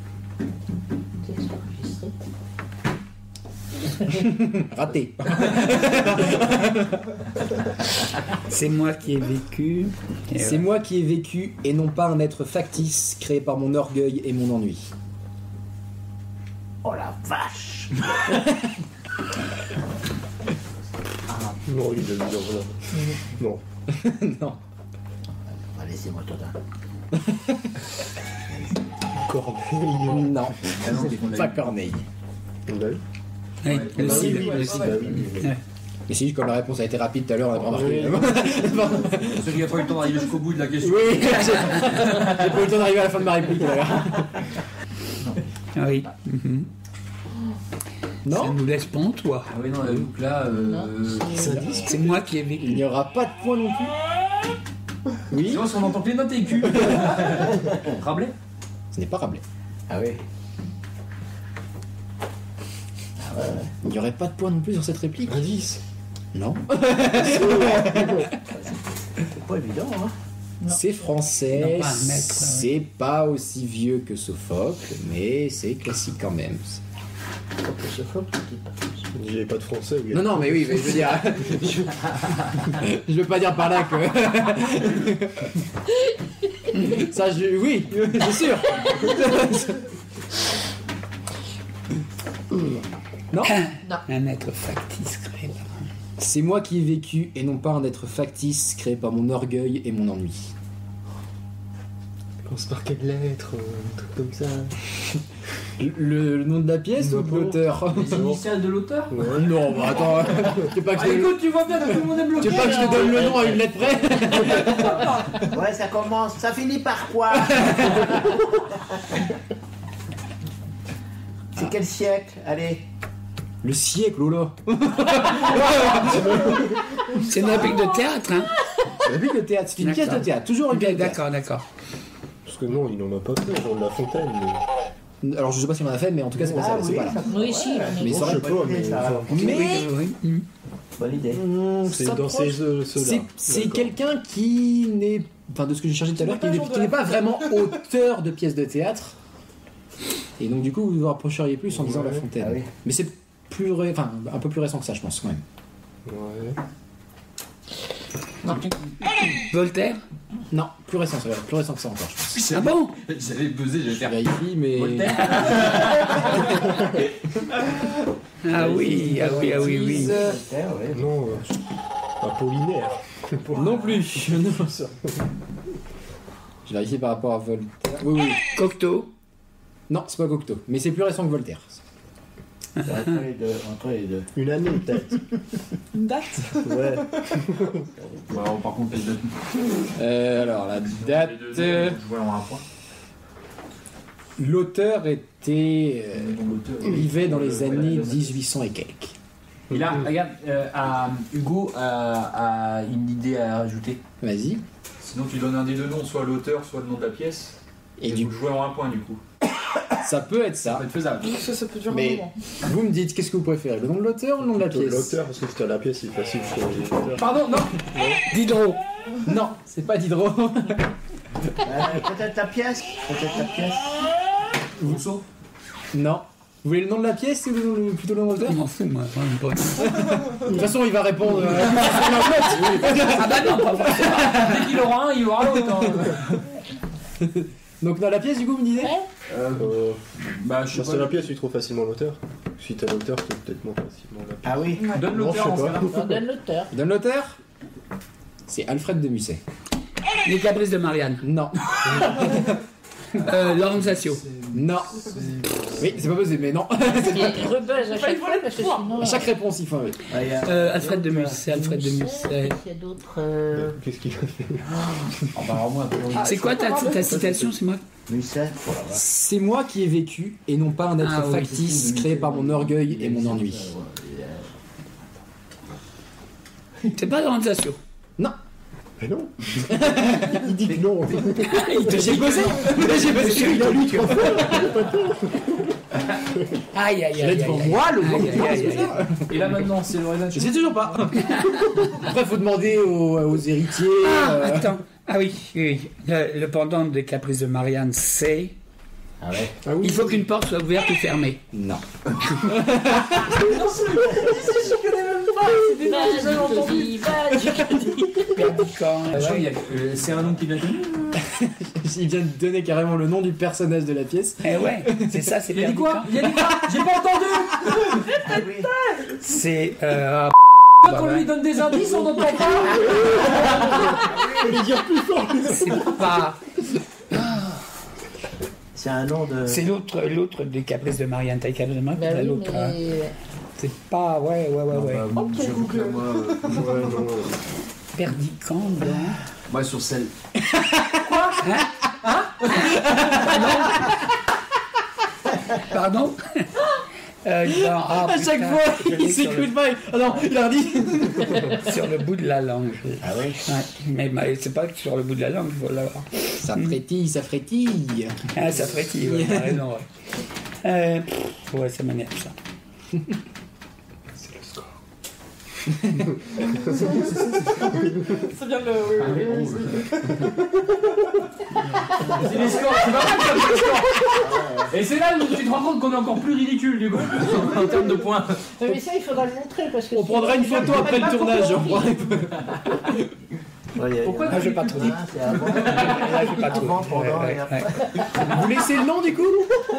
Raté. C'est moi qui ai vécu. Et C'est ouais. moi qui ai vécu et non pas un être factice créé par mon orgueil et mon ennui. Oh la vache. Non, il a mis dans voilà. Non. Non. Bah, laissez-moi Todin. Corneille. Non. Ah non, on l'a Pas eu. Corneille. On l'a eu. Oui, Ouais, le bah cid, oui, le oui, cid. Bah oui, oui, oui. Ouais. Mais si, comme la réponse a été rapide tout à l'heure, on a pas remarqué. Pour ceux qui n'ont pas eu le temps d'arriver jusqu'au bout de la question. Oui, j'ai j'ai pas eu le temps d'arriver à la fin de ma réplique. Là. Ah oui. Mhm. Ça Non, nous laisse pas en toi. Ah oui, non, donc là, euh, Non, c'est- C'est moi qui ai il vécu. n'y aura pas de point non plus. Oui, sinon, si on entend que les notes et cul. Rabelais. ce n'est pas Rabelais. Ah oui. Il n'y aurait pas de point non plus sur cette réplique. Indice. Non. C'est pas évident, hein. C'est français, Non, pas un maître, c'est pas aussi vieux que Sophocle, mais c'est classique quand même. Faut que ce faut qu'il dise pas. Il n'y avait pas de français. Oui. Non, non, mais oui, mais je veux dire. je... je veux pas dire par là que. Ça, je. Oui, c'est sûr. Non. Un être factice créé par un. C'est moi qui ai vécu et non pas un être factice créé par mon orgueil et mon ennui. Commence par quelle lettre euh, Un truc comme ça. Le, le nom de la pièce ou de N'importe. l'auteur? Les initiales de l'auteur. Ouais. Non, bah attends. Tu veux pas que Ah, je te- écoute, tu vois bien que tout le monde est tu bloqué. veux pas que je te donne le nom à une lettre près? Ouais, ça commence. Ça finit par quoi? C'est quel siècle? Allez. Le siècle, oh là. C'est une réplique de théâtre, hein? C'est la de théâtre, c'est une pièce de D'accord. théâtre, toujours une pièce de théâtre. D'accord, d'accord. Parce que non, il n'en a pas fait, genre de La Fontaine. Mais... Alors je sais pas si on en a fait, mais en tout cas c'est pas ça. Ah c'est oui, pas là. ça- Oui, si, on est Mais Bon, ça je aurait sais pas, mais mais ça. enfin, Mais Oui, oui. Mhm. Bonne idée. On C'est s'approche. dans ces euh, ceux-là. C'est- C'est D'accord. quelqu'un qui n'est, enfin de ce que j'ai cherché tout à l'heure, qui pas n'est Jean qui n'est de pas vraiment auteur de pièces de théâtre. Et donc du coup vous vous rapprocheriez plus en disant Ouais. La Fontaine. Ah oui. Mais c'est plus, ré- enfin un peu plus récent que ça, je pense quand même. Ouais. Voltaire. Non, plus récent, ça va, plus récent que ça encore, je pense. Ah bon? J'avais buzzé, j'allais Je faire. vérifie, mais Voltaire. Ah oui, ah oui, ah oui, oui. Voltaire, ouais. Non, euh, Apollinaire. non plus. Non. Je vérifie par rapport à Voltaire. Oui, oui. Cocteau. Non, c'est pas Cocteau, mais c'est plus récent que Voltaire. C'est entre les deux. Entre les deux. Une année peut-être. Une date. Ouais. Bon, alors, par contre, les deux. Euh, alors la date. Les deux, euh, je vois en un point. L'auteur était, euh, L'auteur, vivait dans les euh, années voilà. dix-huit cents et quelques. Et là, regarde, euh, à Hugo a, a une idée à rajouter. Vas-y. Sinon, tu donnes un des deux noms, soit l'auteur, soit le nom de la pièce. Et Et du vous le jouez en un point, du coup. ça peut être Ça ça. peut être faisable. Ça, ça peut durer Mais- un moment. Vous me dites, qu'est-ce que vous préférez, le nom de l'auteur ou le nom de la Plutôt pièce? l'auteur, parce que c'était à la pièce, c'est facile pour les auteurs. Pardon, non. Diderot. Non, c'est pas Diderot. Euh, peut-être la pièce. Peut-être la pièce. Rousseau. Non. Vous voulez le nom de la pièce ou le- plutôt le nom de Je l'auteur? m'en fous, moi. Vraiment pas. De toute façon, il va répondre. euh, sur l'autre. Ah bah non, pas forcément. Dès qu'il aura un, il aura l'autre. hein. Donc dans la pièce, du coup, vous me disiez Euh, Euh, bah, je Dans sais pas. la pièce, tu trouves facilement l'auteur. Si t'as l'auteur, tu trouves peut-être moins facilement la pièce. Ah oui. Donne Non, l'auteur je en sais ce pas. cas-là. On donne l'auteur. Donne l'auteur. C'est Alfred de Musset. Les Caprices de Marianne. Non. Euh, Laurent Zassio. Non. Oui, c'est pas possible, mais non. Il rebuzz à Enfin, chaque il fois voulait parce que le choix. sinon. À chaque réponse, il faut. oui. Ah, il y a- Euh, Alfred de Musset. Alfred de Musset. Il y a d'autres. euh, Qu'est-ce qu'il a fait? Ah, bah, alors, moi, C'est quoi ta, ta citation, c'est moi? Musset. C'est moi qui ai vécu et non pas un être Ah oui. factice créé par mon orgueil et mon ennui. C'est pas Laurent Zassio. Non. Mais non. Il dit que non. Il te J'ai bossé. J'ai bossé. Il a lu trois fois. Aïe, aïe, Je l'ai aïe. devant aïe, moi, le aïe, moment aïe, aïe, aïe. Et là maintenant, c'est Lorenza. Je sais toujours pas. Après, faut demander aux, aux héritiers. Ah, euh, attends. Ah oui, oui. Le, le pendant des Caprices de Marianne, c'est. Ah ouais. Ah oui. Il faut qu'une porte soit ouverte ou fermée. Non. C'est des noms que j'avais entendus. Perdican. Je crois qu'il y a- euh, C'est un nom qui vient de Il vient de donner carrément le nom du personnage de la pièce. Eh ouais, c'est ça, c'est Il a dit Perdican. quoi Il a dit quoi J'ai pas entendu. Ah oui. C'est. Euh, Quand on lui donne des indices, on n'entend pas. c'est pas. C'est un nom de. C'est l'autre, l'autre des Caprices de Marianne. T'as les Caprices de Marianne, Bah t'as oui, l'autre. hein. mais. C'est pas. Ouais, ouais, ouais, ouais. Ok, J'avoue que là, Google. moi, euh, Ouais, non. Perdican, donc. moi, sur celle. Pardon euh, non, ah, À chaque putain, fois, je l'ai il sur le- s'écoute pas. Ah non, il a dit. Sur le bout de la langue. je- Ah oui. Ouais, mais, mais c'est pas que sur le bout de la langue, il faut l'avoir. Ça frétille, ça frétille. Ah, ça frétille, ouais, t'as raison, ouais. Euh, pff, ouais, ça m'énerve, ça. C'est le score. Ça vient de le. Oui, oui, oui, oui. C'est les scores, c'est pas mal comme les scores. Et c'est là où tu te rends compte qu'on est encore plus ridicule du coup en termes de points. Mais ça, il faudra le montrer parce que. On prendra une photo après le tournage. on prendra une- Ouais, il y a- Pourquoi il y a- Ah, je vais pas trop dire. Ah, c'est avant. Là, je vais pas trop. Avant, pendant Ouais, ouais, et après. ouais. Vous laissez le nom du coup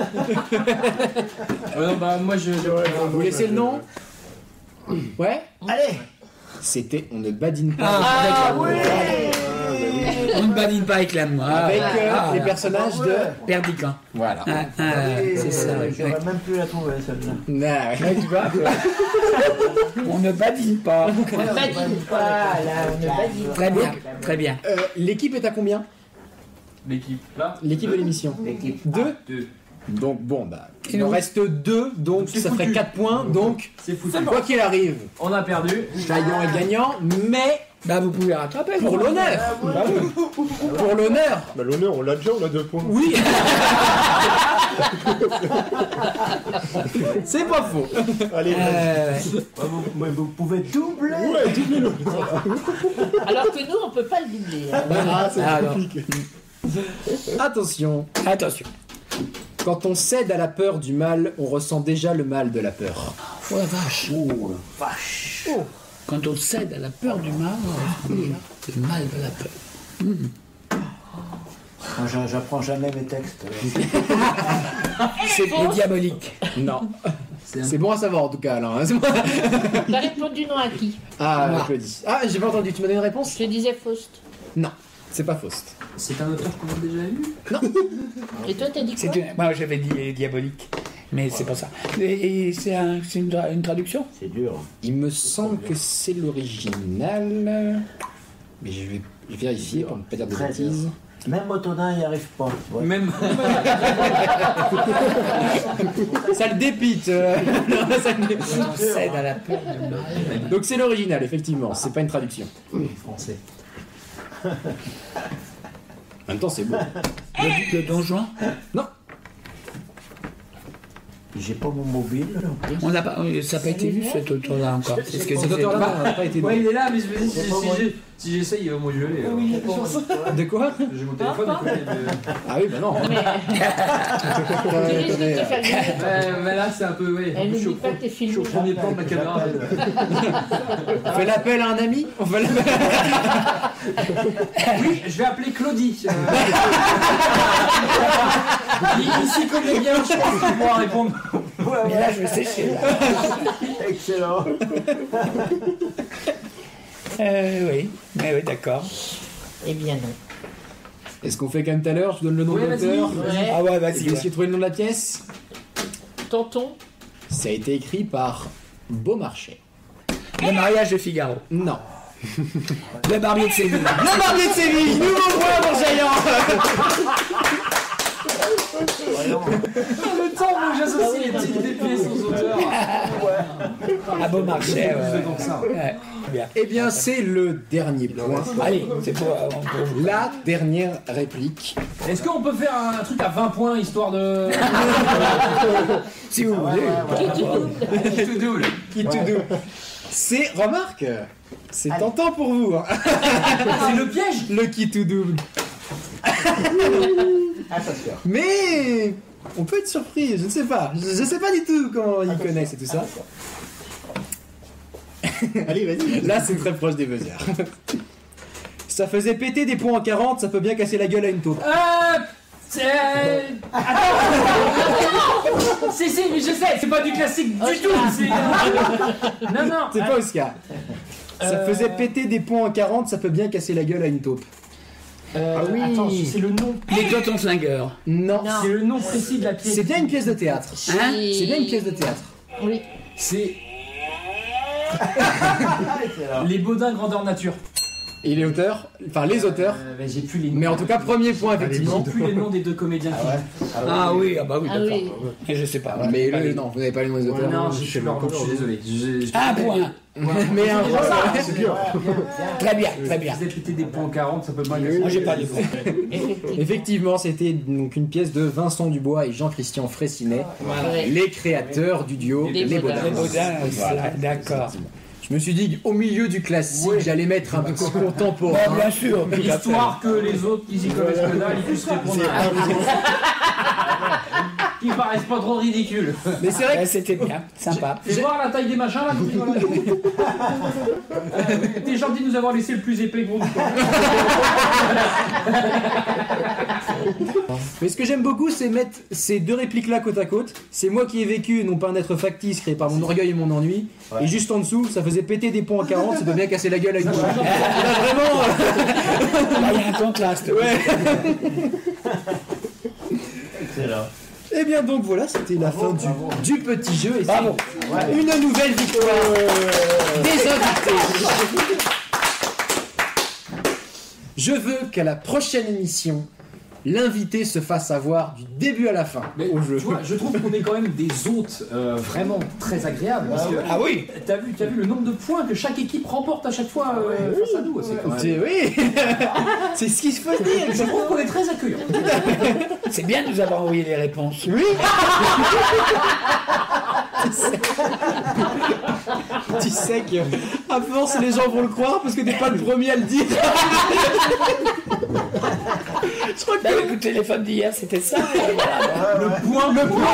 Euh, non, bah moi je. Vous laissez le nom Ouais. Allez. C'était On ne badine pas. Ah, avec- On ne badine pas avec l'amour. Ah, Avec ah, euh, ah, les personnages de. Perdican. Voilà. Ah, ah, Oui, c'est ça. euh, ouais. J'aurais même plus la trouver celle-là. Ah, ouais. Ouais, tu vois, on ne badine pas. On ne badine pas, là, on ne badine pas. Très bien, très bien. Euh, L'équipe est à combien L'équipe là. L'équipe de l'émission L'équipe. Deux. Deux. Donc bon, bah, Et il en nous reste deux, donc C'est ça ferait foutu. quatre points. Donc, C'est foutu. quoi qu'il arrive, On a perdu. gagnant est gagnant, mais Bah, vous pouvez rattraper. pour vous. l'honneur. Bah oui. Pour l'honneur. Bah, l'honneur, on l'a déjà, on a deux points. Oui. C'est pas faux. Allez, Euh, Vous, mais vous pouvez doubler. ouais, doublez-le. Alors que nous, on peut pas le doubler. hein. Ah, c'est Alors. compliqué. Attention, attention. quand on cède à la peur du mal, on ressent déjà le mal de la peur. Oh la vache. Oh, la vache. Quand on cède à la peur du mal, on ressent déjà le mal de la peur. Moi, j'a- j'apprends jamais mes textes. C'est le diabolique. Non. C'est un- C'est bon à savoir en tout cas, Alain. hein. C'est bon. T'as répondu non à qui? Ah, Moi. je le dis. Ah, j'ai pas entendu. Tu m'as donné une réponse? Je te disais Faust. Non, c'est pas Faust. C'est un auteur qu'on a déjà eu. Et toi, t'as dit quoi? C'est une- Moi, j'avais dit diabolique, mais c'est pas ça. Et, et c'est un- c'est une, tra- une traduction. C'est dur. Il me semble que c'est l'original. Mais je vais vérifier pour ne pas dire de Très bêtises. dur. Même Motodin n'y arrive pas. Ouais. Même. Ça le dépite. euh. Non, ça le dépite. On cède à la peur du mal. Donc c'est l'original, effectivement. C'est pas une traduction. Français. En même temps, c'est beau. Le, le Don Juan. Non. J'ai pas mon mobile. On n'a pas, ça n'a pas été vu cet auteur-là encore. C'est ce que Cet disait- auteur-là n'a pas été Ouais, donné. il est là, mais je me dis, si, C'est pas si moi. j'ai- si j'essaye, il va me gueuler. alors. Oui, il y a des chances. De quoi? J'ai mon téléphone à côté de. Ah oui, bah non. Tu risques de te faire griller. Ouais, mais là, c'est un peu. Ouais. Elle Je suis au n'oublie pas que t'es je suis filmé. au premier plan de la caméra. On fait l'appel à un ami. On fait l'appel. Oui, je vais appeler Claudie. Euh, il s'y connaît bien, je pense qu'il pourra répondre. Mais là, je vais sécher. Là. Excellent. Euh, oui, mais oui, d'accord. Eh bien non. Est-ce qu'on fait comme tout à l'heure? Je vous donne le nom Ouais, de vas-y. l'auteur. Ouais. Ah ouais, Et vas-y. vous ouais. essayez de trouver le nom de la pièce? Tonton. Ça a été écrit par Beaumarchais. Le mariage de Figaro. Non. Le barbier de Séville. Le Barbier de Séville. Nouveau point pour Jaillant. Le temps où j'associe les titres des pièces aux auteurs. À Beaumarchais. Ouais, ouais. Donc ça. Ouais, bien. Eh bien, c'est le dernier point. Allez, c'est pour, euh, pour- La dernière réplique. Est-ce qu'on peut faire un truc à vingt points histoire de. Si vous voulez. Qui te double. Qui tout double. C'est, remarque, c'est tentant pour vous. hein. C'est le piège. Le qui tout double. Attention. Mais on peut être surpris, je ne sais pas. Je ne sais pas du tout comment ils connaissent et tout ça. Allez, vas-y. Là, c'est très proche des buzzers. Ça faisait péter des points en quarante, ça peut bien casser la gueule à une taupe. Euh. C'est. Attends. Si, si, mais je sais, c'est pas du classique du tout. c'est- Non, non. C'est pas Oscar. Ça Euh. faisait péter des points en quarante, ça peut bien casser la gueule à une taupe. Euh, Ah oui. Attends, c'est le nom. Les Cotons Flingueurs. Non. Non. C'est le nom précis de la pièce. C'est bien une pièce de théâtre. Hein C'est bien une pièce de théâtre. Oui. C'est. Les Baudins grandeur nature. Et les auteurs, enfin les auteurs, Euh, bah, j'ai plus les noms. mais en tout cas, premier point effectivement. J'ai plus les noms des deux comédiens qui jouent. Ah oui, ah bah oui, Ah d'accord. oui. Et je sais pas. Mais Pas le, les- non, vous n'avez pas les noms des auteurs. Non, j'ai plus leur nom, je suis désolé. J'ai- j'ai- Un point. Mais un point. C'est bien. Très bien, très bien. Vous avez pété des points quarante, ça peut pas casser. Moi, j'ai pas les points. Effectivement. Effectivement, c'était donc une pièce de Vincent Dubois et Jean-Christian Fraissinet, Ouais. les créateurs du duo Des Les Baudins. Baudins. Les Baudins, Voilà. d'accord. Je me suis dit qu'au milieu du classique, Ouais. j'allais mettre un petit contemporain. Bah, bien sûr, tout à fait. Histoire que les autres qui s'y connaissent que dalle, ils puissent répondre à qui paraissent pas trop ridicules. Mais c'est vrai Ouais, c'était bien, sympa. Fais voir la taille des machins là. Coupé, voilà. Euh, T'es gentil de nous avoir laissé le plus épais gros du corps. que, mais ce que j'aime beaucoup, c'est mettre ces deux répliques-là côte à côte. C'est moi qui ai vécu, non pas un être factice créé par mon orgueil et mon ennui. Et juste en dessous, ça faisait péter des ponts à quarante, ça peut bien casser la gueule à une fois. Là, vraiment. euh, Là, il y a un contraste. Ouais. Excellent. Et bien donc voilà, c'était la fin du, du petit jeu. Et Bravo. c'est une nouvelle victoire des invités. Je veux qu'à la prochaine émission, l'invité se fasse avoir du début à la fin Mais au jeu. tu vois, je trouve qu'on est quand même des hôtes euh, vraiment très agréables. Parce que, Ah oui. T'as vu, t'as vu le nombre de points que chaque équipe remporte à chaque fois euh, face à nous. C'est quand même- C'est- oui, c'est ce qu'il faut dire. Je trouve qu'on est très accueillants. C'est bien de nous avoir envoyé les réponses. Oui. Tu sais que à force les gens vont le croire parce que t'es pas le premier à le dire. Je crois que Bah, le coup de téléphone d'hier, c'était ça. et voilà. Le point, le point.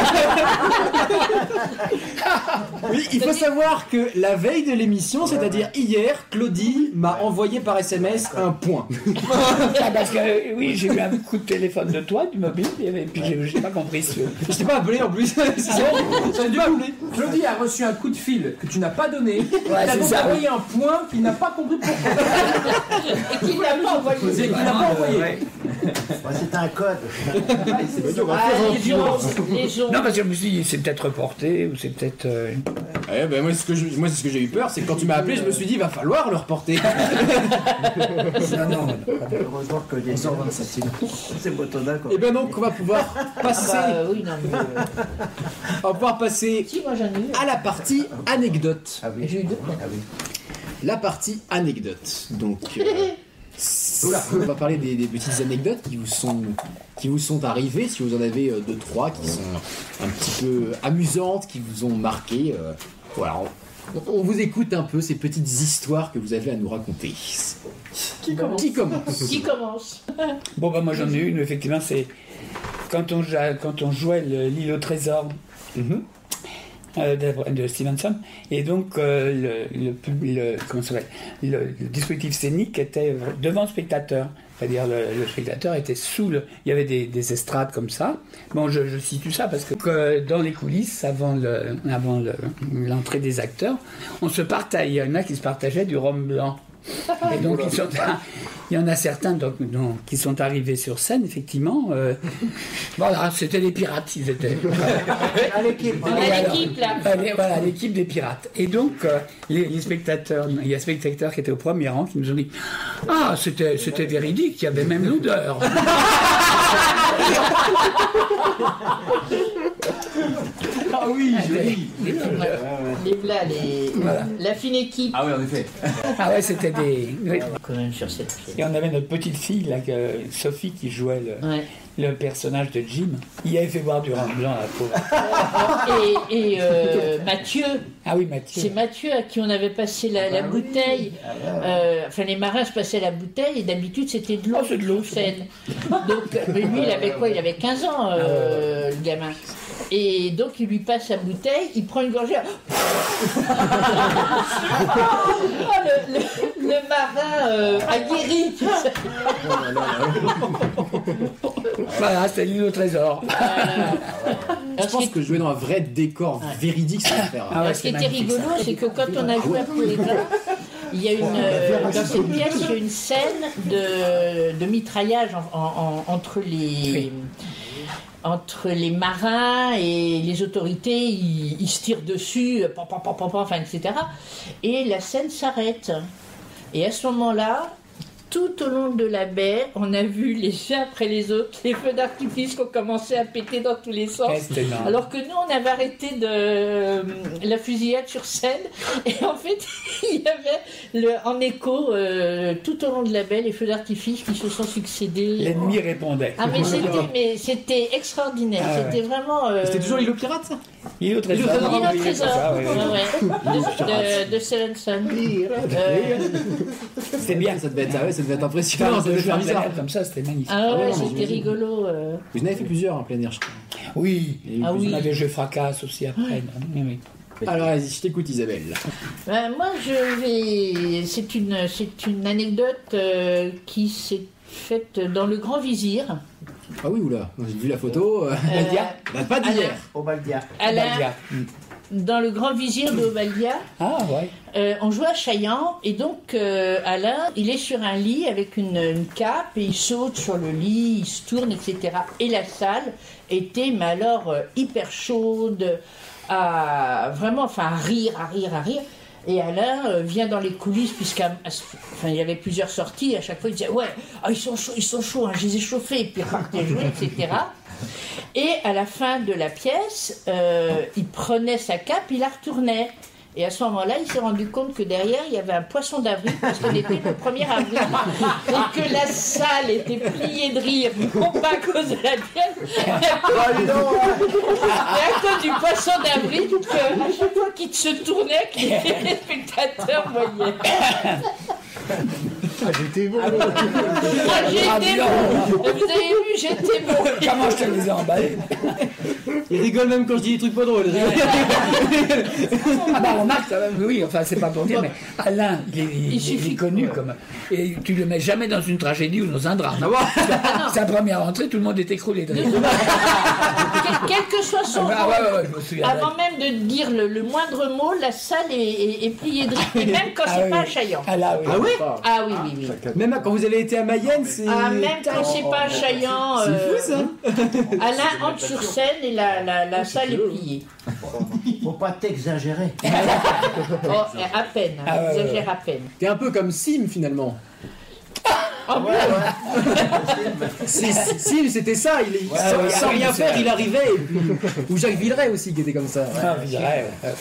oui, il faut savoir que la veille de l'émission, c'est-à-dire hier, Claudie m'a envoyé par S M S un point. Ah, parce que euh, oui, j'ai eu un coup de téléphone de toi, du mobile, et puis j'ai j'ai pas compris ce. Je t'ai pas appelé en plus. C'est ça. Je t'ai pas appelé. Claudie a reçu un coup de fil que tu n'as pas donné. Ouais, il a c'est donc ça, envoyé un point qu'il n'a pas compris pourquoi. Et qu'il n'a pas envoyé. C'est qu'il n'a pas envoyé. Ouais. Ouais, c'est un code. Ah, les gens, les gens. Non, parce que je me suis dit, c'est peut-être reporté, ou c'est peut-être. euh, Ouais, ben moi, ce que je- moi, c'est ce que j'ai eu peur, c'est que quand tu m'as appelé, je me suis dit, il va falloir le reporter. Non, non. Heureusement que les gens c'est Botona quoi. Et ben donc, on va pouvoir passer, Bah, euh, oui, non, mais. euh, on va pouvoir passer Si, moi j'en ai eu. à la partie anecdote. Ah oui. J'ai eu deux. Ah oui. La partie anecdote. Donc, euh, on va parler des, des petites anecdotes qui vous sont qui vous sont arrivées, si vous en avez euh, deux trois qui sont un petit peu amusantes, qui vous ont marqué. euh, voilà, on, on vous écoute un peu ces petites histoires que vous avez à nous raconter. Qui commence Qui commence Qui commence Bon, bah, moi j'en ai une, effectivement, c'est quand on, ja- quand on jouait le- l'île au trésor. Mhm. euh, de, de Stevenson, et donc euh, le, le, pub- le- comment ça s'appelle le, le dispositif scénique était devant le spectateur, c'est-à-dire le, le spectateur était sous le, il y avait des, des estrades comme ça. Bon, je, je situe ça parce que, que dans les coulisses, avant le, avant le- l'entrée des acteurs, on se partage, il y en a qui se partageaient du rhum blanc. Et donc, ils sont, il y en a certains donc, donc, qui sont arrivés sur scène, effectivement. euh, voilà, c'était des pirates, ils étaient. À l'équipe. On a l'équipe là. Euh, les- voilà, l'équipe des pirates. Et donc, euh, les, les spectateurs, il y a des spectateurs qui étaient au premier rang qui nous ont dit ah, c'était, c'était véridique, il y avait même l'odeur. Ah oui, joli. Les, les, là, les, Voilà. la fine équipe. Ah oui, en effet. Ah ouais, c'était des. Oui. Quand même sur cette pièce. Et on avait notre petite fille, là, que- Sophie, qui jouait le, Ouais. le personnage de Jim. Il avait fait boire du rhum blanc à la pauvre. Et, et euh, Mathieu, Ah oui, Mathieu. c'est Mathieu à qui on avait passé la, la bouteille. Euh, enfin, les marins se passaient la bouteille et d'habitude c'était de l'eau. Oh, c'est de l'eau, sur scène. Donc, mais lui, il avait quoi? Il avait quinze ans, euh, le gamin. Et donc, il lui passe la bouteille, il prend une gorgée. Oh, le, le- le marin euh, aguerri, tu sais. Voilà, c'était l'île au trésor. Je pense que jouer dans un vrai décor véridique, ça va faire. Ah ouais, Ce qui c'est était magnifique, rigolo, c'est que quand on a joué à Poulega, il y a une, euh, dans cette pièce, il y a une scène de, de mitraillage en- en- en- entre les. Oui. Entre les marins et les autorités, ils, ils se tirent dessus, pam, pam, pam, pam, pam, enfin, et cetera. Et la scène s'arrête. Et à ce moment-là, tout au long de la baie, on a vu les uns après les autres, les feux d'artifice qui ont commencé à péter dans tous les sens. Ouais, c'était énorme. Alors que nous, on avait arrêté de euh, la fusillade sur scène. Et en fait, il y avait le, en écho, euh, tout au long de la baie, les feux d'artifice qui se sont succédés. L'ennemi répondait. Ah, mais c'était, mais c'était extraordinaire. Ah, ouais. C'était vraiment. euh, C'était toujours l'île aux pirates, ça? L'île au trésor. L'île au Oui, trésor. c'est ça, oui, oui. Ouais, ouais. De, de, de Stevenson. Euh, C'était bien. Ça devait être, ah ouais, ça devait être impressionnant, Faire ça deux devait faire jeux en plein bizarre. air comme ça, c'était magnifique. ah ouais, ouais, c'était j'imagine. rigolo. euh. Vous en avez fait plusieurs en plein air, je crois. Oui. Il y a eu Ah plusieurs. On avait joué Fracasse aussi après. Oui, oui. Alors, vas-y, je t'écoute, Isabelle. Ben, moi, je vais. C'est une, c'est une anecdote euh, qui s'est faite dans le Grand Vizir. Ah oui, oula, j'ai vu la photo. Euh, Euh, date pas d'hier. Au Baldia. à la- Baldia. dans le Grand Vizir de Obaldia. Ah ouais. Euh, on joue à Chaillan et donc euh, Alain, il est sur un lit avec une, une cape et il saute sur le lit, il se tourne, et cetera. Et la salle était, mais alors, euh, hyper chaude, à vraiment, enfin, à rire, à rire, à rire. Et Alain euh, vient dans les coulisses, puisqu'il enfin, y avait plusieurs sorties, à chaque fois il disait ouais, ah, ils sont chauds, ils sont chauds, hein, je les ai chauffés, et puis il repartait jouer, et cetera. Et à la fin de la pièce, euh, il prenait sa cape, il la retournait. Et à ce moment-là, il s'est rendu compte que derrière, il y avait un poisson d'avril, parce qu'on était le premier avril, et que la salle était pliée de rire, non pas à cause de la pièce, mais à cause, mais à cause du poisson d'avril, que à chaque fois qu'il se tournait, que les spectateurs voyaient. Ah, j'étais bon. Ah, j'étais bon. Vous avez vu, j'étais bon. Comment je te les ai emballés? Il rigole même quand je dis des trucs pas drôles. Ah bah remarque, quand même, oui, enfin c'est pas pour dire, mais Alain, il est, il, Il suffit il est connu que- comme... Et tu le mets jamais dans une tragédie ou dans un drame. Sa première entrée, tout le monde est écroulé de rire. Quel, quel que soit son Ah rôle, ouais, ouais, ouais, je me souviens. avant même de dire le, le moindre mot, la salle est, est- est pliée de rire, et même quand Ah c'est oui. pas achaillant. Ah là, oui. Ah ouais? Ah oui, oui, oui. Même quand vous avez été à Mayenne, c'est. Ah, même quand c'est pas achaillant, C'est euh, fou ça! Alain entre sur scène et la, la, la salle est pliée. Faut pas t'exagérer. Oh, à peine, hein, Ah ouais, ouais, j'exagère à peine. T'es un peu comme Sim finalement. Oh, Ouais, ouais. Si- Sim, c'était ça, il est, Ouais, sans, ouais, sans oui, rien c'est faire, vrai. il arrivait. Et puis, ou Jacques Villeray aussi qui était comme ça. Ah, je dirais, ouais.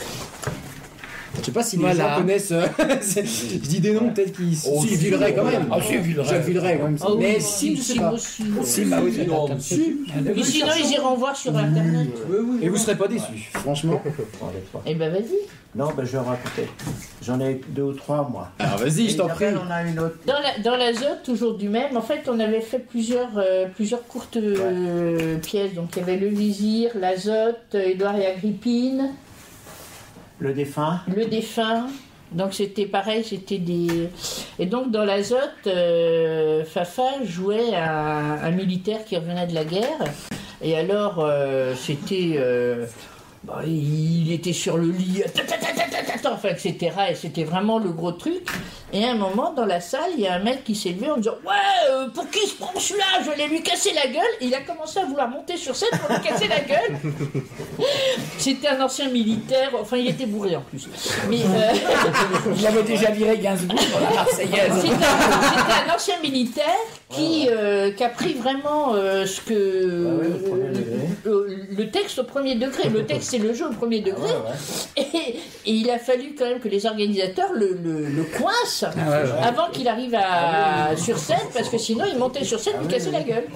Je sais pas si Voilà. les gens connaissent. euh, c'est- je dis des noms peut-être qui. Oh, si, si, Villeray quand même. Ah, si, Villeray. Jacques Villeray quand même. Oh, Mais oui, Sim, je sais Sim pas. aussi. Si, bah oui, c'est Si. Mais sinon, ils iront voir sur internet. Et vous serez pas déçus, franchement. Eh ben vas-y. Non, ben je vais raconter. J'en ai deux ou trois, moi. Alors vas-y, je t'en prie. Isabelle, on a une autre. Dans la, dans l'azote, toujours du même, en fait, on avait fait plusieurs, euh, plusieurs courtes euh, pièces. Donc, il y avait Le Vizir, l'azote, Édouard et Agrippine, Le défunt. Le Défunt. Donc, c'était pareil, c'était des. Et donc, dans l'azote, euh, Fafa jouait un, un militaire qui revenait de la guerre. Et alors, euh, c'était. euh, bah, il était sur le lit, enfin, et cetera. Et c'était vraiment le gros truc. Et à un moment, dans la salle, il y a un mec qui s'est levé en disant « Ouais, euh, pour qui se prend celui-là? Je vais lui casser la gueule !» Et il a commencé à vouloir monter sur scène pour lui casser la gueule. C'était un ancien militaire, enfin, il était bourré en plus. Mais euh, Il avait déjà viré Gainsbourg pour la Marseillaise. c'était un, c'était un ancien militaire qui, euh, qui a pris vraiment euh, ce que... Ouais, ouais, au premier degré. le, le texte au premier degré. Le texte, c'est le jeu au premier degré. Ouais, ouais. Et, et il a fallu quand même que les organisateurs le, le, le coincent Ah ouais, ouais. avant qu'il arrive à, sur scène, parce que sinon il montait sur scène et lui cassait la gueule.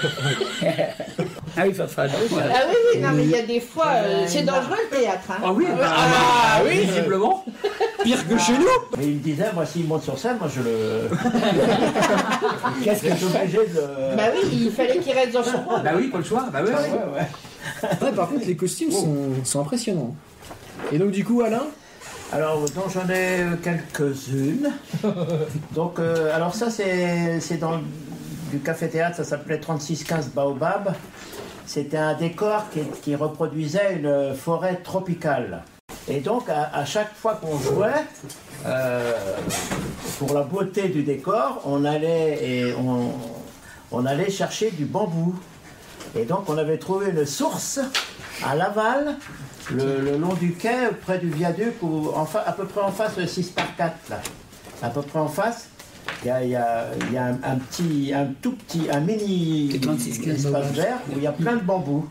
Ah oui, Fafa. donc, voilà. Ah oui, oui, non mais il y a des fois, euh, c'est dangereux le théâtre. Hein. Ah oui, Ah oui, visiblement. pire que chez nous. Mais il me disait, moi, s'il monte sur scène, moi, je le. Qu'est-ce que Je suis obligé de le. Bah oui, il fallait qu'il reste dans son rôle. Bah oui, pas le choix. Bah oui, Ouais, oui. ouais. Ouais, par contre, les costumes sont, sont impressionnants. Et donc, du coup, Alain, Alors, donc j'en ai euh, quelques-unes. Donc, euh, alors ça, c'est c'est dans le- du café-théâtre, ça s'appelait trente-six quinze Baobab. C'était un décor qui, qui reproduisait une forêt tropicale. Et donc, à, à chaque fois qu'on jouait, euh, pour la beauté du décor, on allait, et on, on allait chercher du bambou. Et donc, on avait trouvé une source à Laval, le, le long du quai, près du viaduc, ou en fa- à peu près en face de six par quatre, là. À peu près en face, il y a, il y a- il y a un, un petit, un tout petit, un mini C'est trente-six quinze espace Baobab. vert où il y a plein de bambous.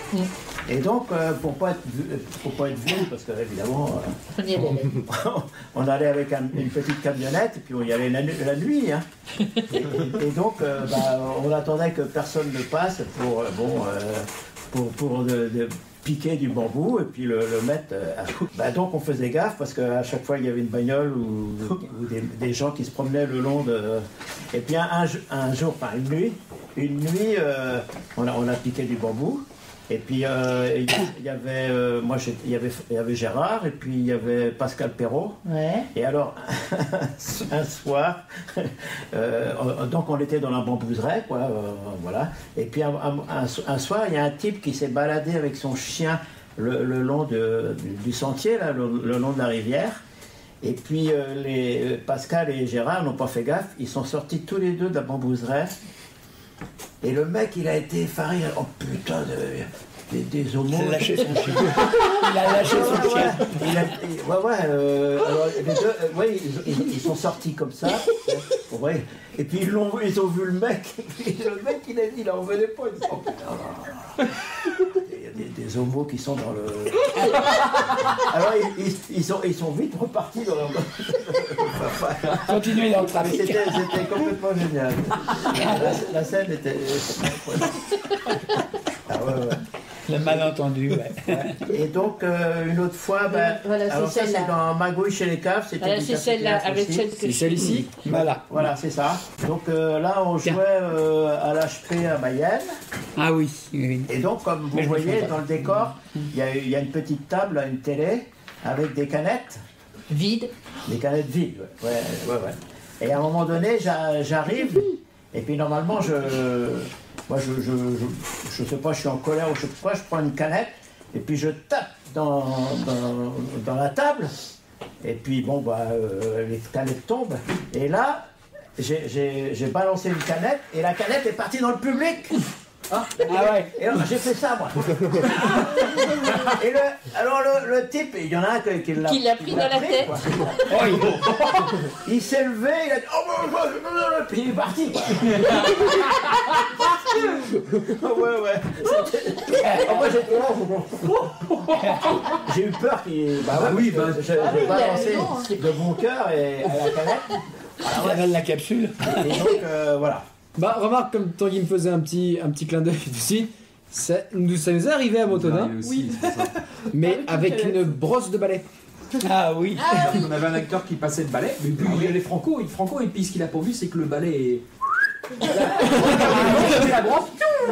Et donc, euh, pour pas être vu, pour pas être vu, parce que évidemment, euh, Prenez les lettres. on allait avec un- une petite camionnette, et puis on y allait la, nu- la nuit. Hein. Et, et- et donc, euh, bah, on attendait que personne ne passe pour, euh, bon, euh, pour, pour de- de piquer du bambou et puis le, le mettre euh, à fou. Bah, donc, on faisait gaffe parce qu'à chaque fois, il y avait une bagnole ou, ou des, des gens qui se promenaient le long de. Et puis, un, un, un jour, enfin, une nuit, une nuit, euh, on, a, on a piqué du bambou. Et puis euh, il y- il y avait, euh, moi j'étais- il y avait, il y avait Gérard et puis il y avait Pascal Perrault. Ouais. Et alors un soir, euh, donc on était dans la bambouseraie, quoi, euh, voilà. Et puis un, un- un- un soir, il y a un type qui s'est baladé avec son chien le, le long de- du, du sentier, là, le, le long de la rivière. Et puis euh, les, Pascal et Gérard n'ont pas fait gaffe, ils sont sortis tous les deux de la bambouseraie. Et le mec, il a été effaré. Oh putain, de... des, des homos. Il a lâché son chien. Il a lâché son chien. Il a- il- ouais, ouais, euh, alors, les deux, euh, ouais, ils, ils- ils sont sortis comme ça. euh, ouais. Et puis ils, l'ont, ils ont vu le mec. Et puis le mec, il a dit, il en revenait pas. Il dit, oh, putain, là, là. Il y a des, des homos qui sont dans le. Alors ils, ils, ils sont, ils sont vite repartis dans leur. Continuez dans le Mais trafic. C'était, c'était complètement génial. La, la scène était. Ah ouais, ouais. Le malentendu, ouais. Et donc, euh, une autre fois, ben, Voilà, c'est alors ça, c'est celle-là. dans Magouille chez les caves. C'était Voilà, du c'est celle-là, café avec aussi. celle que C'est je celle ici. Voilà. Voilà, c'est ça. Donc euh, là, on jouait Tiens. euh, à l'H P à Mayenne. Ah oui, oui. Et donc, comme vous Mais je me voyez souviens pas. dans le décor, il y, a- il y a une petite table, une télé, avec des canettes, Vide. des canettes vides. Ouais, ouais, ouais. ouais. Et à un moment donné, j'a- j'arrive, et puis normalement, je, moi, je, je, je, je sais pas, je suis en colère ou je sais pas quoi, je prends une canette, et puis je tape dans, dans, dans la table, et puis bon, bah, euh, les canettes tombent, et là, j'ai- j'ai j'ai balancé une canette, et la canette est partie dans le public. Ah, Ah ouais. Et alors, j'ai fait ça, moi. Et le, alors, le, le type, il y en a un qui, qui l'a Qui l'a pris qui dans la tête. quoi. Oh, il- Il s'est levé, il a dit oh, bah, bah, bah, bah, puis il est parti. quoi. ouais, ouais. C'était- Ah, moi, j'étais là. J'ai eu peur qu'il. Bah, ouais, oui, parce que bah, j'ai ah oui, j'ai il a balancé raison, hein. de bon cœur et à la canette. il avale la capsule. Et donc, euh, voilà. Bah, remarque, comme Tanguy me faisait un petit, un petit clin d'œil aussi, ça nous, ça nous est arrivé à Motonin, Oui, c'est ça. mais Ah, avec oui, une brosse de balai. Ah oui. On avait un acteur qui passait le balai, mais puis il y avait Franco, et Franco, et puis ce qu'il a pas vu, c'est que le balai est. la brosse.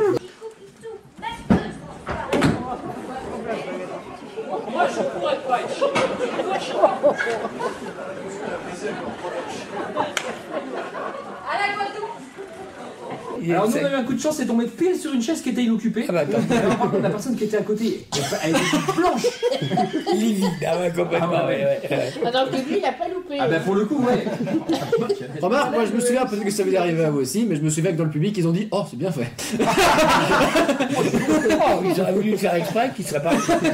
Il Alors nous c'est- on a eu un coup de chance, c'est tombé pile sur une chaise qui était inoccupée. Ah bah, attends. Alors, par contre la personne qui était à côté, elle était blanche. livide. Ah ouais, complètement. Ah ouais. ouais, ouais, ouais. Alors que lui, il n'a pas loupé. Ah ben pour le coup, ouais. Remarque, moi je me souviens, peut-être que ça vous est arrivé à vous aussi, mais je me souviens que dans le public, ils ont dit oh, c'est bien fait. Oh, ils auraient voulu le faire exprès, qu'ils seraient pas.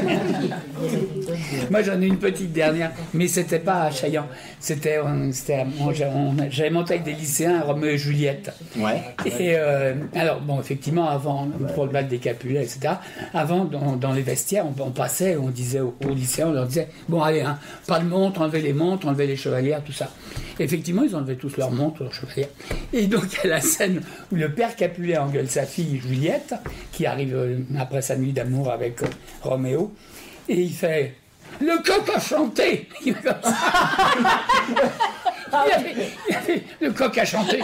Moi, j'en ai une petite dernière, mais c'était pas à Chaillan. C'était, on- c'était à- on- on- j'avais monté avec des lycéens, Roméo et Juliette. Ouais. Et euh, alors, bon, effectivement, avant, pour le bal des Capulets, et cetera, avant, dans, dans les vestiaires, on, on passait, on disait aux, aux lycéens, on leur disait, bon, allez, hein, pas de montre, enlevez les montres, enlevez les chevalières, tout ça. Effectivement, ils enlevaient tous leurs montres, leurs chevalières. Et donc, il y a la scène où le père Capulet engueule sa fille Juliette, qui arrive euh, après sa nuit d'amour avec euh, Roméo, et il fait le coq a chanté. Il fait comme ça. Il a fait, il a fait, le coq a chanté.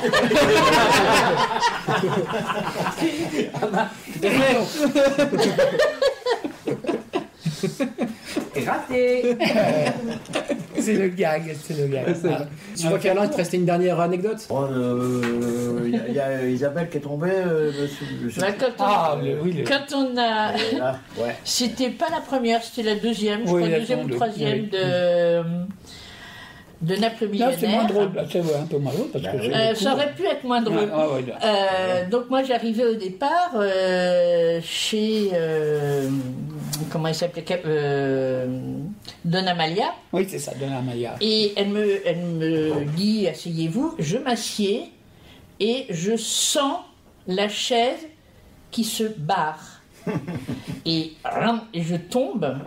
Raté. C'est le gag, c'est le gag. Ah. Je crois qu'Alain, il te restait une dernière anecdote. Bon, euh, Il y, a- il y a Isabelle qui est tombée. euh, dessus, je sais Bah, quand, on, Ah, le- oui, le- quand on a. pas. Là, ouais. C'était pas la première, c'était la deuxième, je Oui, crois, la deuxième ou seconde, troisième oui. de, de Naples Là, millionnaire. c'est moins drôle. Là, c'est ouais, un peu moins drôle parce que. Bah oui. c'est Euh, le ça coup. aurait pu être moins drôle. Ouais, ouais, ouais, là. Euh, donc moi j'arrivais au départ euh, chez euh, comment il s'appelait Cap- euh, Donna Amalia Oui, c'est ça, de la Maya. et elle me, elle me dit asseyez-vous, je m'assieds et je sens la chaise qui se barre et, et je tombe.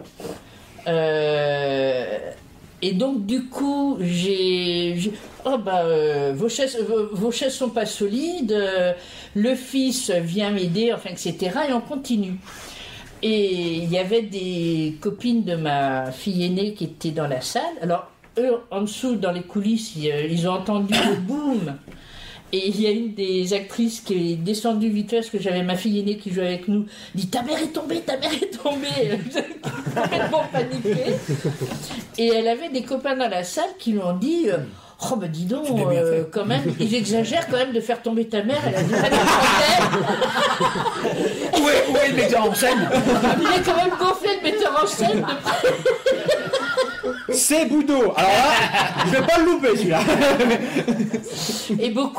Euh, et donc du coup j'ai, j'ai- oh bah euh, vos chaises vos, vos chaises sont pas solides, euh, le fils vient m'aider, enfin etc. et on continue. Et il y avait des copines de ma fille aînée qui étaient dans la salle. Alors eux en dessous dans les coulisses ils, euh, ils ont entendu le boom. Et il y a une des actrices qui est descendue vite fait, parce que j'avais ma fille aînée qui jouait avec nous, dit ta mère est tombée, ta mère est tombée, complètement paniquée. Et elle avait des copains dans la salle qui lui ont dit euh, oh bah dis donc, Tu l'as bien euh, fait. quand même, ils exagèrent quand même de faire tomber ta mère. Elle a dit elle est Où est, où est le metteur en scène? il est quand même gonflé le metteur en scène. De... C'est Boudot. Alors là, je vais pas le louper celui-là. Et beaucoup ont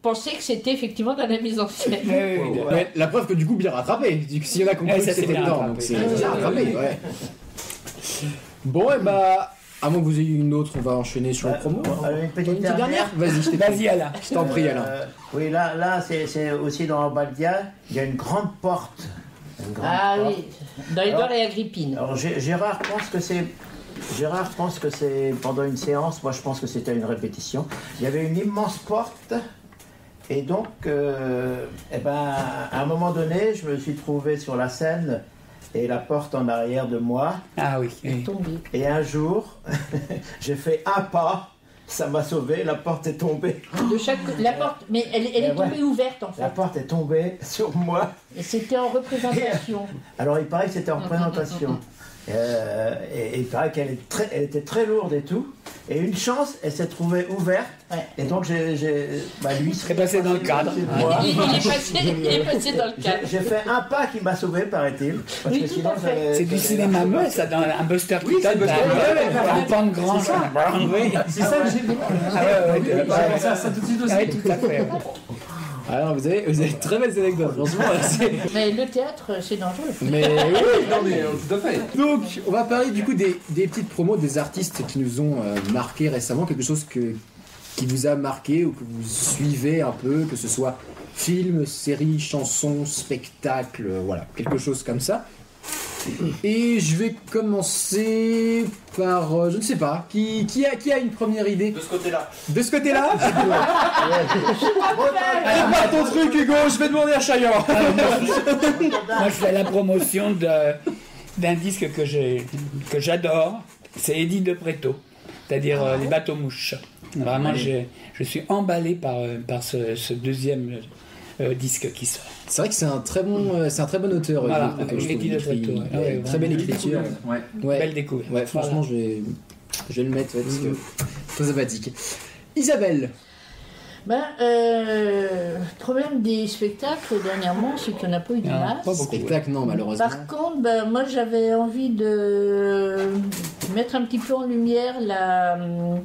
pensé que c'était effectivement dans la mise en scène. Oui, oui, oui. Ouais, la preuve que du coup, bien rattrapé. Du coup, s'il y en a compris Ouais, que ça, c'est c'était bien dedans, rattrapé. donc c'est Ouais, bien ouais, rattrapé, ouais. Bon, et bah, à moins que vous ayez une autre, on va enchaîner sur le Euh, promo. alors, une T'as petite une petite dernière dernière. Vas-y, je t'ai Vas-y, Alain. Je t'en prie, Alain. Euh, oui, là, là c'est c'est aussi dans Baldia, il y a une grande porte. Une grande Ah porte. oui, dans Edouard et Agrippine. Alors Gé- Gérard pense que c'est Gérard pense que c'est pendant une séance, moi je pense que c'était une répétition. Il y avait une immense porte et donc euh, eh ben, à un moment donné, je me suis trouvé sur la scène et la porte en arrière de moi Ah oui. oui. Tombé. et un jour, j'ai fait un pas, ça m'a sauvé, la porte est tombée. De chaque la porte, mais elle, elle est Eh ouais. tombée ouverte en La fait. porte est tombée sur moi. Et c'était en représentation. Alors il paraît que c'était en présentation. Euh, et, et il paraît qu'elle est très- elle était très lourde et tout. Et une chance, elle s'est trouvée ouverte. Ouais. Et donc j'ai, j'ai- bah, lui C'est passé dans le cadre. au-dessus de moi. Il, il est passé, il est passé dans le J'ai, cadre. j'ai fait un pas qui m'a sauvé, paraît-il. Parce Oui, que tout sinon, à fait. j'avais- C'est du j'avais- cinéma muet, ça, dans un Buster Keaton. c'est Buster dans- Keaton, ouais, ouais, un pan de grand. C'est ça. Oui. C'est ça que j'ai vu. Ah ouais, ouais, Oui, ouais, bah, ouais. ça, ça tout de suite aussi. Ah oui, tout à fait. ouais. Alors, vous avez, vous avez de très belles anecdotes, franchement. c'est- Mais le théâtre, c'est dangereux. Mais oui, Non, mais euh, tout à fait. donc, on va parler du coup des, des petites promos des artistes qui nous ont euh, marqué récemment, quelque chose que, qui vous a marqué ou que vous suivez un peu, que ce soit film, série, chanson, spectacle, euh, voilà, quelque chose comme ça. Et je vais commencer par, euh, je ne sais pas, qui, qui, a, qui a une première idée De ce côté-là. de ce côté-là? Alors, pas ton truc, Hugo, je vais demander à Chaillot. Moi, je fais la promotion de- d'un disque que j'ai- que j'adore. C'est Eddie de Pretto, c'est-à-dire euh, Les bateaux mouches. Vraiment, j'ai- je suis emballé par, euh, par ce, ce deuxième euh, disque qui sort. C'est vrai que c'est un très bon, euh, c'est un très bon auteur. Voilà, euh, que je trouve. Eddie Il de écrit- Pretto, ouais. il a Ouais, une très belle vraiment. écriture. Ouais. Ouais. Belle découverte. Ouais, franchement, je, vais, je vais le mettre ouais, parce que très sympathique. Isabelle, Ben, euh, le problème des spectacles dernièrement, c'est qu'il n'y en a pas eu de Non, masse. pas beaucoup. spectacle, non, malheureusement. Par contre, ben, moi j'avais envie de mettre un petit peu en lumière la,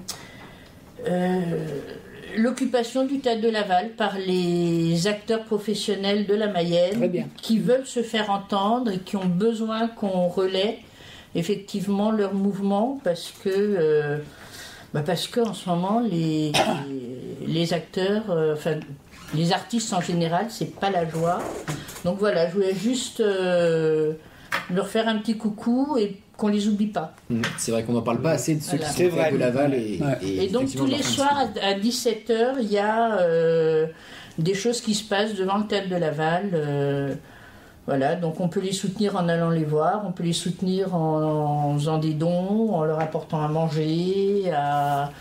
euh, l'occupation du Théâtre de Laval par les acteurs professionnels de la Mayenne Très bien. qui veulent se faire entendre et qui ont besoin qu'on relaie effectivement leurs mouvements parce que euh, bah parce que en ce moment les, les, les acteurs, euh, enfin les artistes en général, c'est pas la joie. Donc voilà, je voulais juste euh, leur faire un petit coucou et qu'on les oublie pas. Mm. C'est vrai qu'on n'en parle pas assez de ceux Voilà. qui sont C'est au Théâtre vrai. de Laval et, Ouais. Et donc effectivement, tous leur les font un soirs petit à, à dix-sept heures, il y a euh, des choses qui se passent devant le Théâtre de Laval. euh, voilà, donc on peut les soutenir en allant les voir, on peut les soutenir en, en faisant des dons, en leur apportant à manger, à,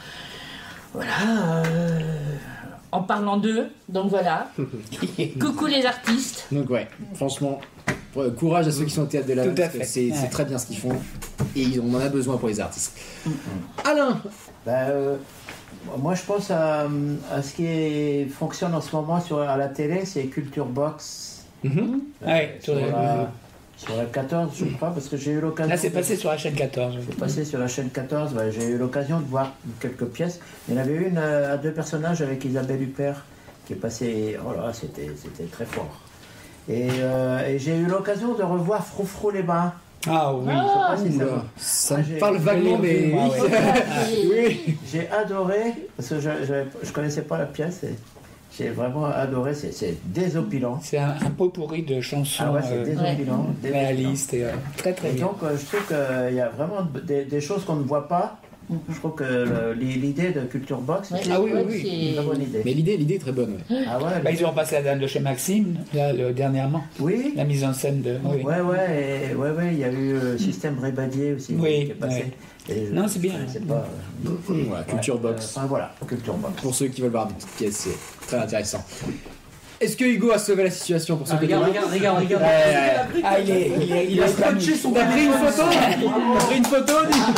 voilà, euh, en parlant d'eux. Donc voilà, coucou les artistes. Donc ouais, franchement, ouais, courage à ceux qui sont au Théâtre de Laval, Tout à parce que fait. c'est c'est Ouais. très bien ce qu'ils font et on en a besoin pour les artistes. Alain, Ben, euh, moi je pense à, à ce qui est- fonctionne en ce moment sur, à la télé, c'est Culture Box. Mhm. Ouais, sur, sur les- la, sur la quatorze, je crois, parce que j'ai eu l'occasion. Là, c'est de- passé sur la chaîne quatorze. C'est passé sur la chaîne quatorze, ouais, j'ai eu l'occasion de voir quelques pièces. Il y en avait une euh, à deux personnages avec Isabelle Huppert qui est passée. Oh là, c'était, c'était très fort. Et, euh, et j'ai eu l'occasion de revoir Froufrou les Bains. Ah oui. Je sais pas si ça oula, va. ça Ah, me j'ai- parle vaguement, j'ai mais vu, moi, oui. ouais. Oui. J'ai adoré, parce que je ne connaissais pas la pièce. Et j'ai vraiment adoré, c'est, c'est désopilant. C'est un, un pot pourri de chansons Ah ouais, c'est euh, désopilant. désopilant. réalistes et euh, très très Et bien. donc, euh, je trouve qu'il y a vraiment des, des choses qu'on ne voit pas. Je trouve que le- l'idée de Culture Box, Ouais, c'est Ah oui, ouais, oui, une très bonne idée. Mais l'idée, l'idée est très bonne. Ouais. Ah ouais, Bah, ils ont passé la dame de chez Maxime, là, le- dernièrement. oui. La mise en scène de. Oui. Ouais, ouais, et- ouais, ouais, il y a eu le système Brébadier aussi Oui, qui est passé. Et je- Non, c'est bien. C'est pas. euh, Voilà, Culture ouais, Box. euh, enfin, voilà, Culture Box. Pour ceux qui veulent voir des petites pièces, c'est très intéressant. Est-ce que Hugo a sauvé la situation pour ceux qui Regarde, regarde, regarde, regarde. Ouais, ouais. Ah, il est. Il, est, il, Il a est scotché son T'as pris une photo T'as pris une photo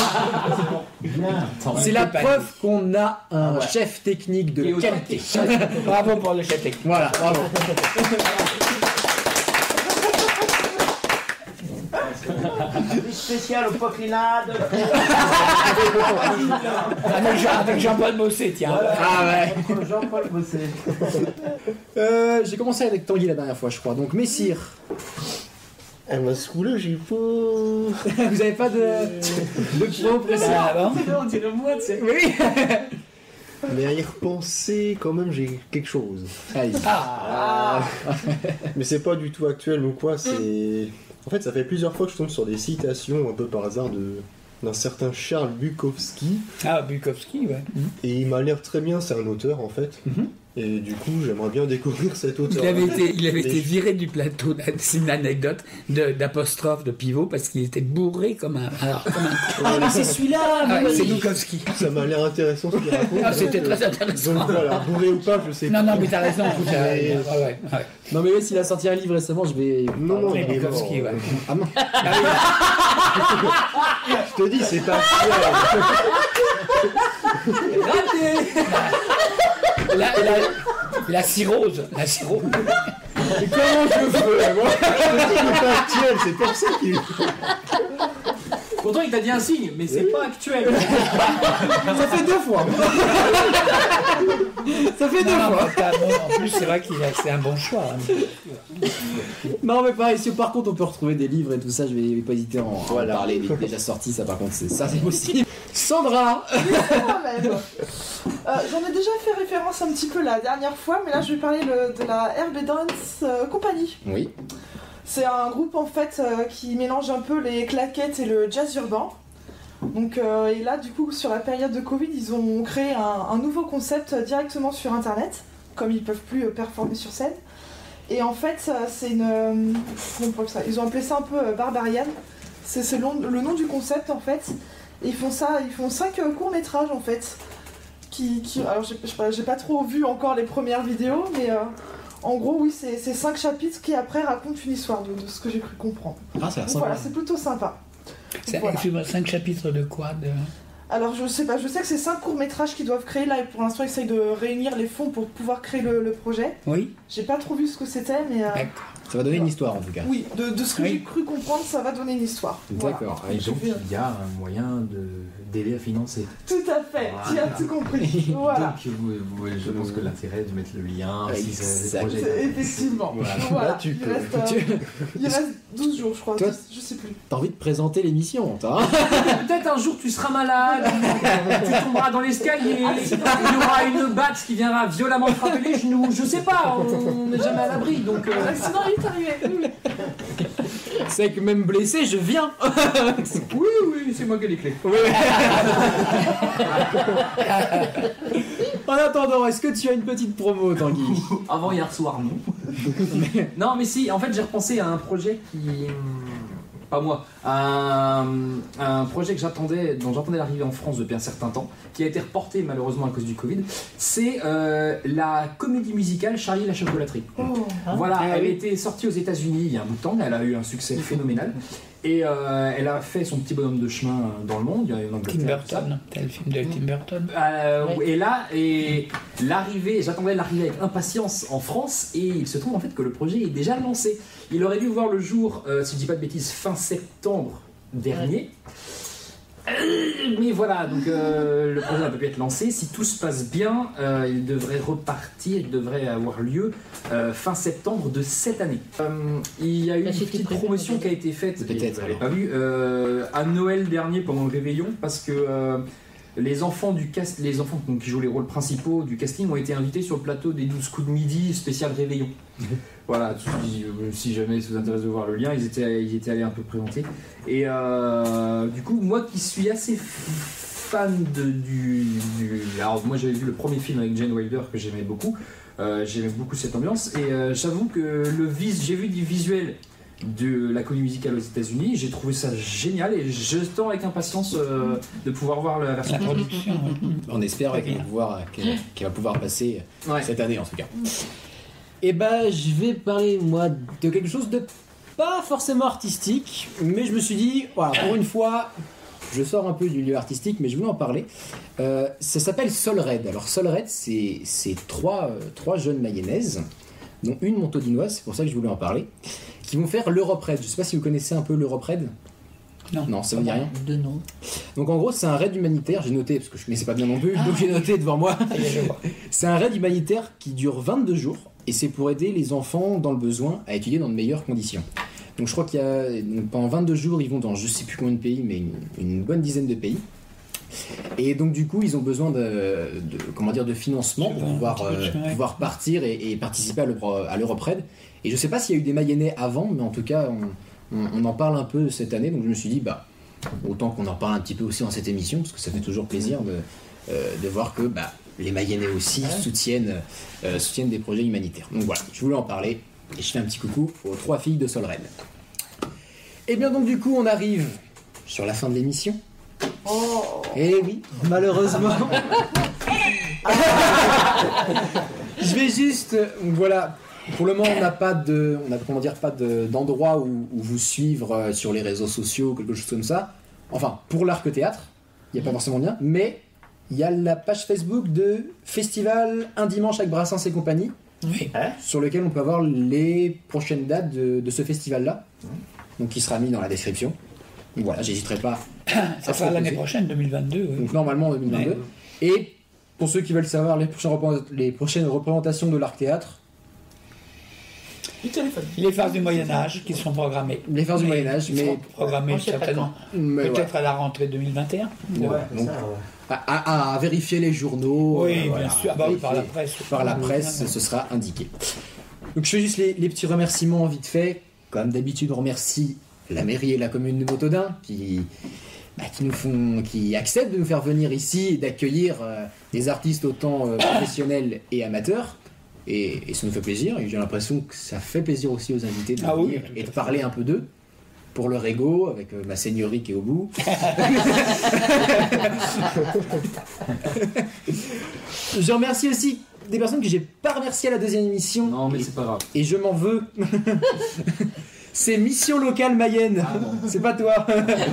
Bien. C'est la C'est pas preuve qu'on a un Ah ouais. chef technique de Et au qualité. Bravo pour le chef technique. Voilà, bravo. plus spécial au Poquelinade. Avec, Jean, avec Jean-Paul Bossé, tiens. Voilà. Ah ouais. Entre Jean-Paul Bossé. Euh, j'ai commencé avec Tanguy la dernière fois, je crois. Donc Messire. Elle m'a saoulé, j'ai pas. Vous avez pas de, de pro précis? Ah, bon. On dirait moi, tu sais. Oui. Mais à y repenser, quand même, j'ai quelque chose. Allez. Ah, Mais c'est pas du tout actuel ou quoi, c'est. En fait, ça fait plusieurs fois que je tombe sur des citations un peu par hasard de d'un certain Charles Bukowski. ah Bukowski, ouais. Et il m'a l'air très bien, c'est un auteur en fait. Mhm. Et du coup, j'aimerais bien découvrir cet auteur. Il avait été, il avait Mais été je- viré du plateau, c'est une anecdote, de- d'apostrophe de pivot parce qu'il était bourré comme un. Alors, comme un Ah, mais c'est celui-là. ah, mais c'est oui. Bukowski. Ça m'a l'air intéressant ce qu'il raconte. Ah, c'était donc, très intéressant. Donc voilà, bourré ou pas, je sais Non, pas. non, mais t'as raison. t'as- Mais- ouais, ouais, ouais. Non mais oui, s'il a sorti un livre récemment, je vais. Non, non, Ouais, il est mort. Bukowski, ouais. Ah non. Je te dis, c'est pas actuel. La, la, la cirrhose, la cirrhose. Mais comment je fais moi? C'est pas actuel, c'est pour ça qu'il. Pourtant, il t'a dit un signe, mais c'est pas actuel. Ça fait deux fois. Ça fait deux Non, non, fois. mais t'as- bon, en plus, c'est vrai qu'il a, c'est un bon choix. hein. Non mais pareil, si par contre on peut retrouver des livres et tout ça, je vais, je vais pas hésiter à en, à en Voilà. parler. Il est déjà sorti, ça par contre, c'est, ça c'est possible. Sandra. Moi-même. Euh, J'en ai déjà fait référence un petit peu la dernière fois, mais là je vais parler le- de la Herbe Dance euh, Company. Oui. C'est un groupe en fait euh, qui mélange un peu les claquettes et le jazz urbain. Donc, euh, et là, du coup, sur la période de Covid, ils ont créé un, un nouveau concept euh, directement sur Internet, comme ils peuvent plus euh, performer sur scène. Et en fait, euh, c'est une. euh, comment on peut appeler ça Ils ont appelé ça un peu euh, Barbarian. C'est c'est le, nom- le nom du concept en fait. Et ils font ça, ils font cinq euh, courts métrages en fait. Qui, qui, alors, j'ai j'ai- j'ai pas trop vu encore les premières vidéos, mais. euh, en gros, oui, c'est c'est cinq chapitres qui après racontent une histoire de, de ce que j'ai cru comprendre. Ah, ça a l'air Donc sympa. voilà, c'est plutôt sympa. C'est Voilà. excuse-moi, cinq chapitres de quoi de... Alors je sais pas, je sais que c'est cinq courts-métrages qu'ils doivent créer là et pour l'instant ils essayent de réunir les fonds pour pouvoir créer le, le projet. Oui, J'ai pas trop vu ce que c'était mais euh, d'accord. Ça va donner une histoire en tout cas. oui, de, de ce que Oui. j'ai cru comprendre ça va donner une histoire. Voilà. D'accord. Et donc, il y a un moyen de d'aider à financer. Tout à fait, tu as Voilà. tout compris. Voilà. Donc, vous- vous- je pense que l'intérêt de mettre le lien, si c'est des Exact. projets. C'est- Effectivement. Voilà. Voilà. Là, tu il, peux. reste, euh, Tu- il reste douze jours je crois, Toi- je, je sais plus. T'as envie de présenter l'émission, toi hein? Peut-être un jour tu seras malade, tu tomberas dans l'escalier, il y aura une batte qui viendra violemment te frapper les genoux, je sais pas, on n'est jamais à l'abri donc. euh, L'accident il est arrivé. oui, oui. C'est que même blessé, je viens. Oui, oui, c'est moi qui ai les clés. En attendant, est-ce que tu as une petite promo, Tanguy? Avant hier soir, non. Non, mais si, en fait, j'ai repensé à un projet qui. Pas moi, un, un projet que j'attendais, dont j'attendais l'arrivée en France depuis un certain temps, qui a été reporté malheureusement à cause du Covid. C'est euh, la comédie musicale Charlie et la chocolaterie. Oh. Voilà, Ah elle oui. a été sortie aux États-Unis il y a un bout de temps, elle a eu un succès phénoménal. Et euh, elle a fait son petit bonhomme de chemin dans le monde, il y a en Tim Angleterre, tout ça. Burton, t'as le film de Tim Burton. Euh, Ouais. Et là, et l'arrivée, j'attendais l'arrivée avec impatience en France, et il se trouve en fait que le projet est déjà lancé. Il aurait dû voir le jour, euh, si je dis pas de bêtises, fin septembre dernier. Euh, Mais voilà, donc euh, le projet n'a pas pu être lancé. Si tout se passe bien, euh, il devrait repartir, il devrait avoir lieu euh, fin septembre de cette année. Euh, il y a eu Ça, une c'était petite prévu, promotion peut-être. qui a été faite, Peut-être, et vous l'avez alors. pas vu, euh, à Noël dernier pendant le réveillon, parce que euh, les enfants du cast, les enfants donc, qui jouent les rôles principaux du casting ont été invités sur le plateau des douze coups de midi spécial réveillon. Voilà, si, si jamais ça vous intéresse de voir le lien, ils étaient, ils étaient allés un peu présenter. Et euh, du coup, moi qui suis assez fan de, du, du- Alors, moi j'avais vu le premier film avec Jane Wilder que j'aimais beaucoup. Euh, j'aimais beaucoup cette ambiance. Et euh, j'avoue que le vis, j'ai vu du visuel de la comédie musicale aux États-Unis, j'ai trouvé ça génial et j'attends avec impatience euh, de pouvoir voir la version La production. ouais. On espère ouais, qu'elle va pouvoir, qu'elle, qu'elle va pouvoir passer Ouais. cette année en tout cas. Et bah, je vais parler moi de quelque chose de pas forcément artistique, mais je me suis dit, voilà, pour une fois, je sors un peu du lieu artistique, mais je voulais en parler. Euh, ça s'appelle Sol Red. Alors Sol Red, c'est, c'est trois, euh, trois jeunes mayonnaises, dont une montaudoinoise, c'est pour ça que je voulais en parler, qui vont faire l'Europe Red. Je sais pas si vous connaissez un peu l'Europe Red. Non. Non, ça vous dit rien. De nom. Donc en gros, c'est un raid humanitaire, j'ai noté, parce que je ne connaissais pas bien non plus, Ah. donc j'ai noté devant moi. Ça y est, je vois. C'est un raid humanitaire qui dure vingt-deux jours, et c'est pour aider les enfants dans le besoin à étudier dans de meilleures conditions. Donc je crois qu'il y a, donc, pendant vingt-deux jours, ils vont dans je sais plus combien de pays, mais une, une bonne dizaine de pays. Et donc du coup, ils ont besoin de, de comment dire, de financement pour pouvoir, euh, pouvoir partir et, et participer à l'Euro- à l'Europe-Raid. Et je sais pas s'il y a eu des Mayennais avant, mais en tout cas, on, on, on en parle un peu cette année, donc je me suis dit, bah, autant qu'on en parle un petit peu aussi dans cette émission, parce que ça fait toujours plaisir de, euh, de voir que bah, les Mayennais aussi soutiennent, euh, soutiennent des projets humanitaires. Donc voilà, je voulais en parler, et je fais un petit coucou aux trois filles de Solred. Et bien donc du coup, on arrive sur la fin de l'émission. Oh. Eh oui, malheureusement. Je vais juste, euh, voilà, pour le moment on n'a pas de, on a comment dire pas de, d'endroit où, où vous suivre euh, sur les réseaux sociaux, quelque chose comme ça. Enfin, pour l'Arc Théâtre, il n'y a pas forcément de lien, mais il y a la page Facebook de Festival Un Dimanche avec Brassens et compagnie, Oui. sur lequel on peut avoir les prochaines dates de, de ce festival-là, donc qui sera mis dans la description. Donc voilà, j'hésiterai pas. Ça sera l'année prochaine, deux mille vingt-deux. Oui. Donc normalement en deux mille vingt-deux. Ouais. Et pour ceux qui veulent savoir les prochaines, repré- les prochaines représentations de l'Arc Théâtre, Du téléphone. Les phases du Moyen-Âge qui sont programmées. les phases du Oui, Moyen-Âge, qui mais, seront programmées On sait pas certainement. mais Peut-être voilà. à la rentrée deux mille vingt et un. Ouais, donc, à, à- à vérifier les journaux. Oui, euh, bien voilà, sûr. Ah bah oui, par la vérifier. presse. Par la presse, ce sera indiqué. Donc je fais juste les, les petits remerciements vite fait. Comme d'habitude, on remercie la mairie et la commune de Bautodin qui, bah, qui nous font, qui acceptent de nous faire venir ici et d'accueillir euh, des artistes autant euh, professionnels et amateurs. Et, et ça nous fait plaisir. Et j'ai l'impression que ça fait plaisir aussi aux invités de Ah oui, venir tout et à de fait. parler un peu d'eux. Pour leur ego, avec euh, ma seigneurie qui est au bout. Je remercie aussi des personnes que j'ai pas remerciées à la deuxième émission. Non, mais et, c'est pas grave. et je m'en veux. C'est Mission Locale Mayenne. C'est pas toi.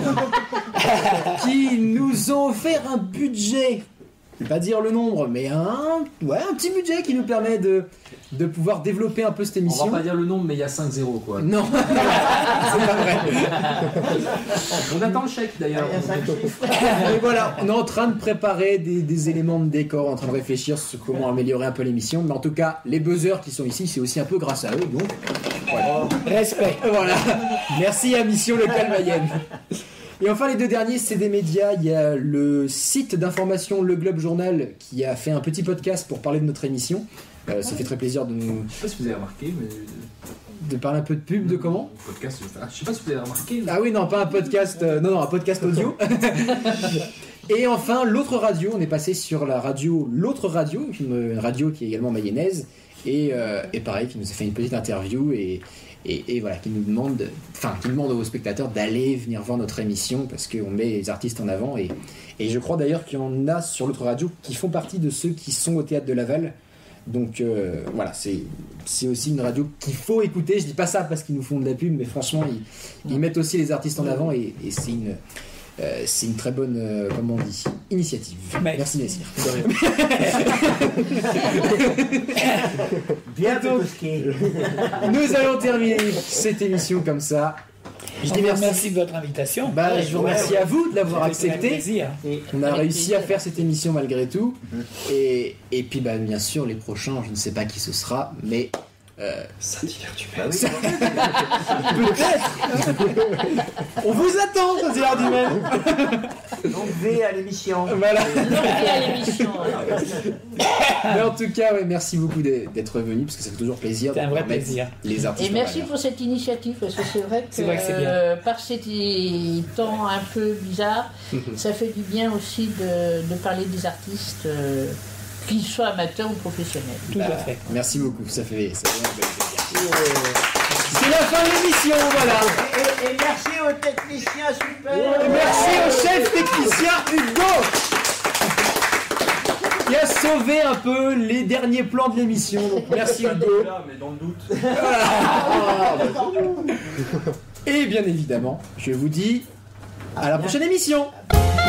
Qui nous ont offert un budget. Je vais pas dire le nombre, mais un, ouais, un petit budget qui nous permet de, de pouvoir développer un peu cette On émission. va pas dire le nombre, mais il y a cinq zéro quoi. Non, c'est pas vrai. On attend le chèque d'ailleurs. Il y a cinq chiffres. Et voilà, on est en train de préparer des, des éléments de décor, en train de réfléchir sur comment améliorer un peu l'émission. Mais en tout cas, les buzzers qui sont ici, c'est aussi un peu grâce à eux. Donc, Respect. voilà. Merci à Mission Locale Mayenne. Et enfin, les deux derniers, c'est des médias. Il y a le site d'information Le Globe Journal qui a fait un petit podcast pour parler de notre émission. Euh, ça fait très plaisir de nous Je sais pas si vous avez remarqué, mais. de parler un peu de pub, de comment Le podcast, je je sais pas si vous avez remarqué. mais- Ah oui, non, pas un podcast, euh, non, non, un podcast audio. Et enfin, l'autre radio, on est passé sur la radio, l'autre radio, une, une radio qui est également mayonnaise, et, euh, et pareil, qui nous a fait une petite interview, et, et, et voilà, qui nous demande, enfin, qui demande aux spectateurs d'aller venir voir notre émission, parce qu'on met les artistes en avant, et, et je crois d'ailleurs qu'il y en a sur l'autre radio qui font partie de ceux qui sont au Théâtre de Laval. Donc euh, voilà, c'est, c'est aussi une radio qu'il faut écouter. Je dis pas ça parce qu'ils nous font de la pub, mais franchement, ils, ils mettent aussi les artistes en avant et, et c'est, une, euh, c'est une très bonne, euh, comment on dit, initiative. Mais- Merci Messire. Bien Donc, Petoski. Nous allons terminer cette émission comme ça. Je Je dis vous merci. remercie de votre invitation. Bah, je vous remercie à vous de l'avoir Ça fait très accepté. plaisir. On a Avec réussi plaisir. à faire cette émission malgré tout. Et, et puis, bah, bien sûr, les prochains, je ne sais pas qui ce sera, mais. Euh, Ça divers du Bah oui. on vous attend, ça c'est l'heure du même. Donc V à l'émission. Voilà. Donc, à l'émission. alors. Mais en tout cas, ouais, merci beaucoup d'être d'être venu parce que ça fait toujours plaisir C'est de un vrai pouvoir mettre plaisir. les artistes. Et en merci valeur. pour cette initiative, parce que c'est vrai que, C'est vrai que c'est bien. euh, par ces temps un peu bizarres, ça fait du bien aussi de, de parler des artistes, euh, qu'ils soient amateurs ou professionnels. Tout à fait. Merci beaucoup, ça fait, ça fait un bel plaisir. C'est la fin de l'émission, voilà. Et, et merci aux techniciens super. Et merci au chef technicien Hugo qui a sauvé un peu les derniers plans de l'émission. Donc merci Pas Hugo. là, mais dans le doute. Et bien évidemment, je vous dis à la prochaine émission.